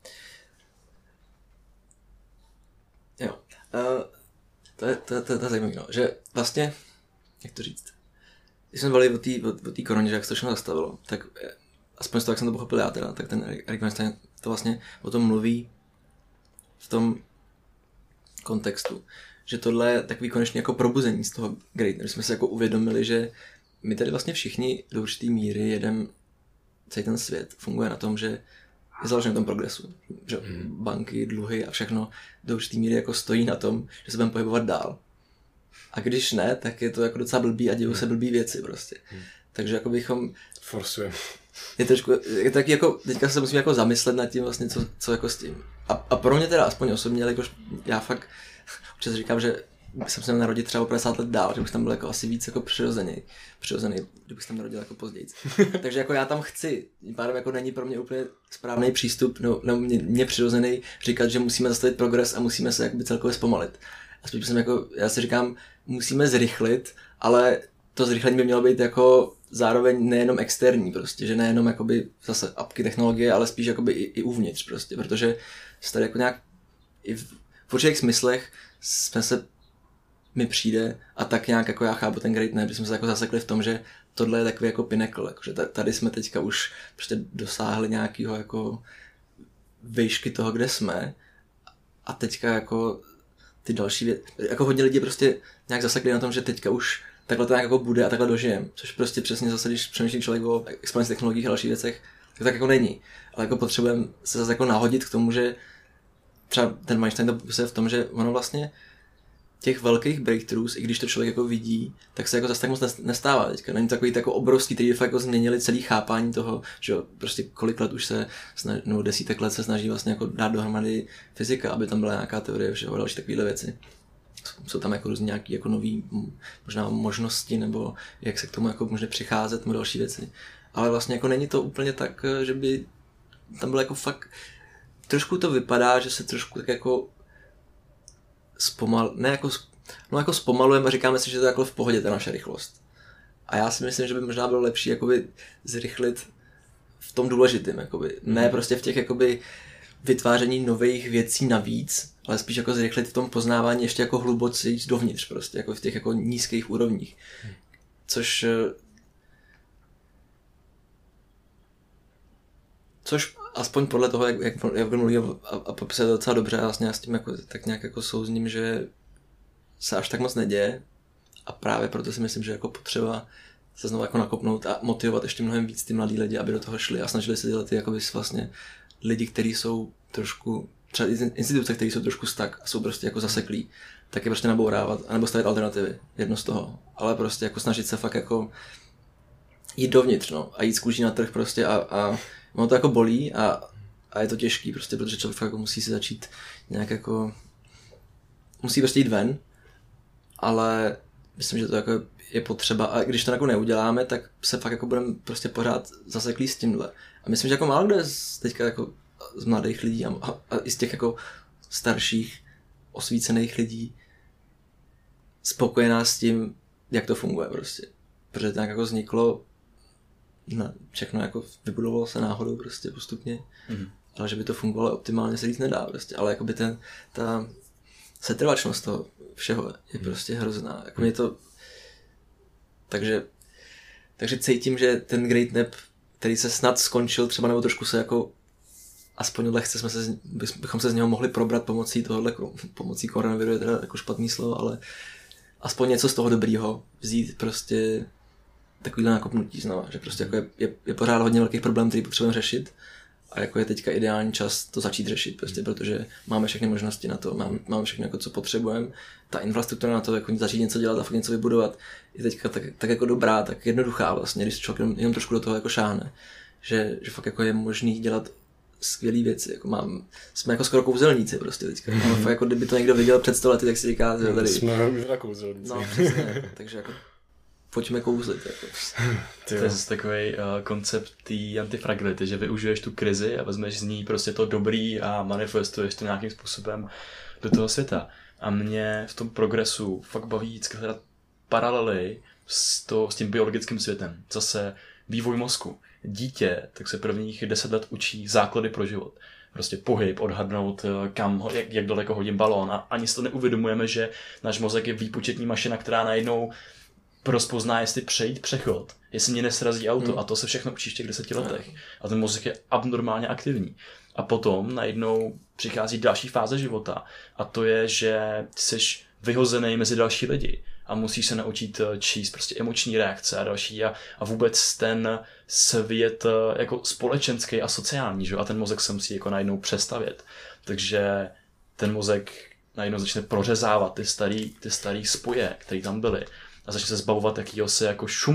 Jo, to je zajímavé, no, že vlastně, jak to říct, když jsme byli o té koroně, že jak se to všechno zastavilo, tak aspoň z toho, jak jsem to pochopil já teda, tak ten Erik Weinstein to vlastně o tom mluví v tom kontextu, že tohle je takový konečně jako probuzení z toho great, že jsme se jako uvědomili, že my tady vlastně všichni do určitý míry jedem, celý ten svět funguje na tom, že je založen na tom progresu, že banky, dluhy a všechno do určitý míry jako stojí na tom, že se budeme pohybovat dál. A když ne, tak je to jako docela blbý a dějou se blbý věci prostě. Takže jako bychom... Forsujeme. Je taky jako, teďka se musím jako zamyslet nad tím vlastně, co jako s tím. A pro mě teda aspoň osobně, jakož já fakt občas říkám, že jsem se narodit třeba o 50 let dál, že bych tam byl jako asi víc jako přirozený, kdybych se tam narodil jako později. Takže jako já tam chci, pádem jako není pro mě úplně správný přístup, no mě přirozený říkat, že musíme zastavit progres a musíme se jakoby celkově zpomalit. A spíš jsem jako, já si říkám, musíme zrychlit, ale to zrychlení by mělo být jako zároveň nejenom externí prostě, že nejenom jakoby zase apky technologie, ale spíš jakoby i uvnitř prostě, protože se tady jako nějak i v určitých smyslech mi přijde a tak nějak jako já chápu ten Great Nap, že jsme se jako zasekli v tom, že tohle je takový jako pinnacle, jako, že tady jsme teďka už prostě dosáhli nějakého jako výšky toho, kde jsme a teďka jako ty další věci, jako hodně lidí prostě nějak zasekli na tom, že teďka už takhle to nějak jako bude a takhle dožijem, což prostě přesně zase, když přemýšlí člověk o exponencích technologiích a dalších věcech, tak jako není. Ale jako potřebujeme se zase jako nahodit k tomu, že třeba ten Einstein to popisuje v tom, že ono vlastně těch velkých breakthroughs, i když to člověk jako vidí, tak se jako zase tak moc nestává teďka. Není takový jako obrovský, který fakt jako změnili celý chápání toho, že prostě kolik let už se, nebo desítek let se snaží vlastně jako dát dohromady fyzika, aby tam byla nějaká teorie všeho, další takovéhle věci. Jsou tam jako různě nějaké jako nový možná možnosti, nebo jak se k tomu jako může přicházet, nebo další věci. Ale vlastně jako není to úplně tak, že by tam bylo jako fakt, trošku to vypadá, že se trošku tak jako jako zpomalujeme a říkáme si, že to je jako v pohodě ta naše rychlost. A já si myslím, že by možná bylo lepší jakoby zrychlit v tom důležitým, jakoby. Ne prostě v těch jakoby vytváření nových věcí navíc, ale spíš jako zrychlit v tom poznávání ještě jako hluboce jít dovnitř prostě, jako v těch jako nízkých úrovních. Což aspoň podle toho, jak mluví a popisuje to docela dobře, a vlastně já s tím jako, tak nějak jako souzním, že se až tak moc neděje a právě proto si myslím, že jako potřeba se znovu jako nakopnout a motivovat ještě mnohem víc ty mladý lidi, aby do toho šli a snažili se dělat ty jakoby vlastně lidi, kteří jsou trošku, třeba instituce, které jsou trošku stuck a jsou prostě jako zaseklí, tak je prostě nabourávat anebo stavit alternativy, jedno z toho, ale prostě jako snažit se fakt jako jít dovnitř, no, a jít z kůží na trh prostě a ono to jako bolí a je to těžký prostě, protože člověk fakt jako musí si začít nějak jako, musí prostě jít ven, ale myslím, že to jako je potřeba a když to jako neuděláme, tak se fakt jako budeme prostě pořád zaseklí s tímhle. A myslím, že jako málo kde teďka jako z mladých lidí a i z těch jako starších osvícených lidí spokojená s tím, jak to funguje prostě. Protože to nějak jako vzniklo, všechno jako vybudovalo se náhodou prostě postupně, ale že by to fungovalo optimálně se říct nedá prostě, ale jakoby ta setrvačnost toho všeho je prostě hrozná. Jako mě to, takže cítím, že ten Great Nap, který se snad skončil třeba, nebo trošku se jako aspoň lehce bychom se z něho mohli probrat pomocí koronaviru, je teda jako špatný slovo, ale aspoň něco z toho dobrýho vzít prostě takovýhle nakopnutí znova, že prostě jako je pořád hodně velkých problémů, který potřebujeme řešit a jako je teďka ideální čas to začít řešit prostě, protože máme všechny možnosti na to, máme všechno jako co potřebujeme, ta infrastruktura na to jako začít něco dělat a fakt něco vybudovat je teďka tak jako dobrá, tak jednoduchá vlastně, když člověk jenom trošku do toho jako šáhne, že fakt jako je možný dělat skvělý věci, jako jsme jako skoro kouzelníci prostě teďka, fakt jako kdyby to někdo viděl před 100 lety, tak si říká, že tady... Jsme na kouzelníci. No přesně, takže jako pojďme kouzlit. Jako. To je zase takový koncept té antifragility, že využiješ tu krizi a vezmeš z ní prostě to dobrý a manifestuješ to nějakým způsobem do toho světa. A mě v tom progresu fakt baví hledat paralely s tím biologickým světem. Zase vývoj mozku. Dítě tak se prvních 10 let učí základy pro život. Prostě pohyb, odhadnout, jak daleko hodím balón a ani si to neuvědomujeme, že náš mozek je výpočetní mašina, která najednou rozpozná, jestli přejít přechod, jestli mě nesrazí auto a to se všechno učí v těch 10 letech. A ten mozek je abnormálně aktivní. A potom najednou přichází další fáze života a to je, že jsi vyhozený mezi další lidi a musíš se naučit číst prostě emoční reakce a další a vůbec ten svět jako společenský a sociální, že? A ten mozek se musí jako najednou přestavět. Takže ten mozek najednou začne prořezávat ty starý spoje, které tam byly a začne se zbavovat jakýhosi jako šumu,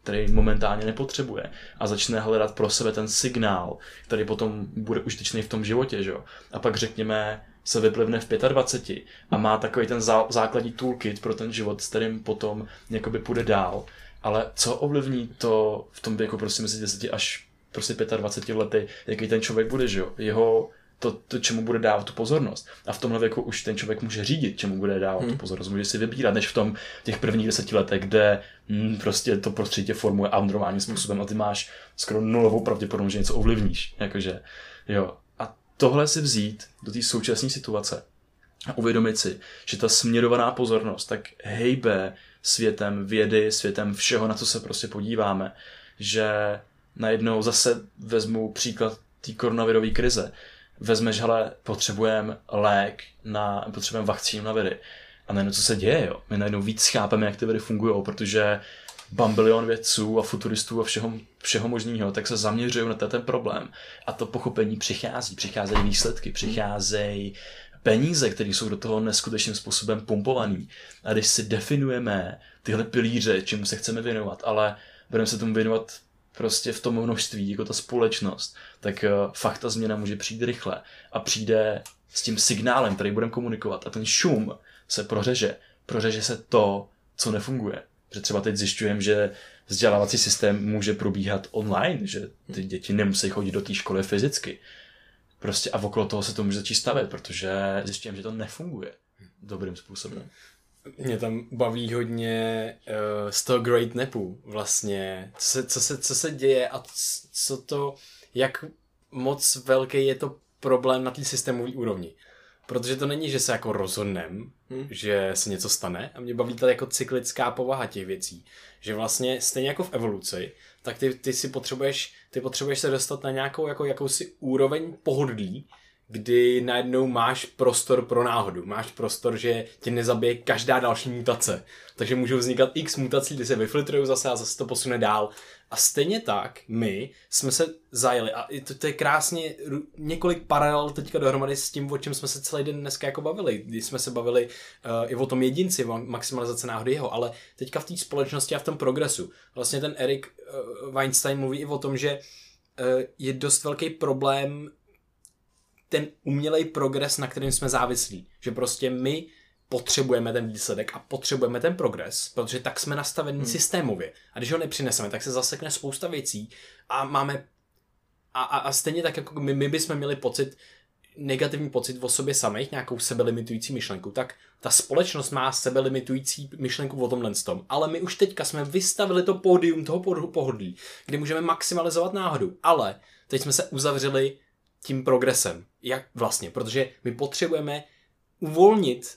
který momentálně nepotřebuje a začne hledat pro sebe ten signál, který potom bude užitečný v tom životě, že jo. A pak řekněme se vyplivne v 25 a má takový ten základní toolkit pro ten život, s kterým potom jakoby půjde dál. Ale co ovlivní to v tom věku prostě mezi 10 až prostě 25 lety, jaký ten člověk bude, že jo? Jeho to, čemu bude dávat tu pozornost. A v tomhle věku už ten člověk může řídit, čemu bude dávat tu pozornost. Může si vybírat, než v tom těch prvních 10 letech, kde prostě to prostředí tě formuje abnormálním způsobem a ty máš skoro nulovou pravděpodobnost, že něco ovlivníš. Jakože, jo. A tohle si vzít do té současné situace a uvědomit si, že ta směrovaná pozornost tak hejbe světem vědy, světem všeho, na co se prostě podíváme, že najednou zase vezmu příklad té koronavirové krize. Vezmeš, hele, potřebujeme lék, potřebujeme vakcínu na viry. A najednou co se děje, jo? My najednou víc chápeme, jak ty viry fungují, protože bambilion vědců a futuristů a všeho možného, tak se zaměřují na ten problém. A to pochopení přicházejí výsledky, přicházejí peníze, které jsou do toho neskutečným způsobem pumpovaný. A když si definujeme tyhle pilíře, čemu se chceme věnovat, ale budeme se tomu věnovat prostě v tom množství, jako ta společnost, tak fakt ta změna může přijít rychle a přijde s tím signálem, který budeme komunikovat a ten šum se prořeže se to, co nefunguje. Že třeba teď zjišťujeme, že vzdělávací systém může probíhat online, že ty děti nemusí chodit do té školy fyzicky. Prostě a okolo toho se to může začít stavět, protože zjišťujeme, že to nefunguje dobrým způsobem. Mě tam baví hodně z toho Great Napu vlastně, co se děje a co to, jak moc velký je to problém na té systémové úrovni. Protože to není, že se jako rozhodneme, že se něco stane a mě baví ta jako cyklická povaha těch věcí. Že vlastně stejně jako v evoluci, tak ty potřebuješ se dostat na nějakou jako jakousi úroveň pohodlí, kdy najednou máš prostor pro náhodu. Máš prostor, že tě nezabije každá další mutace. Takže můžou vznikat x mutací, kdy se vyfiltrují zase a zase to posune dál. A stejně tak my jsme se zajeli a to je krásně několik paralel teďka dohromady s tím, o čem jsme se celý den dneska jako bavili. Když jsme se bavili i o tom jedinci, maximalizace náhody jeho, ale teďka v té společnosti a v tom progresu. Vlastně ten Eric Weinstein mluví i o tom, že je dost velký problém ten umělej progres, na kterým jsme závislí. Že prostě my potřebujeme ten výsledek a potřebujeme ten progres, protože tak jsme nastaveni systémově. A když ho nepřineseme, tak se zasekne spousta věcí a máme a stejně tak, jako my bychom měli negativní pocit o sobě samých, nějakou sebelimitující myšlenku, tak ta společnost má sebelimitující myšlenku o tomhle tom. Ale my už teďka jsme vystavili to pódium toho pohodlí, kdy můžeme maximalizovat náhodu. Ale teď jsme se uzavřeli tím progresem. Jak vlastně? Protože my potřebujeme uvolnit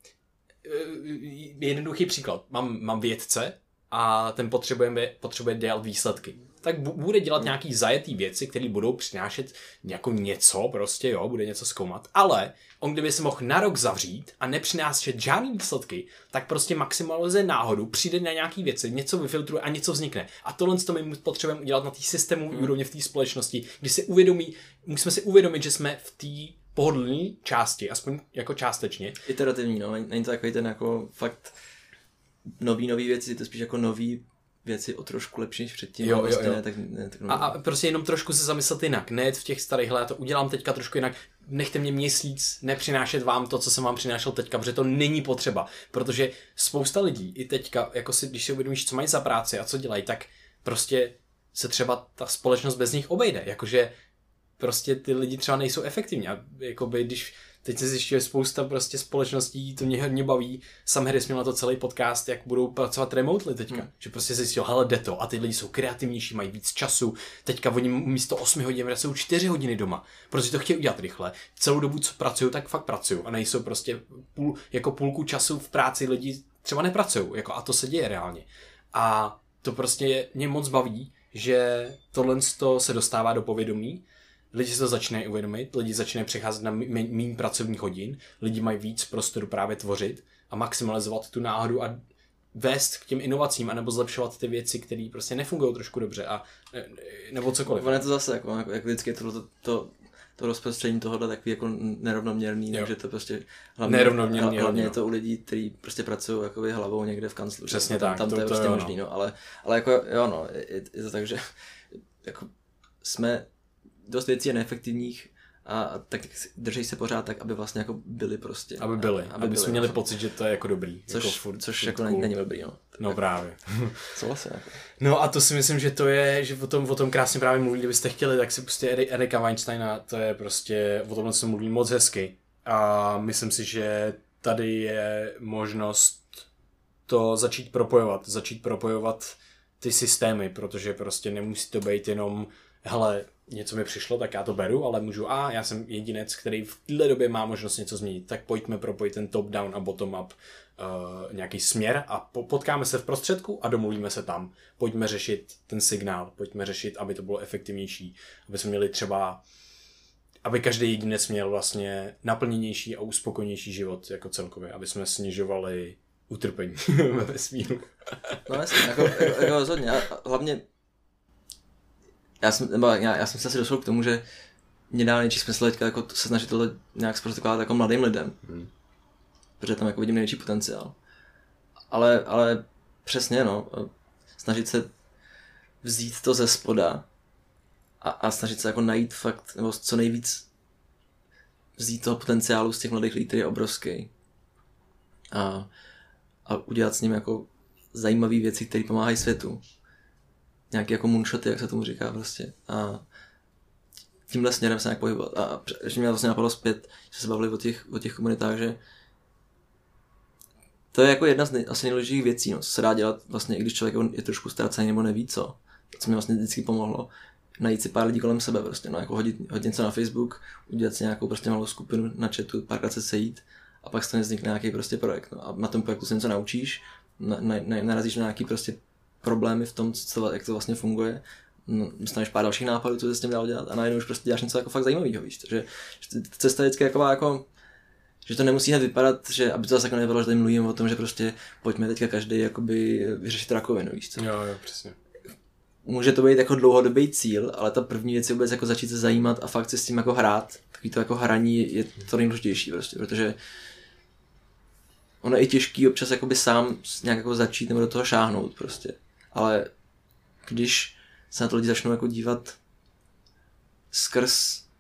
jednoduchý příklad. Mám vědce a ten potřebuje dělat výsledky. Tak bude dělat nějaký zajetý věci, které budou přinášet jako něco, prostě jo, bude něco zkoumat. Ale on kdyby se mohl na rok zavřít a nepřinášet žádný výsledky, tak prostě maximalizuje náhodu, přijde na nějaký věci, něco vyfiltruje a něco vznikne. A tohle my potřebujeme udělat na té systémové úrovni v té společnosti, kdy musíme si uvědomit, že jsme v té pohodlné části, aspoň jako částečně. Iterativní, no, není to takový ten jako fakt nový věci, je to spíš jako nový věci o trošku lepší než předtím. Jo. Vlastně ne, tak a prostě jenom trošku se zamyslet jinak, ne v těch starých, já to udělám teďka trošku jinak, nechte mě měsíc nepřinášet vám to, co jsem vám přinášel teďka, protože to není potřeba, protože spousta lidí i teďka, jako když si uvědomíš, co mají za práci a co dělají, tak prostě se třeba ta společnost bez nich obejde, jakože prostě ty lidi třeba nejsou efektivní a jakoby když teď se zjišťuje spousta prostě společností, to mě hodně baví. Sam Harris měl na to celý podcast, jak budou pracovat remotely teďka. Že prostě zjistil, hele, jde to. A ty lidi jsou kreativnější, mají víc času. Teďka oni místo 8 hodin jsou 4 hodiny doma. Protože to chtějí udělat rychle. Celou dobu, co pracují, tak fakt pracují. A nejsou prostě půlku času v práci lidi třeba nepracují. Jako, a to se děje reálně. A to prostě mě moc baví, že tohle se dostává do povědomí. Lidi se to začínají uvědomit, lidi začínají přecházet na méně pracovních hodin, lidi mají víc prostoru právě tvořit a maximalizovat tu náhodu a vést k těm inovacím, anebo zlepšovat ty věci, které prostě nefungují trošku dobře a nebo cokoliv. Ono je to zase, jako vždycky to to rozprostření tohohle takový jako nerovnoměrný, takže to prostě hlavně je to u lidí, kteří prostě pracují jakoby hlavou někde v kanclu. Přesně tak. Tam to je prostě možný, no. Ale jako jo, no, je to tak, že jako jsme dost věcí je neefektivních a tak držej se pořád tak, aby vlastně jako byli prostě. Aby jsme měli pocit, že to je jako dobrý. Což jako není dobrý, no. No právě. Co vlastně jako. No a to si myslím, že to je, že o tom krásně právě mluví, kdybyste chtěli, tak si prostě Erika Weinsteina, to je prostě, o tomhle se mluví moc hezky. A myslím si, že tady je možnost to začít propojovat ty systémy, protože prostě nemusí to být jenom, hele, něco mi přišlo, tak já to beru, ale můžu, já jsem jedinec, který v této době má možnost něco změnit, tak pojďme propojit ten top-down a bottom-up nějaký směr a potkáme se v prostředku a domluvíme se tam. Pojďme řešit ten signál, pojďme řešit, aby to bylo efektivnější, aby jsme měli třeba, aby každý jedinec měl vlastně naplněnější a uspokojenější život jako celkově, aby jsme snižovali utrpení ve vesmíru. No jasně, jako rozhodně. A hlavně já jsem se asi došel k tomu, že mě dá největší smysl teďka jako se snažit tohle nějak zprostředkovat jako mladým lidem. Protože tam jako vidím největší potenciál. Ale přesně, no, snažit se vzít to ze spoda a snažit se jako najít fakt, nebo co nejvíc vzít toho potenciálu z těch mladých lidí, který je obrovský. A udělat s ním jako zajímavé věci, které pomáhají světu. Nějaký jako moonshoty, jak se tomu říká prostě. A tímhle směrem se nějak pohybovat. A ještě mě vlastně napadlo zpět, že se bavili o těch komunitách, že to je jako jedna z asi nejdůležitějších věcí, no, co se dá dělat vlastně, i když člověk je trošku ztracený nebo neví co. To, co mi vlastně vždycky pomohlo, najít si pár lidí kolem sebe prostě, no, jako hodit něco na Facebook, udělat si nějakou prostě malou skupinu na chatu, párkrát se sejít a pak z toho vznikne nějaký prostě projekt, no. A na tom projektu se něco naučíš, narazíš na nějaký prostě problémy v tom, jak to vlastně funguje, dostaneš pár dalších nápadů, co se s tím dá udělat a najednou už prostě děláš něco jako fakt zajímavého, víš, takže cesta je vždycky jako že to nemusí hned vypadat, že aby to zase jako nebylo, že tady mluvíme o tom, že prostě pojďme teďka každý jakoby vyřešit rakovinu, víš co? Jo, přesně. Může to být jako dlouhodobý cíl, ale ta první věc je vůbec jako začít se zajímat a fakt se s tím jako hrát. Takový to jako hraní je to nejdůležitější prostě, protože ono je i těžký občas jakoby sám nějak jako začít nebo do toho šáhnout prostě. Ale když se na to lidi začnou jako dívat skrz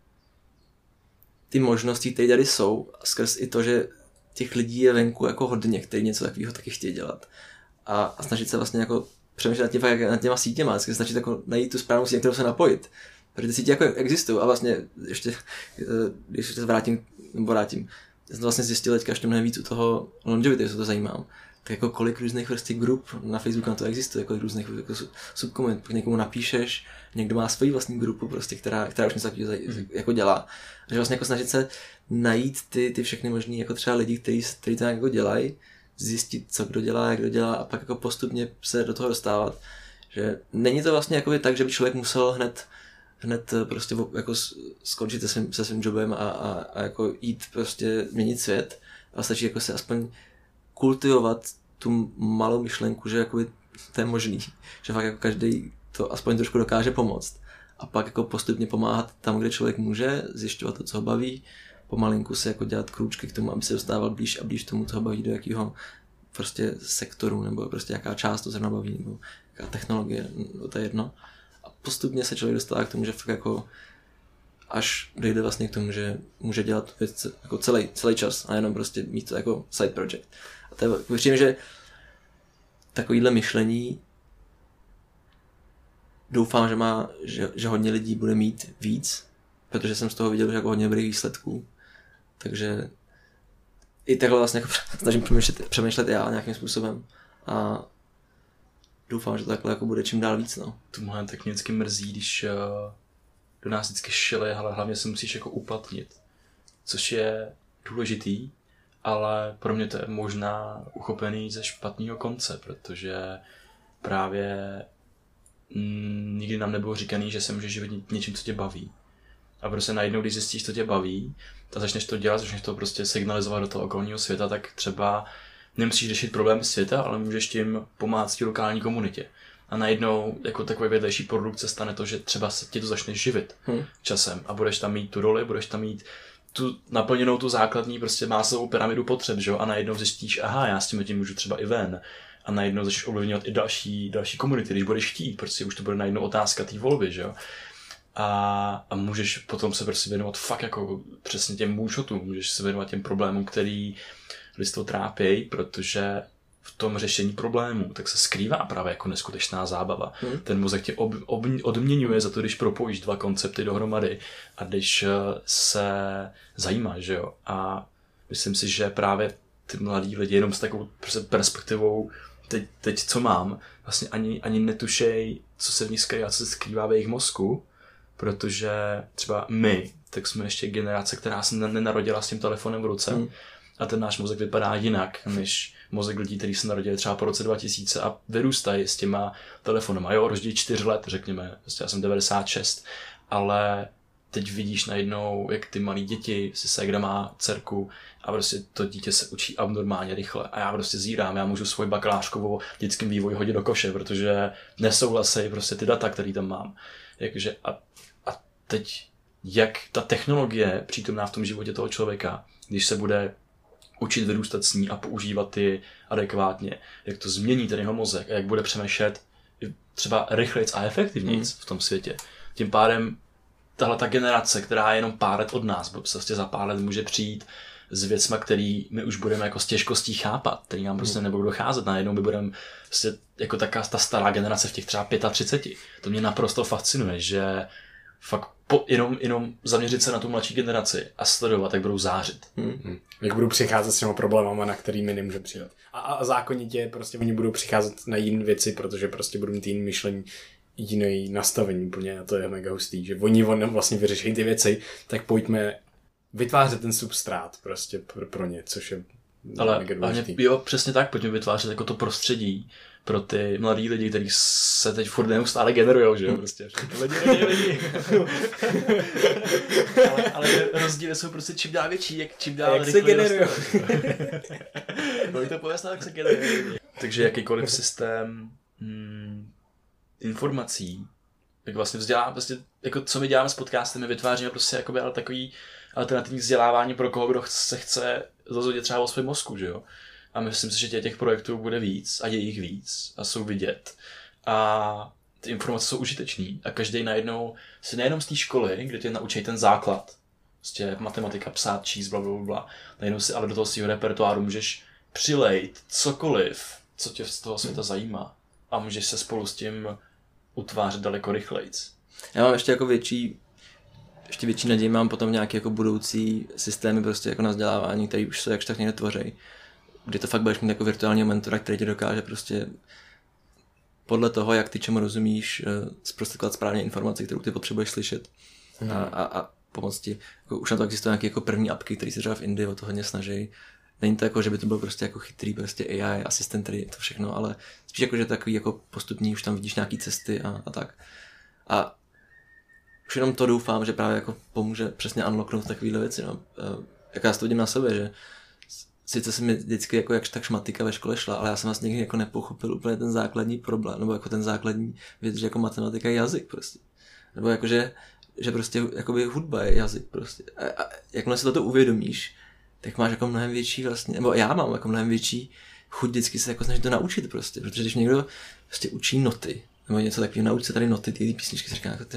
ty možnosti, které tady jsou, a skrz i to, že těch lidí je venku jako hodně, kteří něco takového taky chtějí dělat. A snažit se vlastně jako přemýšlet nad těma sítěma, vždycky snažit jako najít tu správnou síť, kterou se napojit. Protože ty sítě jako existují a vlastně ještě, když se vrátím, já jsem to vlastně zjistil teďka ještě mnohem víc u toho longevity, že se to zajímám. Tak jako kolik různých prostě grup na Facebooku na to existuje, kolik různých jako subkomunit, pak někomu napíšeš, někdo má svoji vlastní grupu prostě, která už něco takového jako dělá. Takže vlastně jako snažit se najít ty všechny možný jako třeba lidi, kteří to jako dělají, zjistit, co kdo dělá, jak kdo dělá a pak jako postupně se do toho dostávat. Že není to vlastně jako tak, že by člověk musel hned prostě jako skončit se svým jobem a jako jít prostě měnit svět, ale stačí jako se aspoň kultivovat tu malou myšlenku, že jako to je možný, že fakt jako každý to aspoň trošku dokáže pomoct a pak jako postupně pomáhat tam, kde člověk může, zjišťovat to, co ho baví, pomalinku se jako dělat krůčky k tomu, aby se dostával blíž a blíž tomu, co ho baví, do jakého prostě sektoru, nebo prostě jaká část to zrovna baví, nebo jaká technologie, to je jedno. A postupně se člověk dostává k tomu, že fakt jako až dojde vlastně k tomu, že může dělat věc jako celý čas a jenom prostě mít to jako side project. A to je věřím, že takovýhle myšlení doufám, že hodně lidí bude mít víc, protože jsem z toho viděl jako hodně dobrých výsledků. Takže i takhle vlastně jako snažím přemýšlet já nějakým způsobem a doufám, že to takhle jako bude čím dál víc. No. To mě tak vždycky mrzí, když do nás vždycky šili, ale hlavně se musíš jako uplatnit, což je důležitý, ale pro mě to je možná uchopený ze špatného konce, protože právě nikdy nám nebylo říkaný, že se můžeš živit něčím, co tě baví. A prostě najednou, když zjistíš, co tě baví, a začneš to dělat, začneš to prostě signalizovat do toho okolního světa, tak třeba nemusíš řešit problém světa, ale můžeš tím pomáhat té lokální komunitě. a najednou jako takový vedlejší produkt se stane to, že třeba se ti to začne živit časem a budeš tam mít tu roli, budeš tam mít tu naplněnou tu základní prostě másovou pyramidu potřeb, že jo, a najednou zjistíš, aha, já s tím můžu třeba i ven. A najednou začneš ovlivňovat i další komunity, když budeš chtít, prostě už to bude najednou otázka té volby, že jo. A můžeš potom se prostě věnovat fakt jako přesně těm moonshotům, můžeš se věnovat těm problémům, který lidstvo trápí, protože v tom řešení problémů tak se skrývá právě jako neskutečná zábava. Ten mozek tě odměňuje za to, když propojíš dva koncepty dohromady a když se zajímáš, že jo. A myslím si, že právě ty mladí lidi jenom s takovou perspektivou teď co mám, vlastně ani netušej, co se v nich skrývá, co se skrývá v jejich mozku, protože třeba my, tak jsme ještě generace, která se nenarodila s tím telefonem v ruce a ten náš mozek vypadá jinak, než mozek lidí, kteří se narodili třeba po roce 2000 a vyrůstají s těma telefonama. Jo, rozdíl 4 let, řekněme, prostě já jsem 96, ale teď vidíš najednou, jak ty malí děti, si ségra má dcerku a prostě to dítě se učí abnormálně rychle a já prostě zírám, já můžu svoji bakalářkovou dětským vývoj hodit do koše, protože nesouhlasí prostě ty data, které tam mám. Jakže a teď, jak ta technologie přítomná v tom životě toho člověka, když se bude učit vyrůstat s ní a používat ji adekvátně, jak to změní ten jeho mozek a jak bude přemýšlet třeba rychlejc a efektivnějc v tom světě. Tím pádem tahle ta generace, která je jenom pár let od nás, bo prostě za pár let může přijít s věcma, který my už budeme jako s těžkostí chápat, který nám prostě nebudou docházet. Najednou my budeme prostě jako ta stará generace v těch třeba 35. To mě naprosto fascinuje, že fakt jenom zaměřit se na tu mladší generaci a sledovat, jak budou zářit. Jak budou přicházet s těma problémama, na kterými nemůže přijít. A zákonitě prostě oni budou přicházet na jiné věci, protože prostě budou mít jiné myšlení, jiné nastavení úplně a to je mega hustý, že oni vlastně vyřeší ty věci, tak pojďme vytvářet ten substrát prostě pro ně, což je mega důležitý. Jo, přesně tak, pojďme vytvářet jako to prostředí pro ty mladí lidi, kteří se teď furt neustále generujou, že jo, prostě. Lidi. ale rozdíly jsou prostě čím dál větší, čím dál jak se generujou. To pověsná, jak se generujou. Takže jakýkoliv systém informací, jak vlastně vzděláváme, vlastně, jako co my děláme s podcastem, my vytváříme prostě jakoby, ale takový alternativní vzdělávání pro koho, kdo se chce dozvědět třeba o svém mozku, že jo. A myslím si, že těch projektů bude víc a je jich víc a jsou vidět. A ty informace jsou užitečný a každý najednou si nejenom z té školy, kde tě naučí ten základ, prostě matematika, psát, číst, blablabla, najednou si ale do toho svého repertoáru můžeš přilejt cokoliv, co tě z toho světa zajímá a můžeš se spolu s tím utvářet daleko rychlejc. Já mám ještě jako větší naději mám potom nějaké jako budoucí systémy prostě jako na vzdělávání, které už se jakž tak někde tvoří. Kdy to fakt budeš mít jako virtuálního mentora, který ti dokáže prostě podle toho, jak ty čemu rozumíš, zprostředkovat správně informace, kterou ty potřebuješ slyšet. A pomoct ti. Jako, už na to existují nějaké jako první apky, které se třeba v Indii o to hodně snaží. Není to jako, že by to byl prostě jako chytrý prostě AI, asistent, který to všechno, ale spíš jako, že takový jako postupný, už tam vidíš nějaký cesty a tak. A už jenom to doufám, že právě jako pomůže přesně unlocknout takovýhle věci. No. Jak já to vidím na sobě, že sice se mi vždycky jako jakž tak šmatika ve škole šla, ale já jsem vlastně nikdy jako nepochopil úplně ten základní problém, nebo jako ten základní věc, že jako matematika je jazyk prostě. Nebo jako, že prostě jakoby hudba je jazyk prostě. A jakmile si toto uvědomíš, tak máš jako mnohem větší vlastně, nebo já mám jako mnohem větší chuť vždycky se jako snažit to naučit prostě, protože když někdo prostě učí noty, nebo něco takového, nauč se tady noty, ty písničky, si říká jako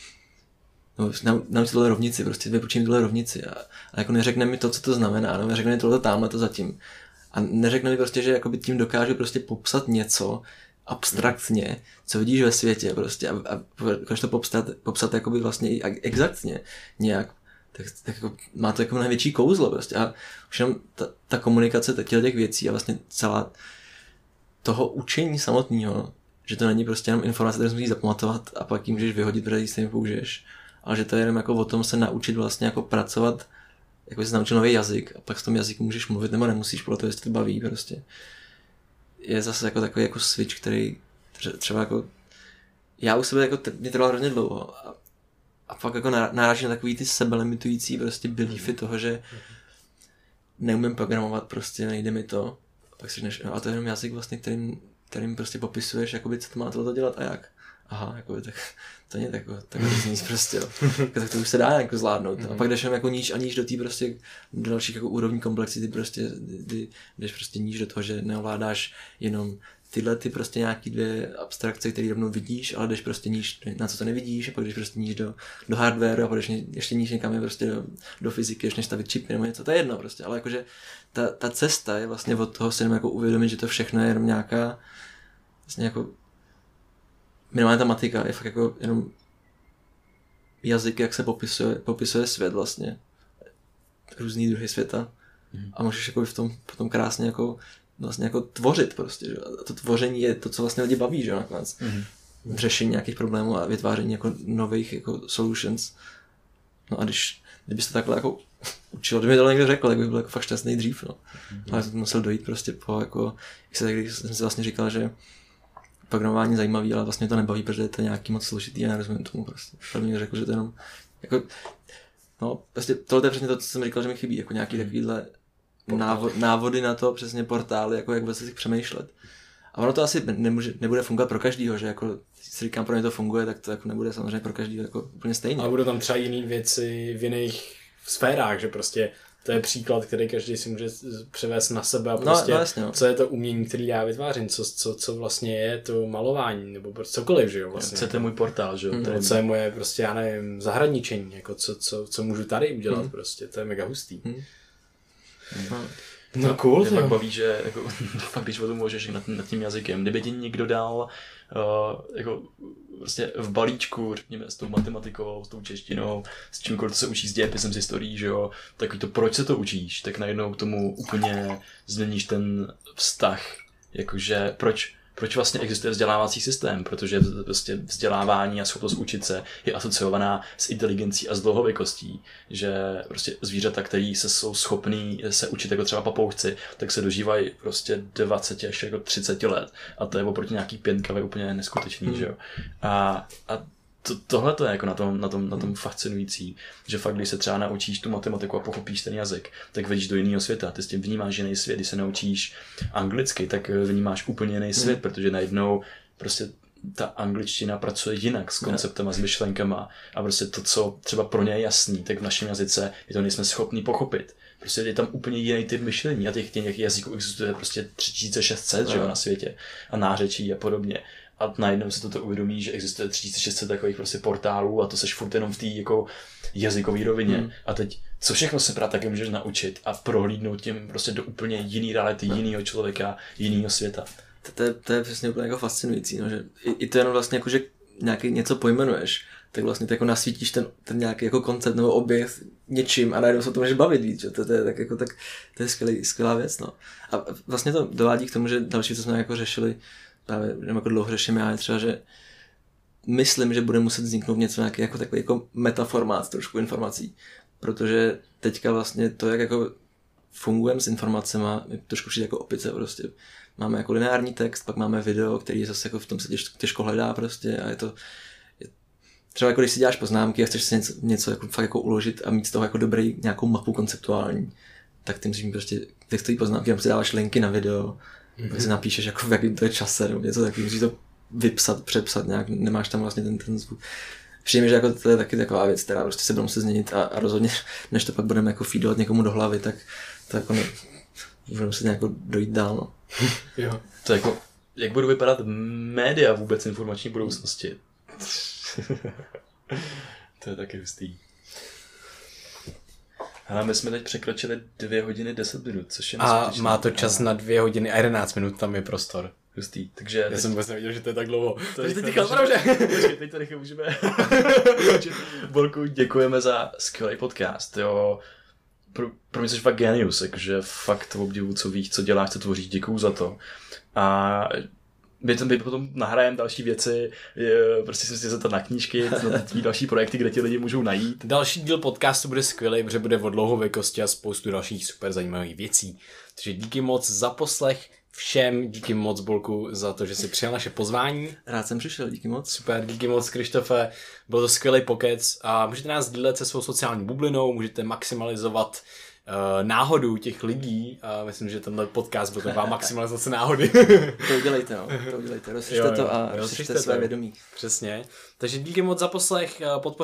nauč tohle rovnici, prostě vypočím tohle rovnici a jako neřekne mi to, co to znamená, nebo neřekne mi tohle tamhle to zatím. A neřekne mi prostě, že jakoby tím dokážu prostě popsat něco abstraktně, co vidíš ve světě prostě a když to popsat jakoby vlastně i exaktně nějak, tak jako má to jako mnohem větší kouzlo prostě a už jenom ta komunikace těch věcí a vlastně celá toho učení samotného, že to není prostě jenom informace, které musíš zapamatovat a pak ji můžeš vyhodit, protože ji stejně použiješ, ale že to je jenom jako o tom se naučit vlastně jako pracovat, jako jsi naučil nový jazyk a pak s tom jazyku můžeš mluvit nebo nemusíš, podle toho, jestli to baví prostě. Je zase jako takový jako switch, který třeba jako já u sebe jako mě trval hrozně dlouho a fakt jako naráží na takový ty sebelimitující prostě beliefy toho, že neumím programovat prostě, nejde mi to. Pak si říkáš, a to je jenom jazyk vlastně, kterým kterým prostě popisuješ, jakoby, co to má tohle dělat a jak. Aha, jakoby, tak to není tak zní prostě, jo. Tak to už se dá jako zvládnout. A pak jdeš jako níž a níž do té prostě do dalších jako úrovní komplexity, prostě jdeš prostě níž do toho, že neovládáš jenom tyhle ty prostě nějaký 2 abstrakce, které rovnou vidíš, ale jdeš prostě níž, na co to nevidíš, a pak jdeš prostě níž do hardwareu, a pak jdeš ještě níž někam je prostě do fyziky, ještě než stavit čipy nebo něco, to je jedno prostě, ale jakože ta cesta je vlastně od toho si jenom jako uvědomit, že to všechno je jenom nějaká vlastně jako minimálně ta matika je fakt jako jenom jazyk, jak se popisuje svět vlastně. Různý druhy světa. A můžeš jako v tom potom krásně jako vlastně jako tvořit prostě, že? A to tvoření je to, co vlastně lidi baví, že nakonec. Řešení nějakých problémů a vytváření jako nových jako solutions. No a kdyby se takhle jako učil, kdyby mi to někdo řekl, tak bych byl jako fakt šťastný dřív, no. Ale jsem musel dojít prostě po jako, když jsem si vlastně říkal, že programování zajímavý, ale vlastně to nebaví, protože to je nějaký moc složitý a nerozumím tomu prostě. Pak mi řekl, že to jenom jako, no, prostě tohle je přesně to, co jsem říkal, že mi chybí, jako nějaký takovýhle návody na to, přesně portály, jako jak vlastně si přemýšlet. A ono to asi nebude fungovat pro každýho, že jako si říkám, pro mě to funguje, tak to jako nebude samozřejmě pro každýho jako úplně stejně. Ale budou tam třeba jiný věci v jiných sférách, že prostě to je příklad, který každý si může převést na sebe a prostě jasně, no. Co je to umění, který já vytvářím, co vlastně je to malování, nebo prostě cokoliv, že jo, vlastně. Co je to můj portál, že jo? Co je moje prostě, já nevím, zahradničení, jako co můžu tady udělat prostě, to je mega hustý. No cool. Mě pak baví, že jako, fakt když o tom můžeš nad tím jazykem, kdyby ti někdo dal jako prostě v balíčku, řekněme, s tou matematikou, s tou češtinou, s čímkoliv se učí s dějepisem, s historií, že jo, takový to, proč se to učíš, tak najednou k tomu úplně změníš ten vztah, jakože proč vlastně existuje vzdělávací systém, protože prostě vzdělávání a schopnost učit se je asociovaná s inteligencí a s dlouhověkostí, že prostě zvířata, který jsou schopní se učit jako třeba papoušci, tak se dožívají prostě 20 až jako 30 let a to je oproti nějaký pěnkavě úplně neskutečný, že jo. A tohle to je jako na tom fascinující, že fakt, když se třeba naučíš tu matematiku a pochopíš ten jazyk, tak vidíš do jiného světa, ty s tím vnímáš jiný svět, když se naučíš anglicky, tak vnímáš úplně jiný svět, protože najednou prostě ta angličtina pracuje jinak s konceptama, s myšlenkama a prostě to, co třeba pro ně je jasný, tak v našem jazyce je to nejsme schopni pochopit. Prostě je tam úplně jiný typ myšlení a těch jazyků existuje prostě 3600, že jo, na světě a nářečí a podobně. A najednou se toto uvědomí, že existuje 3600 takových prostě portálů a to seš furt jenom v té jako jazykové rovině. A teď, co všechno se právě taky můžeš naučit a prohlídnout tím prostě do úplně jiný reality, jinýho člověka, jinýho světa. To je přesně úplně jako fascinující, no, že i to jenom vlastně jako, že něco pojmenuješ, tak vlastně to jako nasvítíš ten nějaký jako koncept nebo objev něčím a najednou se o tom můžeš bavit víc, že to je tak jako to je skvělá věc, no. A vlastně to dovádí k tomu, že další, co jsme jako řešili, právě jako dlouho řeším já, je třeba, že myslím, že bude muset vzniknout něco nějaký jako takový jako metaformát trošku informací, protože teďka vlastně to, jak jako fungujeme s informacema, je trošku přijde jako opice prostě. Máme jako lineární text, pak máme video, který zase jako v tom se těžko hledá prostě a je to třeba jako když si děláš poznámky a chceš si něco jako fakt jako uložit a mít z toho jako dobrý nějakou mapu konceptuální, tak ty musíš prostě textový poznámky, tam si dáváš linky na video, pak si napíšeš jako v jakým to je čase nebo něco takového, musíš to vypsat, přepsat nějak, nemáš tam vlastně ten zvuk. Přijím, že jako to je taky taková věc, která prostě se bude muset změnit a rozhodně, než to pak budeme jako feedovat někomu do hlavy, tak to jako budeme muset nějak dojít dál. No. Jo. To jako, jak budou vypadat média vůbec informační budoucnosti? To je taky hustý. Ale my jsme teď překročili 2 hodiny 10 minut, což je a má to čas na 2 hodiny a 11 minut, tam je prostor. Hustý, takže... Já jsem vůbec neviděl, že to je tak dlouho. Takže teď to rychle můžeme... Bolku, děkujeme za skvělý podcast, jo. Pro mě jsi fakt genius, jakože fakt obdivu, co víš, co děláš, co tvoříš, děkuju za to. A my potom nahrajeme další věci, prostě jsem si zeptat na knížky, na tvý další projekty, kde ti lidi můžou najít. Další díl podcastu bude skvělý, protože bude o dlouhověkosti a spoustu dalších super zajímavých věcí. Takže díky moc za poslech všem, díky moc Bolku za to, že jsi přijal naše pozvání. Rád jsem přišel, díky moc. Super, díky moc Krištofe, byl to skvělý pokec a můžete nás sdílet se svou sociální bublinou, můžete maximalizovat náhodu těch lidí. Myslím, že tenhle podcast bude taková maximalizace náhody. To udělejte, no. To udělejte. Rozšiřte to a rozšiřte své vědomí. Přesně. Takže díky moc za poslech.